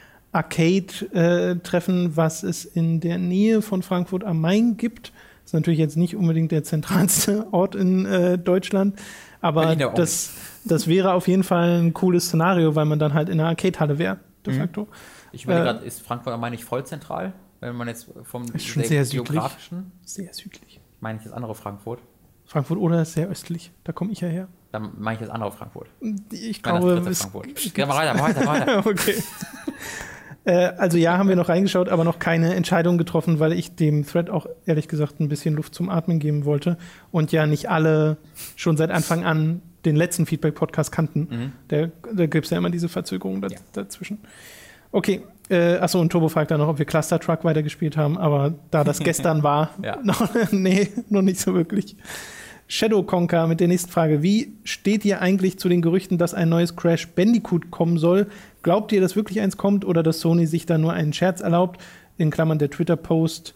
Arcade-Treffen, was es in der Nähe von Frankfurt am Main gibt. Das ist natürlich jetzt nicht unbedingt der zentralste Ort in Deutschland, aber das wäre auf jeden Fall ein cooles Szenario, weil man dann halt in einer Arcade-Halle wäre. De facto. Ich meine gerade, ist Frankfurt am Main nicht voll zentral? Wenn man jetzt vom geografischen... Sehr südlich. Meine ich das andere Frankfurt? Frankfurt oder ist sehr östlich. Da komme ich ja her. Dann meine ich das andere Frankfurt. Ich glaube... Geh mal weiter. Okay. Also ja, haben wir noch reingeschaut, aber noch keine Entscheidung getroffen, weil ich dem Thread auch ehrlich gesagt ein bisschen Luft zum Atmen geben wollte. Und ja nicht alle schon seit Anfang an den letzten Feedback-Podcast kannten. Da gibt es ja immer diese Verzögerung dazwischen. Okay, achso, und Turbo fragt dann noch, ob wir Cluster Truck weitergespielt haben, aber da das gestern war, noch nicht so wirklich. Shadow Conquer mit der nächsten Frage. Wie steht ihr eigentlich zu den Gerüchten, dass ein neues Crash Bandicoot kommen soll? Glaubt ihr, dass wirklich eins kommt oder dass Sony sich da nur einen Scherz erlaubt? In Klammern der Twitter-Post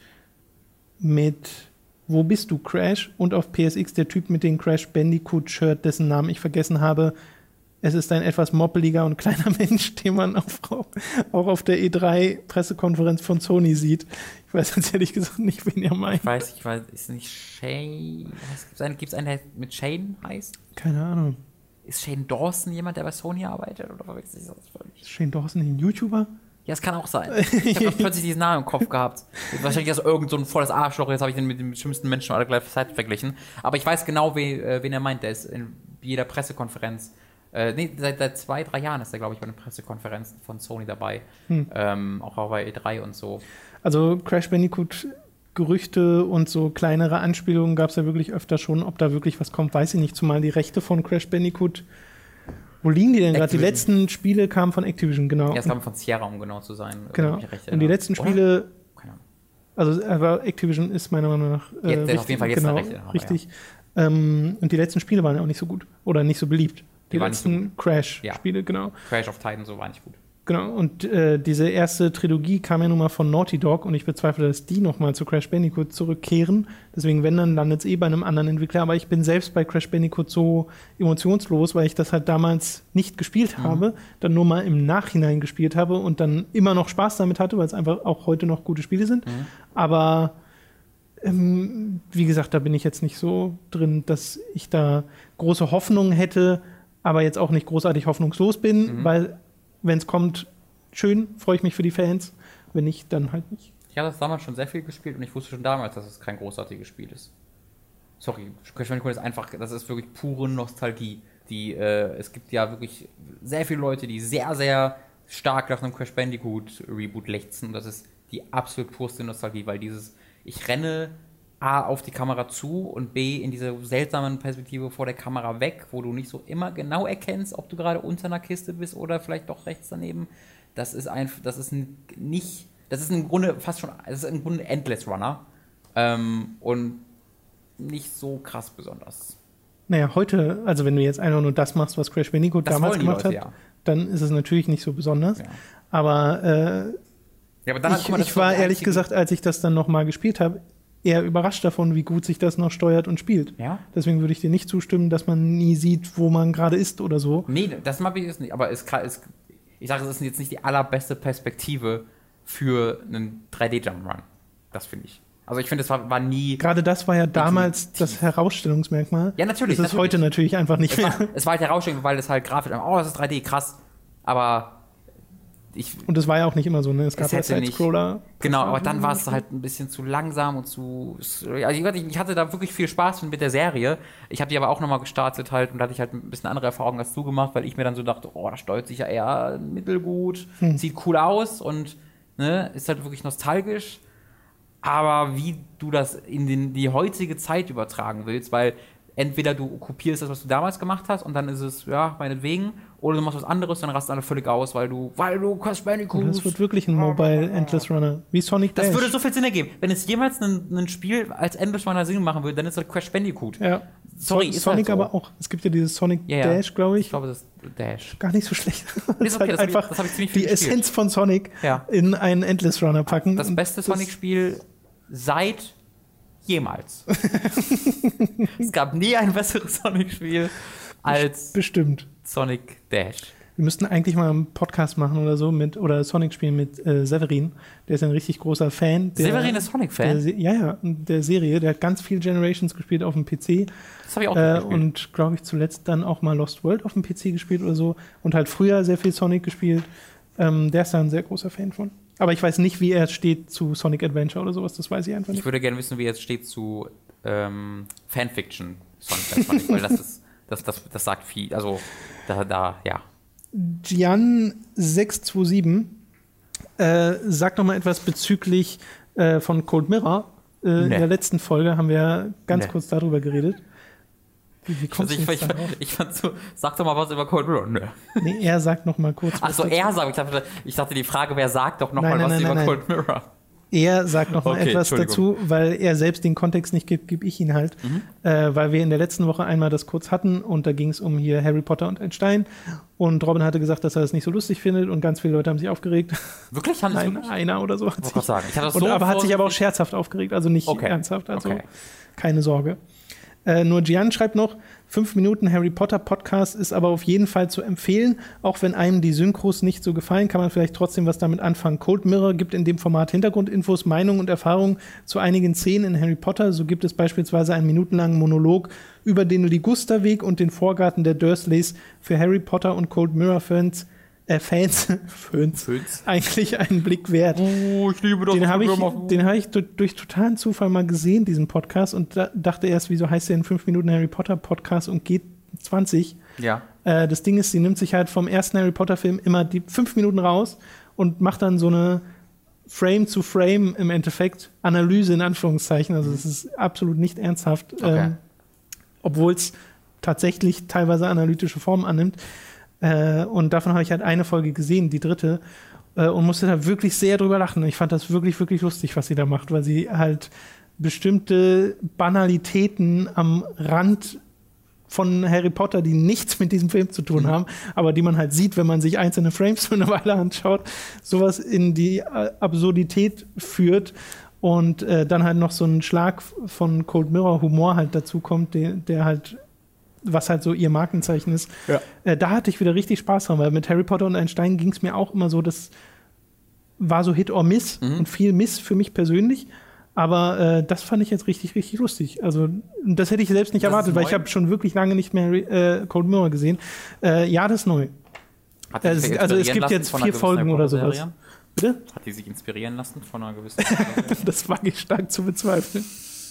mit Wo bist du, Crash? Und auf PSX der Typ mit dem Crash Bandicoot-Shirt, dessen Namen ich vergessen habe. Es ist ein etwas moppeliger und kleiner Mensch, den man auch auf der E3-Pressekonferenz von Sony sieht. Ich weiß jetzt ehrlich gesagt nicht, wen ihr meint. Ich weiß, ist nicht Shane. Gibt es einen, der mit Shane heißt? Keine Ahnung. Ist Shane Dawson jemand, der bei Sony arbeitet? Oder verwechsel ich das völlig? Ist Shane Dawson ein YouTuber? Ja, es kann auch sein. Ich habe plötzlich diesen Namen im Kopf gehabt. Wahrscheinlich ist irgend so ein volles Arschloch. Jetzt habe ich den mit dem schlimmsten Menschen aller gleichen Zeit verglichen. Aber ich weiß genau, wen er meint. Der ist in jeder Pressekonferenz. Seit 2-3 Jahren ist er, glaube ich, bei den Pressekonferenzen von Sony dabei. Auch bei E3 und so. Also Crash Bandicoot Gerüchte und so kleinere Anspielungen gab es ja wirklich öfter schon. Ob da wirklich was kommt, weiß ich nicht. Zumal die Rechte von Crash Bandicoot, wo liegen die denn gerade? Die letzten Spiele kamen von Activision, genau. Ja, es kam von Sierra, um genau zu sein. Genau. Und die letzten Spiele, also aber Activision ist meiner Meinung nach richtig, auf jeden Fall jetzt genau, Rechte. Richtig. Ja. Und die letzten Spiele waren ja auch nicht so gut oder nicht so beliebt. Die letzten so Crash-Spiele, genau. Crash of Titan, so war nicht gut. Genau, und diese erste Trilogie kam ja nun mal von Naughty Dog und ich bezweifle, dass die nochmal zu Crash Bandicoot zurückkehren. Deswegen, wenn, dann landet es bei einem anderen Entwickler. Aber ich bin selbst bei Crash Bandicoot so emotionslos, weil ich das halt damals nicht gespielt habe, dann nur mal im Nachhinein gespielt habe und dann immer noch Spaß damit hatte, weil es einfach auch heute noch gute Spiele sind. Aber wie gesagt, da bin ich jetzt nicht so drin, dass ich da große Hoffnungen hätte, aber jetzt auch nicht großartig hoffnungslos bin, weil wenn es kommt, schön, freue ich mich für die Fans. Wenn nicht, dann halt nicht. Ich habe das damals schon sehr viel gespielt und ich wusste schon damals, dass es kein großartiges Spiel ist. Sorry, Crash Bandicoot ist einfach, das ist wirklich pure Nostalgie. Es gibt ja wirklich sehr viele Leute, die sehr, sehr stark nach einem Crash Bandicoot Reboot lechzen. Und das ist die absolut purste Nostalgie, weil ich renne A, auf die Kamera zu und B, in dieser seltsamen Perspektive vor der Kamera weg, wo du nicht so immer genau erkennst, ob du gerade unter einer Kiste bist oder vielleicht doch rechts daneben. Das ist im Grunde Endless Runner und nicht so krass besonders. Naja, heute, also wenn du jetzt einfach nur das machst, was Crash Bandicoot damals gemacht hat, dann ist es natürlich nicht so besonders. Ja. Aber, ich war ehrlich gesagt, als ich das dann nochmal gespielt habe, eher überrascht davon, wie gut sich das noch steuert und spielt. Ja? Deswegen würde ich dir nicht zustimmen, dass man nie sieht, wo man gerade ist oder so. Nee, das mag ich jetzt nicht. Aber ich sage, es ist jetzt nicht die allerbeste Perspektive für einen 3D-Jump-Run. Das finde ich. Also ich finde, es war nie... Gerade das war ja damals das Herausstellungsmerkmal. Ja, natürlich. Das ist heute natürlich einfach nicht mehr. Es war halt herausstellend, weil es halt grafisch... das ist 3D, krass. Aber... Und das war ja auch nicht immer so, ne? Es gab ja Side-Scroller. Genau, aber dann war es halt ein bisschen zu langsam und zu... Also ich hatte da wirklich viel Spaß mit der Serie. Ich habe die aber auch nochmal gestartet halt und da hatte ich halt ein bisschen andere Erfahrungen als du gemacht, weil ich mir dann so dachte, das steuert sich ja eher mittelgut, sieht cool aus und ist halt wirklich nostalgisch. Aber wie du das in die heutige Zeit übertragen willst, weil entweder du kopierst das, was du damals gemacht hast und dann ist es, ja, meinetwegen, oder du machst was anderes, dann rasten alle völlig aus, weil du Crash Bandicoot... Das wird wirklich ein Mobile Endless Runner, wie Sonic Dash. Das würde so viel Sinn ergeben. Wenn es jemals ein Spiel als Endless Runner Sinn machen würde, dann ist das Crash Bandicoot. Ja. Sorry, ist Sonic halt so. Aber auch. Es gibt ja dieses Sonic Dash, glaube ich. Ich glaube, das ist Dash. Gar nicht so schlecht. Das ist okay, das einfach hab ich ziemlich viel die gespielt. Essenz von Sonic in einen Endless Runner packen. Das beste Sonic-Spiel seit jemals. Es gab nie ein besseres Sonic-Spiel als bestimmt Sonic Dash. Wir müssten eigentlich mal einen Podcast machen oder so oder Sonic spielen mit Severin. Der ist ein richtig großer Fan. Severin ist Sonic-Fan? Der Serie. Der hat ganz viel Generations gespielt auf dem PC. Das habe ich auch gespielt. Und glaube ich zuletzt dann auch mal Lost World auf dem PC gespielt oder so. Und halt früher sehr viel Sonic gespielt. Der ist da ein sehr großer Fan von. Aber ich weiß nicht, wie er steht zu Sonic Adventure oder sowas. Das weiß ich einfach nicht. Ich würde gerne wissen, wie er steht zu Fanfiction Sonic, weil das sagt viel. Also, ja. Gian627 sagt noch mal etwas bezüglich von Cold Mirror. In der letzten Folge haben wir ganz kurz darüber geredet. Wie kommst du jetzt darauf? Ich fand so, sag doch mal was über Cold Mirror. Nee, er sagt noch mal kurz. Achso, er sagt. Ich dachte, die Frage, wer sagt doch noch mal was über Cold Mirror? Er sagt noch mal etwas dazu, weil er selbst den Kontext nicht gibt, gebe ich ihn halt. Weil wir in der letzten Woche einmal das kurz hatten und da ging es um hier Harry Potter und ein Stein. Und Robin hatte gesagt, dass er das nicht so lustig findet und ganz viele Leute haben sich aufgeregt. Wirklich? Einer oder so hat sich. Sagen. Ich hatte das hat sich aber auch scherzhaft aufgeregt, also nicht ernsthaft. Also keine Sorge. Nur Gian schreibt noch, 5 Minuten Harry Potter Podcast ist aber auf jeden Fall zu empfehlen. Auch wenn einem die Synchros nicht so gefallen, kann man vielleicht trotzdem was damit anfangen. Cold Mirror gibt in dem Format Hintergrundinfos, Meinungen und Erfahrungen zu einigen Szenen in Harry Potter. So gibt es beispielsweise einen minutenlangen Monolog über den Ligusterweg und den Vorgarten der Dursleys. Für Harry Potter und Cold Mirror Fans eigentlich einen Blick wert. Oh, ich liebe das. Den habe ich durch totalen Zufall mal gesehen, diesen Podcast, und dachte erst, wieso heißt der in 5 Minuten Harry Potter Podcast und geht 20? Ja. Das Ding ist, sie nimmt sich halt vom ersten Harry Potter Film immer die 5 Minuten raus und macht dann so eine Frame zu Frame im Endeffekt Analyse in Anführungszeichen. Also es ist absolut nicht ernsthaft, obwohl es tatsächlich teilweise analytische Formen annimmt. Und davon habe ich halt eine Folge gesehen, die 3. Und musste da wirklich sehr drüber lachen. Ich fand das wirklich, wirklich lustig, was sie da macht, weil sie halt bestimmte Banalitäten am Rand von Harry Potter, die nichts mit diesem Film zu tun haben, aber die man halt sieht, wenn man sich einzelne Frames für eine Weile anschaut, sowas in die Absurdität führt und dann halt noch so ein Schlag von Cold Mirror Humor halt dazu kommt, der halt was halt so ihr Markenzeichen ist. Ja. Da hatte ich wieder richtig Spaß dran, weil mit Harry Potter und ein Stein ging es mir auch immer so, das war so Hit or Miss und viel Miss für mich persönlich. Aber das fand ich jetzt richtig, richtig lustig. Also das hätte ich selbst nicht erwartet, weil ich habe schon wirklich lange nicht mehr Cold Mirror gesehen. Ja, das ist neu. Also es gibt jetzt 4 Folgen oder sowas. Bitte? Hat die sich inspirieren lassen von einer gewissen Das wage ich stark zu bezweifeln.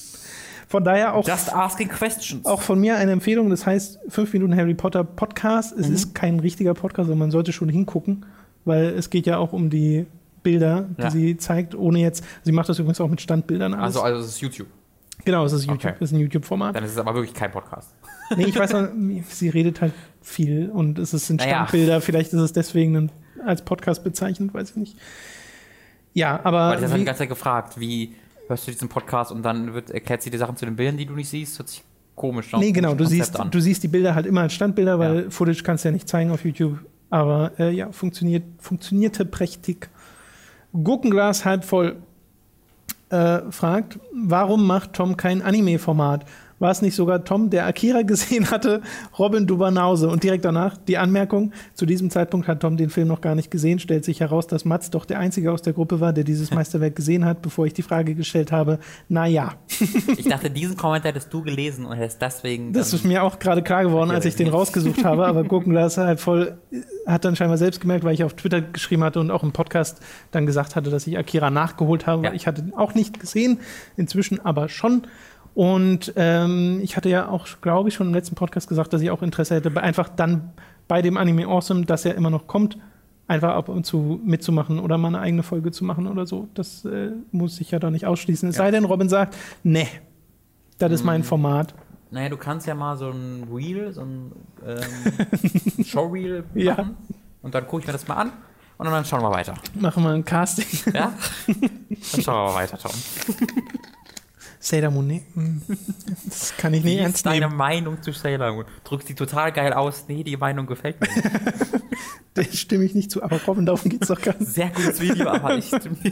Von daher auch, Just asking questions. Auch von mir eine Empfehlung, das heißt 5 Minuten Harry Potter Podcast. Es ist kein richtiger Podcast, sondern man sollte schon hingucken, weil es geht ja auch um die Bilder, die sie zeigt, ohne jetzt, sie macht das übrigens auch mit Standbildern. Alles. Also es ist YouTube. Genau, es ist YouTube, es ist ein YouTube-Format. Dann ist es aber wirklich kein Podcast. Nee, ich weiß noch, sie redet halt viel und es sind Standbilder, vielleicht ist es deswegen als Podcast bezeichnet, weiß ich nicht. Ja, aber... Weil ich habe die ganze Zeit gefragt, wie hörst du diesen Podcast und dann erklärt sie dir Sachen zu den Bildern, die du nicht siehst? Hört sich komisch an. Nee, genau, du siehst die Bilder halt immer als Standbilder, weil Footage kannst du ja nicht zeigen auf YouTube. Aber funktionierte prächtig. Gurkenglas halb voll fragt, warum macht Tom kein Anime-Format? War es nicht sogar Tom, der Akira gesehen hatte? Robin, du Banause. Und direkt danach die Anmerkung, zu diesem Zeitpunkt hat Tom den Film noch gar nicht gesehen. Stellt sich heraus, dass Mats doch der Einzige aus der Gruppe war, der dieses Meisterwerk gesehen hat, bevor ich die Frage gestellt habe, naja. Ich dachte, diesen Kommentar hättest du gelesen und hättest deswegen... Das ist mir auch gerade klar geworden, als ich den rausgesucht habe, aber Gurkenglas halt voll hat dann scheinbar selbst gemerkt, weil ich auf Twitter geschrieben hatte und auch im Podcast dann gesagt hatte, dass ich Akira nachgeholt habe. Ja. Ich hatte ihn auch nicht gesehen, inzwischen aber schon. Und ich hatte ja auch, glaube ich, schon im letzten Podcast gesagt, dass ich auch Interesse hätte, einfach dann bei dem Anime Awesome, dass er immer noch kommt, einfach ab und zu mitzumachen oder mal eine eigene Folge zu machen oder so. Das muss ich ja da nicht ausschließen. Es sei denn, Robin sagt, nee, das ist mein Format. Naja, du kannst ja mal so ein Reel, so ein Showreel machen ja. Und dann gucke ich mir das mal an und dann schauen wir weiter. Machen wir ein Casting. Ja? Dann schauen wir weiter, Tom. Sailor Moon, nee. Das kann ich nicht ernst nehmen. Wie ist deine Meinung zu Sailor Moon? Drückst die total geil aus. Nee, die Meinung gefällt mir nicht. Da stimme ich nicht zu, aber Robin, davon geht's doch gar nicht. Sehr gutes Video, aber ich stimme nicht.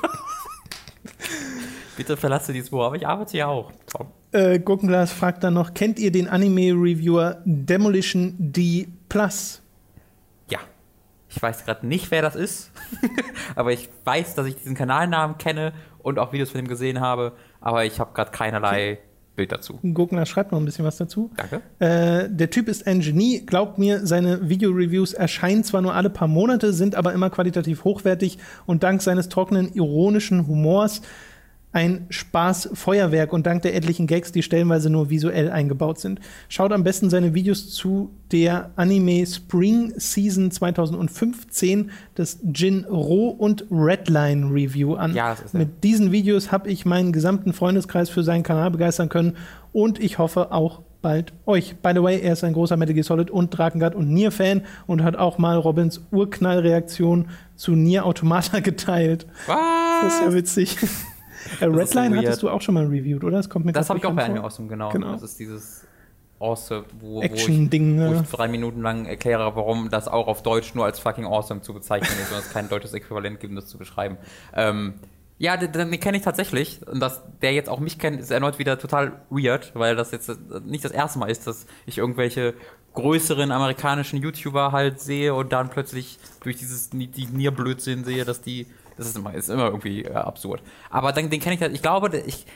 Bitte verlasse dieses Buch, aber ich arbeite ja auch, Tom. Gurkenglas fragt dann noch, kennt ihr den Anime-Reviewer Demolition D+? Ja. Ich weiß gerade nicht, wer das ist, aber ich weiß, dass ich diesen Kanalnamen kenne und auch Videos von ihm gesehen habe, aber ich habe gerade keinerlei Bild dazu. Gurkenglas schreibt noch ein bisschen was dazu. Danke. Der Typ ist ein Genie. Glaubt mir, seine Video-Reviews erscheinen zwar nur alle paar Monate, sind aber immer qualitativ hochwertig und dank seines trockenen, ironischen Humors ein Spaß-Feuerwerk und dank der etlichen Gags, die stellenweise nur visuell eingebaut sind. Schaut am besten seine Videos zu der Anime Spring Season 2015 des Jin-Ro und Redline Review an. Ja, das ist er. Mit diesen Videos habe ich meinen gesamten Freundeskreis für seinen Kanal begeistern können und ich hoffe auch bald euch. By the way, er ist ein großer Metal Gear Solid und Drakengard und Nier-Fan und hat auch mal Robins Urknallreaktion zu Nier Automata geteilt. Was? Das ist ja witzig. Redline so hattest du auch schon mal reviewed, oder? Das habe ich auch bei Anime Awesome, genau. Das ist dieses Awesome, wo ich 3 Minuten lang erkläre, warum das auch auf Deutsch nur als fucking Awesome zu bezeichnen ist und es kein deutsches Äquivalent gibt, um das zu beschreiben. Ja, den kenne ich tatsächlich. Und dass der jetzt auch mich kennt, ist erneut wieder total weird, weil das jetzt nicht das erste Mal ist, dass ich irgendwelche größeren amerikanischen YouTuber halt sehe und dann plötzlich durch die Nier-Blödsinn sehe, dass das ist immer irgendwie absurd. Aber den kenne ich halt, ich glaube,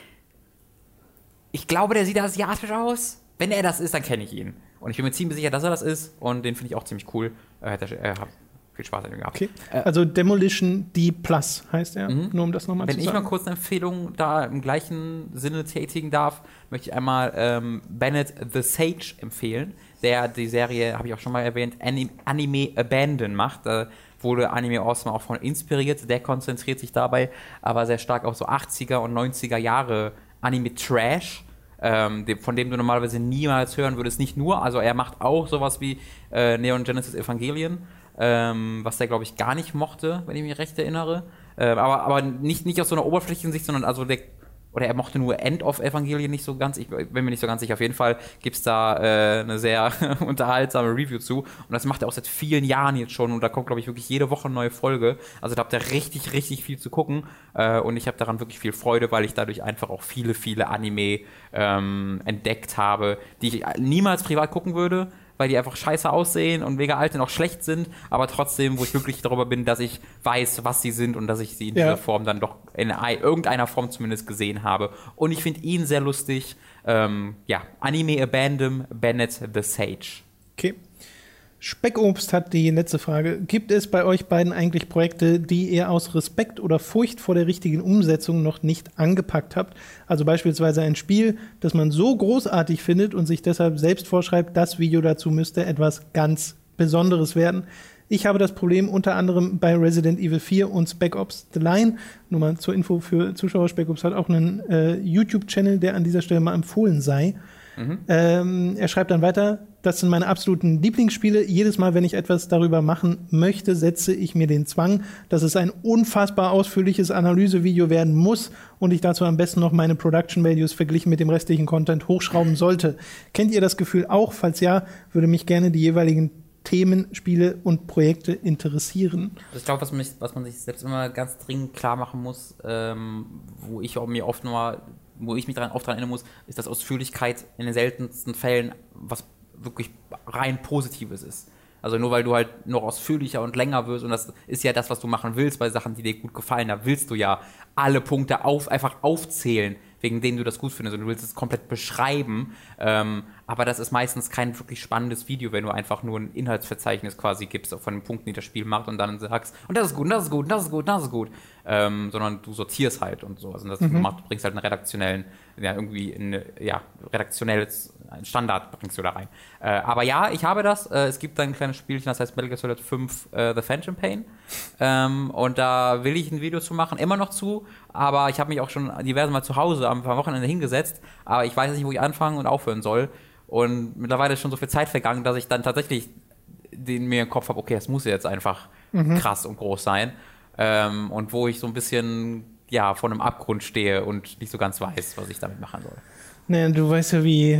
der sieht asiatisch aus. Wenn er das ist, dann kenne ich ihn. Und ich bin mir ziemlich sicher, dass er das ist. Und den finde ich auch ziemlich cool. Er hat viel Spaß an ihm gehabt. Okay. Also Demolition D+ heißt er, nur um das nochmal zu sagen. Wenn ich mal kurz eine Empfehlung da im gleichen Sinne tätigen darf, möchte ich einmal Bennett the Sage empfehlen, der die Serie, habe ich auch schon mal erwähnt, Anime Abandon macht. Wurde Anime Awesome auch von inspiriert. Der konzentriert sich dabei aber sehr stark auf so 80er und 90er Jahre Anime Trash, von dem du normalerweise niemals hören würdest. Nicht nur, also er macht auch sowas wie Neon Genesis Evangelion, was der, glaube ich, gar nicht mochte, wenn ich mich recht erinnere. Aber nicht aus so einer oberflächlichen Sicht, sondern also oder er mochte nur End of Evangelion nicht so ganz. Ich bin mir nicht so ganz sicher. Auf jeden Fall gibt es da eine sehr unterhaltsame Review zu. Und das macht er auch seit vielen Jahren jetzt schon. Und da kommt, glaube ich, wirklich jede Woche eine neue Folge. Also da habt ihr richtig, richtig viel zu gucken. Und ich habe daran wirklich viel Freude, weil ich dadurch einfach auch viele, viele Anime entdeckt habe, die ich niemals privat gucken würde, weil die einfach scheiße aussehen und mega alt und auch schlecht sind, aber trotzdem, wo ich glücklich darüber bin, dass ich weiß, was sie sind und dass ich sie in dieser Form dann doch in irgendeiner Form zumindest gesehen habe. Und ich finde ihn sehr lustig. Anime Abandon, Bennett the Sage. Okay. Speckobst hat die letzte Frage. Gibt es bei euch beiden eigentlich Projekte, die ihr aus Respekt oder Furcht vor der richtigen Umsetzung noch nicht angepackt habt? Also beispielsweise ein Spiel, das man so großartig findet und sich deshalb selbst vorschreibt, das Video dazu müsste etwas ganz Besonderes werden. Ich habe das Problem unter anderem bei Resident Evil 4 und Spec Ops The Line. Nur mal zur Info für Zuschauer, Spec Ops hat auch einen YouTube-Channel, der an dieser Stelle mal empfohlen sei. Er schreibt dann weiter, das sind meine absoluten Lieblingsspiele. Jedes Mal, wenn ich etwas darüber machen möchte, setze ich mir den Zwang, dass es ein unfassbar ausführliches Analysevideo werden muss und ich dazu am besten noch meine Production Values verglichen mit dem restlichen Content hochschrauben sollte. Kennt ihr das Gefühl auch? Falls ja, würde mich gerne die jeweiligen Themen, Spiele und Projekte interessieren. Also ich glaube, was man sich selbst immer ganz dringend klar machen muss, wo ich mich oft daran erinnern muss, ist, dass Ausführlichkeit in den seltensten Fällen was wirklich rein Positives ist. Also nur weil du halt noch ausführlicher und länger wirst, und das ist ja das, was du machen willst bei Sachen, die dir gut gefallen, da willst du ja alle Punkte einfach aufzählen, wegen denen du das gut findest, und du willst es komplett beschreiben, aber das ist meistens kein wirklich spannendes Video, wenn du einfach nur ein Inhaltsverzeichnis quasi gibst von den Punkten, die das Spiel macht, und dann sagst, und das ist gut, und das ist gut, und das ist gut, und das ist gut, sondern du sortierst halt und so, also du bringst halt einen redaktionellen, redaktionelles Standard bringst du da rein. Aber ja, ich habe das. Es gibt ein kleines Spielchen, das heißt Metal Gear Solid 5 The Phantom Pain. Und da will ich ein Video zu machen, immer noch zu. Aber ich habe mich auch schon diverse Mal zu Hause am Wochenende hingesetzt. Aber ich weiß nicht, wo ich anfangen und aufhören soll. Und mittlerweile ist schon so viel Zeit vergangen, dass ich dann tatsächlich mir im Kopf habe, okay, das muss jetzt einfach krass und groß sein. Und wo ich so ein bisschen vor einem Abgrund stehe und nicht so ganz weiß, was ich damit machen soll. Naja, du weißt ja, wie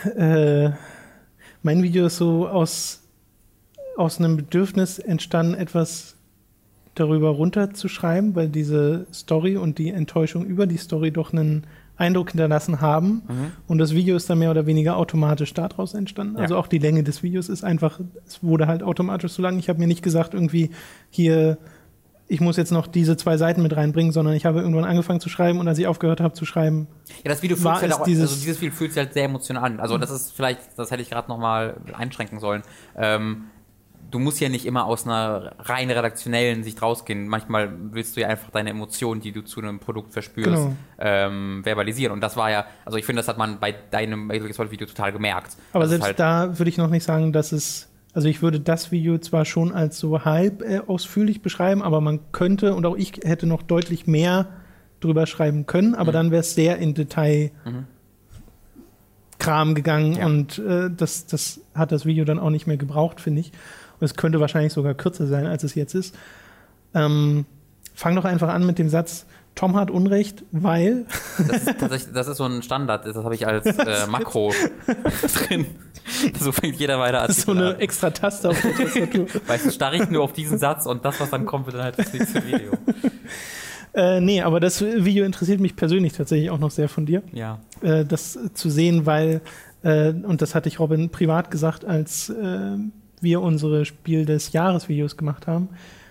mein Video ist so aus einem Bedürfnis entstanden, etwas darüber runterzuschreiben, weil diese Story und die Enttäuschung über die Story doch einen Eindruck hinterlassen haben. Und das Video ist dann mehr oder weniger automatisch daraus entstanden. Also auch die Länge des Videos ist einfach, es wurde halt automatisch so lang. Ich habe mir nicht gesagt, irgendwie hier, ich muss jetzt noch diese 2 Seiten mit reinbringen, sondern ich habe irgendwann angefangen zu schreiben, und als ich aufgehört habe zu schreiben, das Video fühlt sich halt dieses Video fühlt sich halt sehr emotional an. Also das ist vielleicht, das hätte ich gerade noch mal einschränken sollen. Du musst ja nicht immer aus einer rein redaktionellen Sicht rausgehen. Manchmal willst du ja einfach deine Emotionen, die du zu einem Produkt verspürst, verbalisieren. Und das war ja, also ich finde, das hat man bei deinem Metal Gear Solid Video total gemerkt. Aber selbst halt da würde ich noch nicht sagen, dass es, also ich würde das Video zwar schon als so halb ausführlich beschreiben, aber man könnte, und auch ich hätte noch deutlich mehr drüber schreiben können, aber dann wäre es sehr in Detail Kram gegangen und das hat das Video dann auch nicht mehr gebraucht, finde ich. Und es könnte wahrscheinlich sogar kürzer sein, als es jetzt ist. Fang doch einfach an mit dem Satz, Tom hat Unrecht, weil... Das ist so ein Standard, das habe ich als Makro drin. So fängt jeder weiter an. Das ist so eine extra Taste auf der Tastatur. Weißt du, starre ich nur auf diesen Satz und das, was dann kommt, wird dann halt das nächste Video. Nee, aber das Video interessiert mich persönlich tatsächlich auch noch sehr von dir. Ja. Das zu sehen, weil, und das hatte ich Robin privat gesagt, als wir unsere Spiel des Jahres-Videos gemacht haben,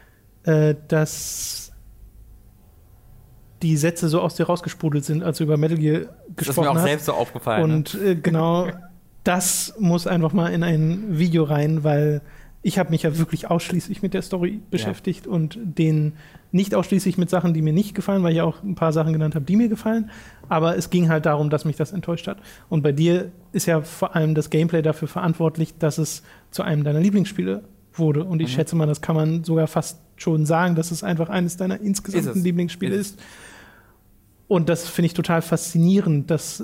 dass die Sätze so aus dir rausgesprudelt sind, als du über Metal Gear gesprochen hast. Das ist mir auch selbst so aufgefallen. Und genau das muss einfach mal in ein Video rein, weil ich habe mich ja wirklich ausschließlich mit der Story beschäftigt und nicht ausschließlich mit Sachen, die mir nicht gefallen, weil ich auch ein paar Sachen genannt habe, die mir gefallen. Aber es ging halt darum, dass mich das enttäuscht hat. Und bei dir ist ja vor allem das Gameplay dafür verantwortlich, dass es zu einem deiner Lieblingsspiele wurde. Und ich schätze mal, das kann man sogar fast schon sagen, dass es einfach eines deiner insgesamten Lieblingsspiele ist. Und das finde ich total faszinierend, dass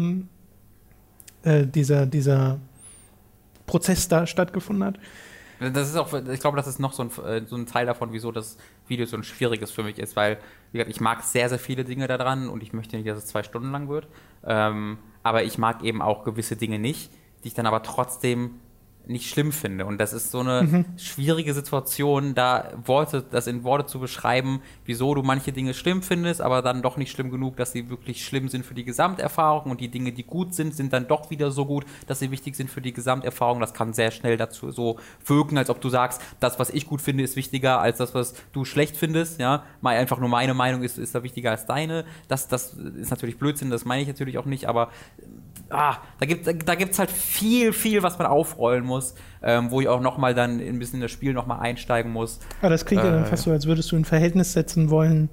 dieser Prozess da stattgefunden hat. Das ist auch, ich glaube, das ist noch so ein Teil davon, wieso das Video so ein schwieriges für mich ist, weil, wie gesagt, ich mag sehr, sehr viele Dinge daran und ich möchte nicht, dass es 2 Stunden lang wird. Aber ich mag eben auch gewisse Dinge nicht, die ich dann aber trotzdem nicht schlimm finde. Und das ist so eine schwierige Situation, das in Worte zu beschreiben, wieso du manche Dinge schlimm findest, aber dann doch nicht schlimm genug, dass sie wirklich schlimm sind für die Gesamterfahrung, und die Dinge, die gut sind, sind dann doch wieder so gut, dass sie wichtig sind für die Gesamterfahrung. Das kann sehr schnell dazu so wirken, als ob du sagst, das, was ich gut finde, ist wichtiger als das, was du schlecht findest. Ja? Mal einfach nur meine Meinung ist da wichtiger als deine. Das ist natürlich Blödsinn, das meine ich natürlich auch nicht, aber da gibt's halt viel, was man aufrollen muss, wo ich auch nochmal dann ein bisschen in das Spiel nochmal einsteigen muss. Aber das klingt ja dann fast so, als würdest du ein Verhältnis setzen wollen,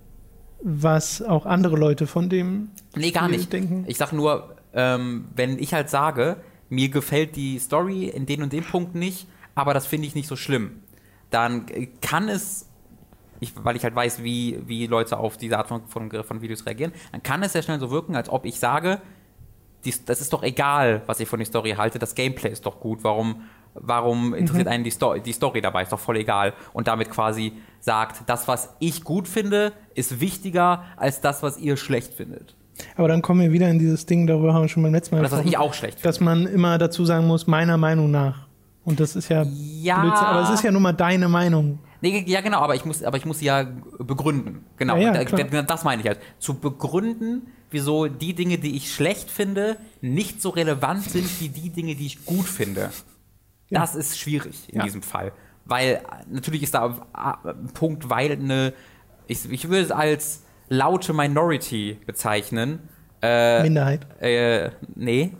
was auch andere Leute von dem Spiel gar nicht denken. Ich sag nur, wenn ich halt sage, mir gefällt die Story in den und dem Punkt nicht, aber das finde ich nicht so schlimm, dann kann es, weil ich halt weiß, wie Leute auf diese Art von Videos reagieren, dann kann es sehr schnell so wirken, als ob ich sage, das ist doch egal, was ich von der Story halte, das Gameplay ist doch gut, warum interessiert einen die Story dabei, ist doch voll egal. Und damit quasi sagt, das, was ich gut finde, ist wichtiger als das, was ihr schlecht findet. Aber dann kommen wir wieder in dieses Ding, darüber haben wir schon beim letzten Mal gesprochen, das, was ich auch schlecht finde. Dass man immer dazu sagen muss, meiner Meinung nach. Und das ist ja Blödsinn, aber es ist ja nun mal deine Meinung. Nee, ja, genau, aber ich muss sie ja begründen. Genau, das meine ich halt. Zu begründen, wieso die Dinge, die ich schlecht finde, nicht so relevant sind wie die Dinge, die ich gut finde. Ja. Das ist schwierig in diesem Fall. Weil natürlich ist da ein Punkt, weil ich würde es als laute Minority bezeichnen. Minderheit. Nee.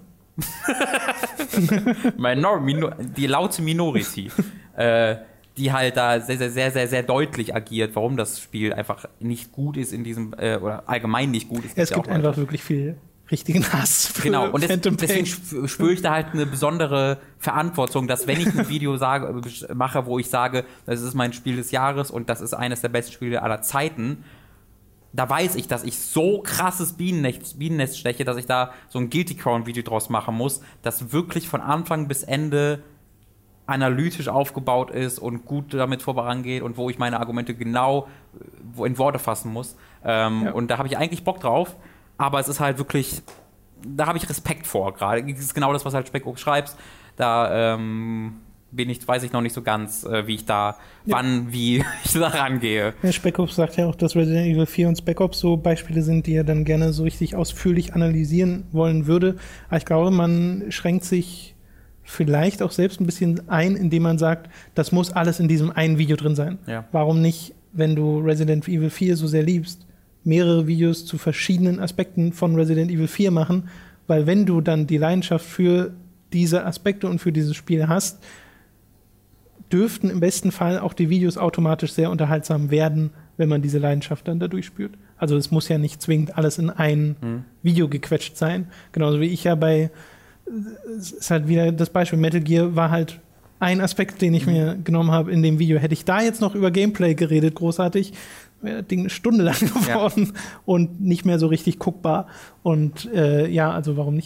Die laute Minority. Die halt da sehr, sehr, sehr, sehr, sehr deutlich agiert, warum das Spiel einfach nicht gut ist in diesem, oder allgemein nicht gut ist. Es gibt einfach wirklich viel richtigen Hass für und deswegen spüre ich da halt eine besondere Verantwortung, dass wenn ich ein Video mache, wo ich sage, das ist mein Spiel des Jahres und das ist eines der besten Spiele aller Zeiten, da weiß ich, dass ich so krasses Bienennest steche, dass ich da so ein Guilty Crown-Video draus machen muss, das wirklich von Anfang bis Ende analytisch aufgebaut ist und gut damit vorangeht und wo ich meine Argumente genau in Worte fassen muss. Und da habe ich eigentlich Bock drauf, aber es ist halt wirklich, da habe ich Respekt vor gerade. Das ist genau das, was halt Speckops schreibst. Da weiß ich noch nicht so ganz, wie ich da rangehe. Ja, Speckops sagt ja auch, dass Resident Evil 4 und Spec Ops so Beispiele sind, die er dann gerne so richtig ausführlich analysieren wollen würde. Aber ich glaube, man schränkt sich vielleicht auch selbst ein bisschen ein, indem man sagt, das muss alles in diesem einen Video drin sein. Ja. Warum nicht, wenn du Resident Evil 4 so sehr liebst, mehrere Videos zu verschiedenen Aspekten von Resident Evil 4 machen? Weil wenn du dann die Leidenschaft für diese Aspekte und für dieses Spiel hast, dürften im besten Fall auch die Videos automatisch sehr unterhaltsam werden, wenn man diese Leidenschaft dann dadurch spürt. Also es muss ja nicht zwingend alles in ein Video gequetscht sein. Genauso wie ich ja es ist halt wieder das Beispiel, Metal Gear war halt ein Aspekt, den ich mir genommen habe in dem Video. Hätte ich da jetzt noch über Gameplay geredet, großartig, wäre das Ding eine Stunde lang geworden und nicht mehr so richtig guckbar. Und also warum nicht?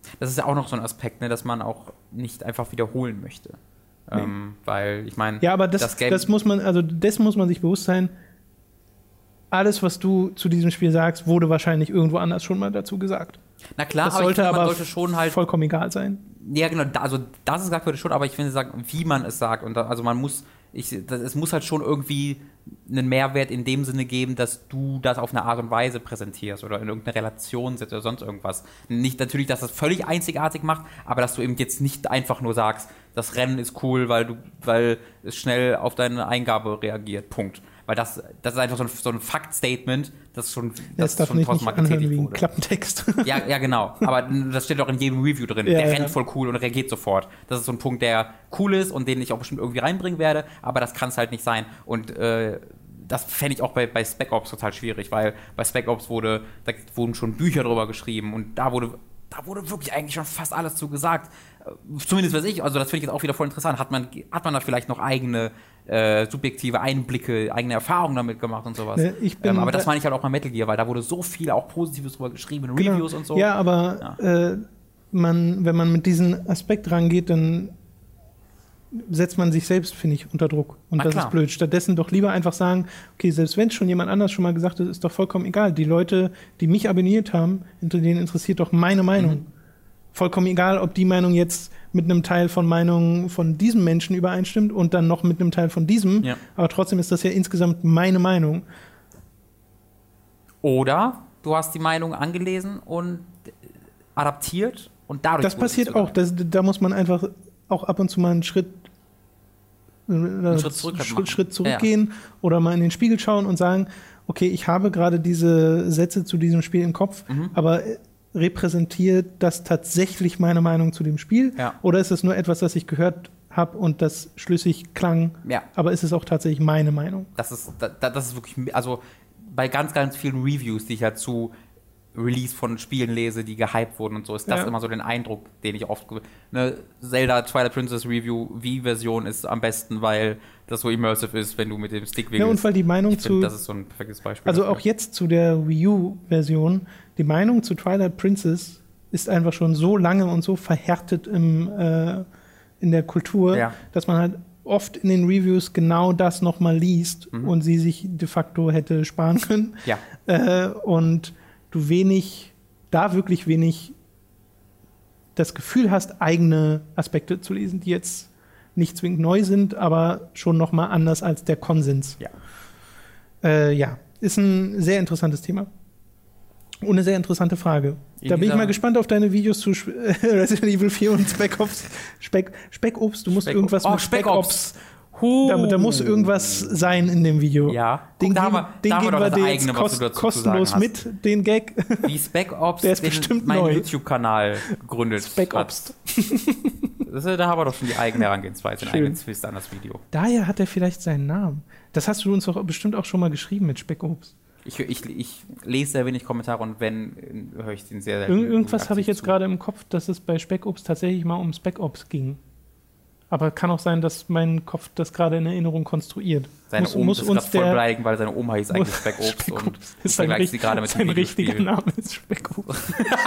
Das ist ja auch noch so ein Aspekt, ne, dass man auch nicht einfach wiederholen möchte. Nee. Weil, ich meine, ja, aber das muss man sich bewusst sein. Alles, was du zu diesem Spiel sagst, wurde wahrscheinlich irgendwo anders schon mal dazu gesagt. Na klar, das sollte man aber sollte schon halt vollkommen egal sein. Ja, genau, also das gesagt würde schon, aber ich finde sagen, wie man es sagt. Und also es muss halt schon irgendwie einen Mehrwert in dem Sinne geben, dass du das auf eine Art und Weise präsentierst oder in irgendeine Relation setzt oder sonst irgendwas. Nicht natürlich, dass das völlig einzigartig macht, aber dass du eben jetzt nicht einfach nur sagst, das Rennen ist cool, weil es schnell auf deine Eingabe reagiert. Punkt. Weil das ist einfach so ein Fakt-Statement, das schon tausendmal gezählt wurde. Klappentext. Ja, genau. Aber das steht auch in jedem Review drin. Ja, der rennt voll cool und reagiert sofort. Das ist so ein Punkt, der cool ist und den ich auch bestimmt irgendwie reinbringen werde, aber das kann es halt nicht sein. Und das fände ich auch bei Spec Ops total schwierig, weil bei Spec Ops wurden schon Bücher drüber geschrieben und da wurde wirklich eigentlich schon fast alles zu gesagt. Zumindest weiß ich, also das finde ich jetzt auch wieder voll interessant. Hat man da vielleicht noch eigene subjektive Einblicke, eigene Erfahrungen damit gemacht und sowas? Aber das meine ich halt auch bei Metal Gear, weil da wurde so viel auch Positives drüber geschrieben, Reviews und so. Ja, aber wenn man mit diesem Aspekt rangeht, dann setzt man sich selbst, finde ich, unter Druck. Und das ist blöd. Stattdessen doch lieber einfach sagen, okay, selbst wenn es schon jemand anders schon mal gesagt hat, ist doch vollkommen egal. Die Leute, die mich abonniert haben, denen interessiert doch meine Meinung. Mhm. Vollkommen egal, ob die Meinung jetzt mit einem Teil von Meinungen von diesem Menschen übereinstimmt und dann noch mit einem Teil von diesem. Ja. Aber trotzdem ist das ja insgesamt meine Meinung. Oder du hast die Meinung angelesen und adaptiert und dadurch... Das passiert auch. Da muss man einfach auch ab und zu mal einen Schritt zurückgehen oder mal in den Spiegel schauen und sagen, okay, ich habe gerade diese Sätze zu diesem Spiel im Kopf, aber repräsentiert das tatsächlich meine Meinung zu dem Spiel? Ja. Oder ist es nur etwas, das ich gehört habe und das schlüssig klang, aber ist es auch tatsächlich meine Meinung? Das ist wirklich, also bei ganz, ganz vielen Reviews, die ich halt zu Release von Spielen lese, die gehypt wurden und so, ist das immer so den Eindruck, den ich oft... Zelda Twilight Princess Review, Wii-Version ist am besten, weil das so immersive ist, wenn du mit dem Stick wickelst. Ja, und weil die Meinung das ist so ein perfektes Beispiel. Also auch jetzt zu der Wii U-Version, die Meinung zu Twilight Princess ist einfach schon so lange und so verhärtet in der Kultur, dass man halt oft in den Reviews genau das nochmal liest und sie sich de facto hätte sparen können. Ja. Und du wirklich wenig das Gefühl hast, eigene Aspekte zu lesen, die jetzt nicht zwingend neu sind, aber schon nochmal anders als der Konsens. Ja. Ist ein sehr interessantes Thema. Und eine sehr interessante Frage. Da bin ich mal gespannt auf deine Videos zu Resident Evil 4 und Spec Ops. Spec Ops, du musst irgendwas mit Spec Ops. Da muss irgendwas sein in dem Video. Ja. Den geben wir dir jetzt kostenlos mit, den Gag. Wie Spec Ops der ist bestimmt meinen YouTube-Kanal gegründet Spec Ops. Da haben wir doch schon die eigene Herangehensweise, ein eigenes Twist an das Video. Daher hat er vielleicht seinen Namen. Das hast du uns doch bestimmt auch schon mal geschrieben mit Spec Ops. Ich lese sehr wenig Kommentare und wenn, höre ich den sehr, sehr Irgendwas habe ich jetzt gerade im Kopf, dass es bei Spec Ops tatsächlich mal um Spec Ops ging. Aber kann auch sein, dass mein Kopf das gerade in Erinnerung konstruiert. Seine Oma ist gerade voll beleidigend, weil seine Oma hieß eigentlich Spec Ops. Und ist sein richtiger Name ist Spec Ops.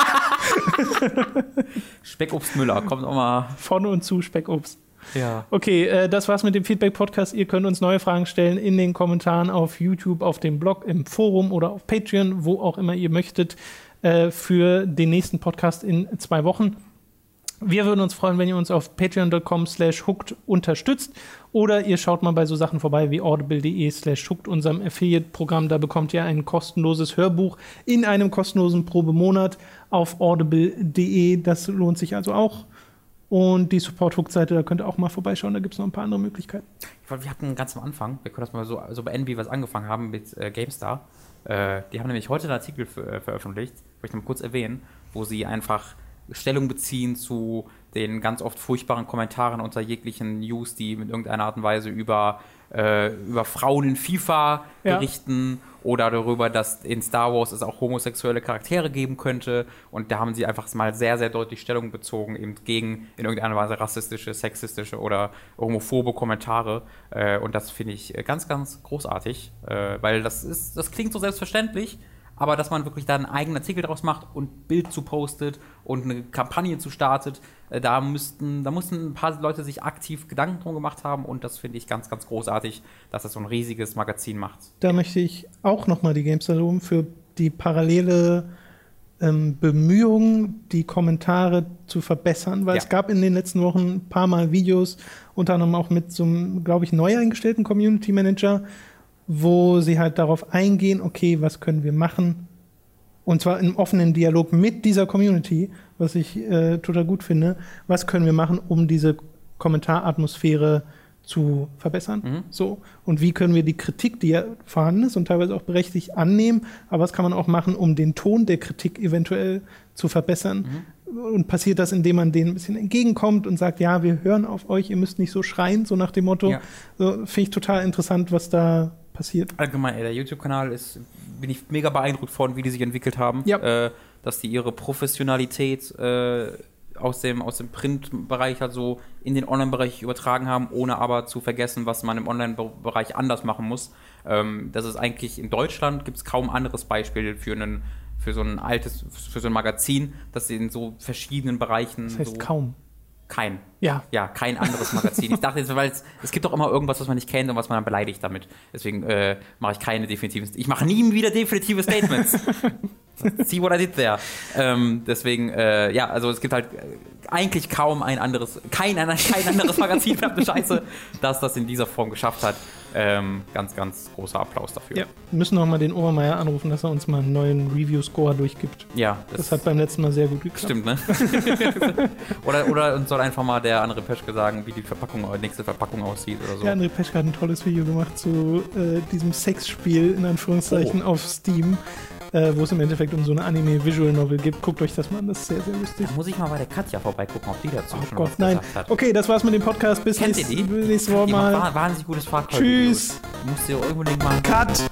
Speck Obst Müller, kommt auch mal. Von und zu Speck Obst. Ja. Okay, das war's mit dem Feedback-Podcast. Ihr könnt uns neue Fragen stellen in den Kommentaren auf YouTube, auf dem Blog, im Forum oder auf Patreon, wo auch immer ihr möchtet, für den nächsten Podcast in 2 Wochen. Wir würden uns freuen, wenn ihr uns auf patreon.com/hooked unterstützt oder ihr schaut mal bei so Sachen vorbei wie audible.de/hooked, unserem Affiliate-Programm. Da bekommt ihr ein kostenloses Hörbuch in einem kostenlosen Probemonat auf audible.de. Das lohnt sich also auch. Und die Support-Hooked-Seite, da könnt ihr auch mal vorbeischauen. Da gibt es noch ein paar andere Möglichkeiten. Wir hatten ganz am Anfang, wir können das mal so beenden, wie wir es angefangen haben mit GameStar. Die haben nämlich heute einen Artikel veröffentlicht, möchte ich mal kurz erwähnen, wo sie einfach Stellung beziehen zu den ganz oft furchtbaren Kommentaren unter jeglichen News, die mit irgendeiner Art und Weise über Frauen in FIFA berichten oder darüber, dass in Star Wars es auch homosexuelle Charaktere geben könnte. Und da haben sie einfach mal sehr, sehr deutlich Stellung bezogen, eben gegen in irgendeiner Weise rassistische, sexistische oder homophobe Kommentare. Und das finde ich ganz, ganz großartig, weil das klingt so selbstverständlich, aber dass man wirklich da einen eigenen Artikel draus macht und Bild zu postet und eine Kampagne zu startet, da mussten ein paar Leute sich aktiv Gedanken drum gemacht haben und das finde ich ganz, ganz großartig, dass das so ein riesiges Magazin macht. Da möchte ich auch nochmal die GameStar loben für die parallele Bemühungen, die Kommentare zu verbessern, weil es gab in den letzten Wochen ein paar Mal Videos, unter anderem auch mit so einem, glaube ich, neu eingestellten Community Manager, wo sie halt darauf eingehen, okay, was können wir machen? Und zwar im offenen Dialog mit dieser Community, was ich total gut finde. Was können wir machen, um diese Kommentaratmosphäre zu verbessern? So. Und wie können wir die Kritik, die ja vorhanden ist und teilweise auch berechtigt, annehmen? Aber was kann man auch machen, um den Ton der Kritik eventuell zu verbessern? Und passiert das, indem man denen ein bisschen entgegenkommt und sagt, ja, wir hören auf euch, ihr müsst nicht so schreien, so nach dem Motto. Ja. So, finde ich total interessant, was da passiert. Allgemein, der YouTube-Kanal bin ich mega beeindruckt von, wie die sich entwickelt haben. Ja. Dass die ihre Professionalität aus dem Print-Bereich halt so in den Online-Bereich übertragen haben, ohne aber zu vergessen, was man im Online-Bereich anders machen muss. Das ist eigentlich in Deutschland gibt es kaum anderes Beispiel für so ein Magazin, das in so verschiedenen Bereichen. Das heißt so kaum. Kein. Ja. Ja, kein anderes Magazin. Ich dachte jetzt, weil es gibt doch immer irgendwas, was man nicht kennt und was man dann beleidigt damit. Deswegen mache ich keine definitiven. Ich mache nie wieder definitive Statements. See what I did there. Deswegen, also es gibt halt eigentlich kaum kein anderes Magazin, verdammte Scheiße, das in dieser Form geschafft hat. Ganz, ganz großer Applaus dafür. Ja, wir müssen noch mal den Obermeier anrufen, dass er uns mal einen neuen Review-Score durchgibt. Ja. Das hat beim letzten Mal sehr gut geklappt. Stimmt, ne? oder uns soll einfach mal der André Peschke sagen, wie die nächste Verpackung aussieht oder so. Ja, André Peschke hat ein tolles Video gemacht zu diesem Sexspiel, in Anführungszeichen, auf Steam, wo es im Endeffekt um so eine Anime-Visual-Novel gibt. Guckt euch das mal an, das ist sehr, sehr lustig. Da muss ich mal bei der Katja vorbeigucken, ob die dazu schon was gesagt hat. Okay, das war's mit dem Podcast. Bis nächste Woche mal. Wahnsinnig gutes Fahrt. Tschüss. Musst du unbedingt mal. Cut.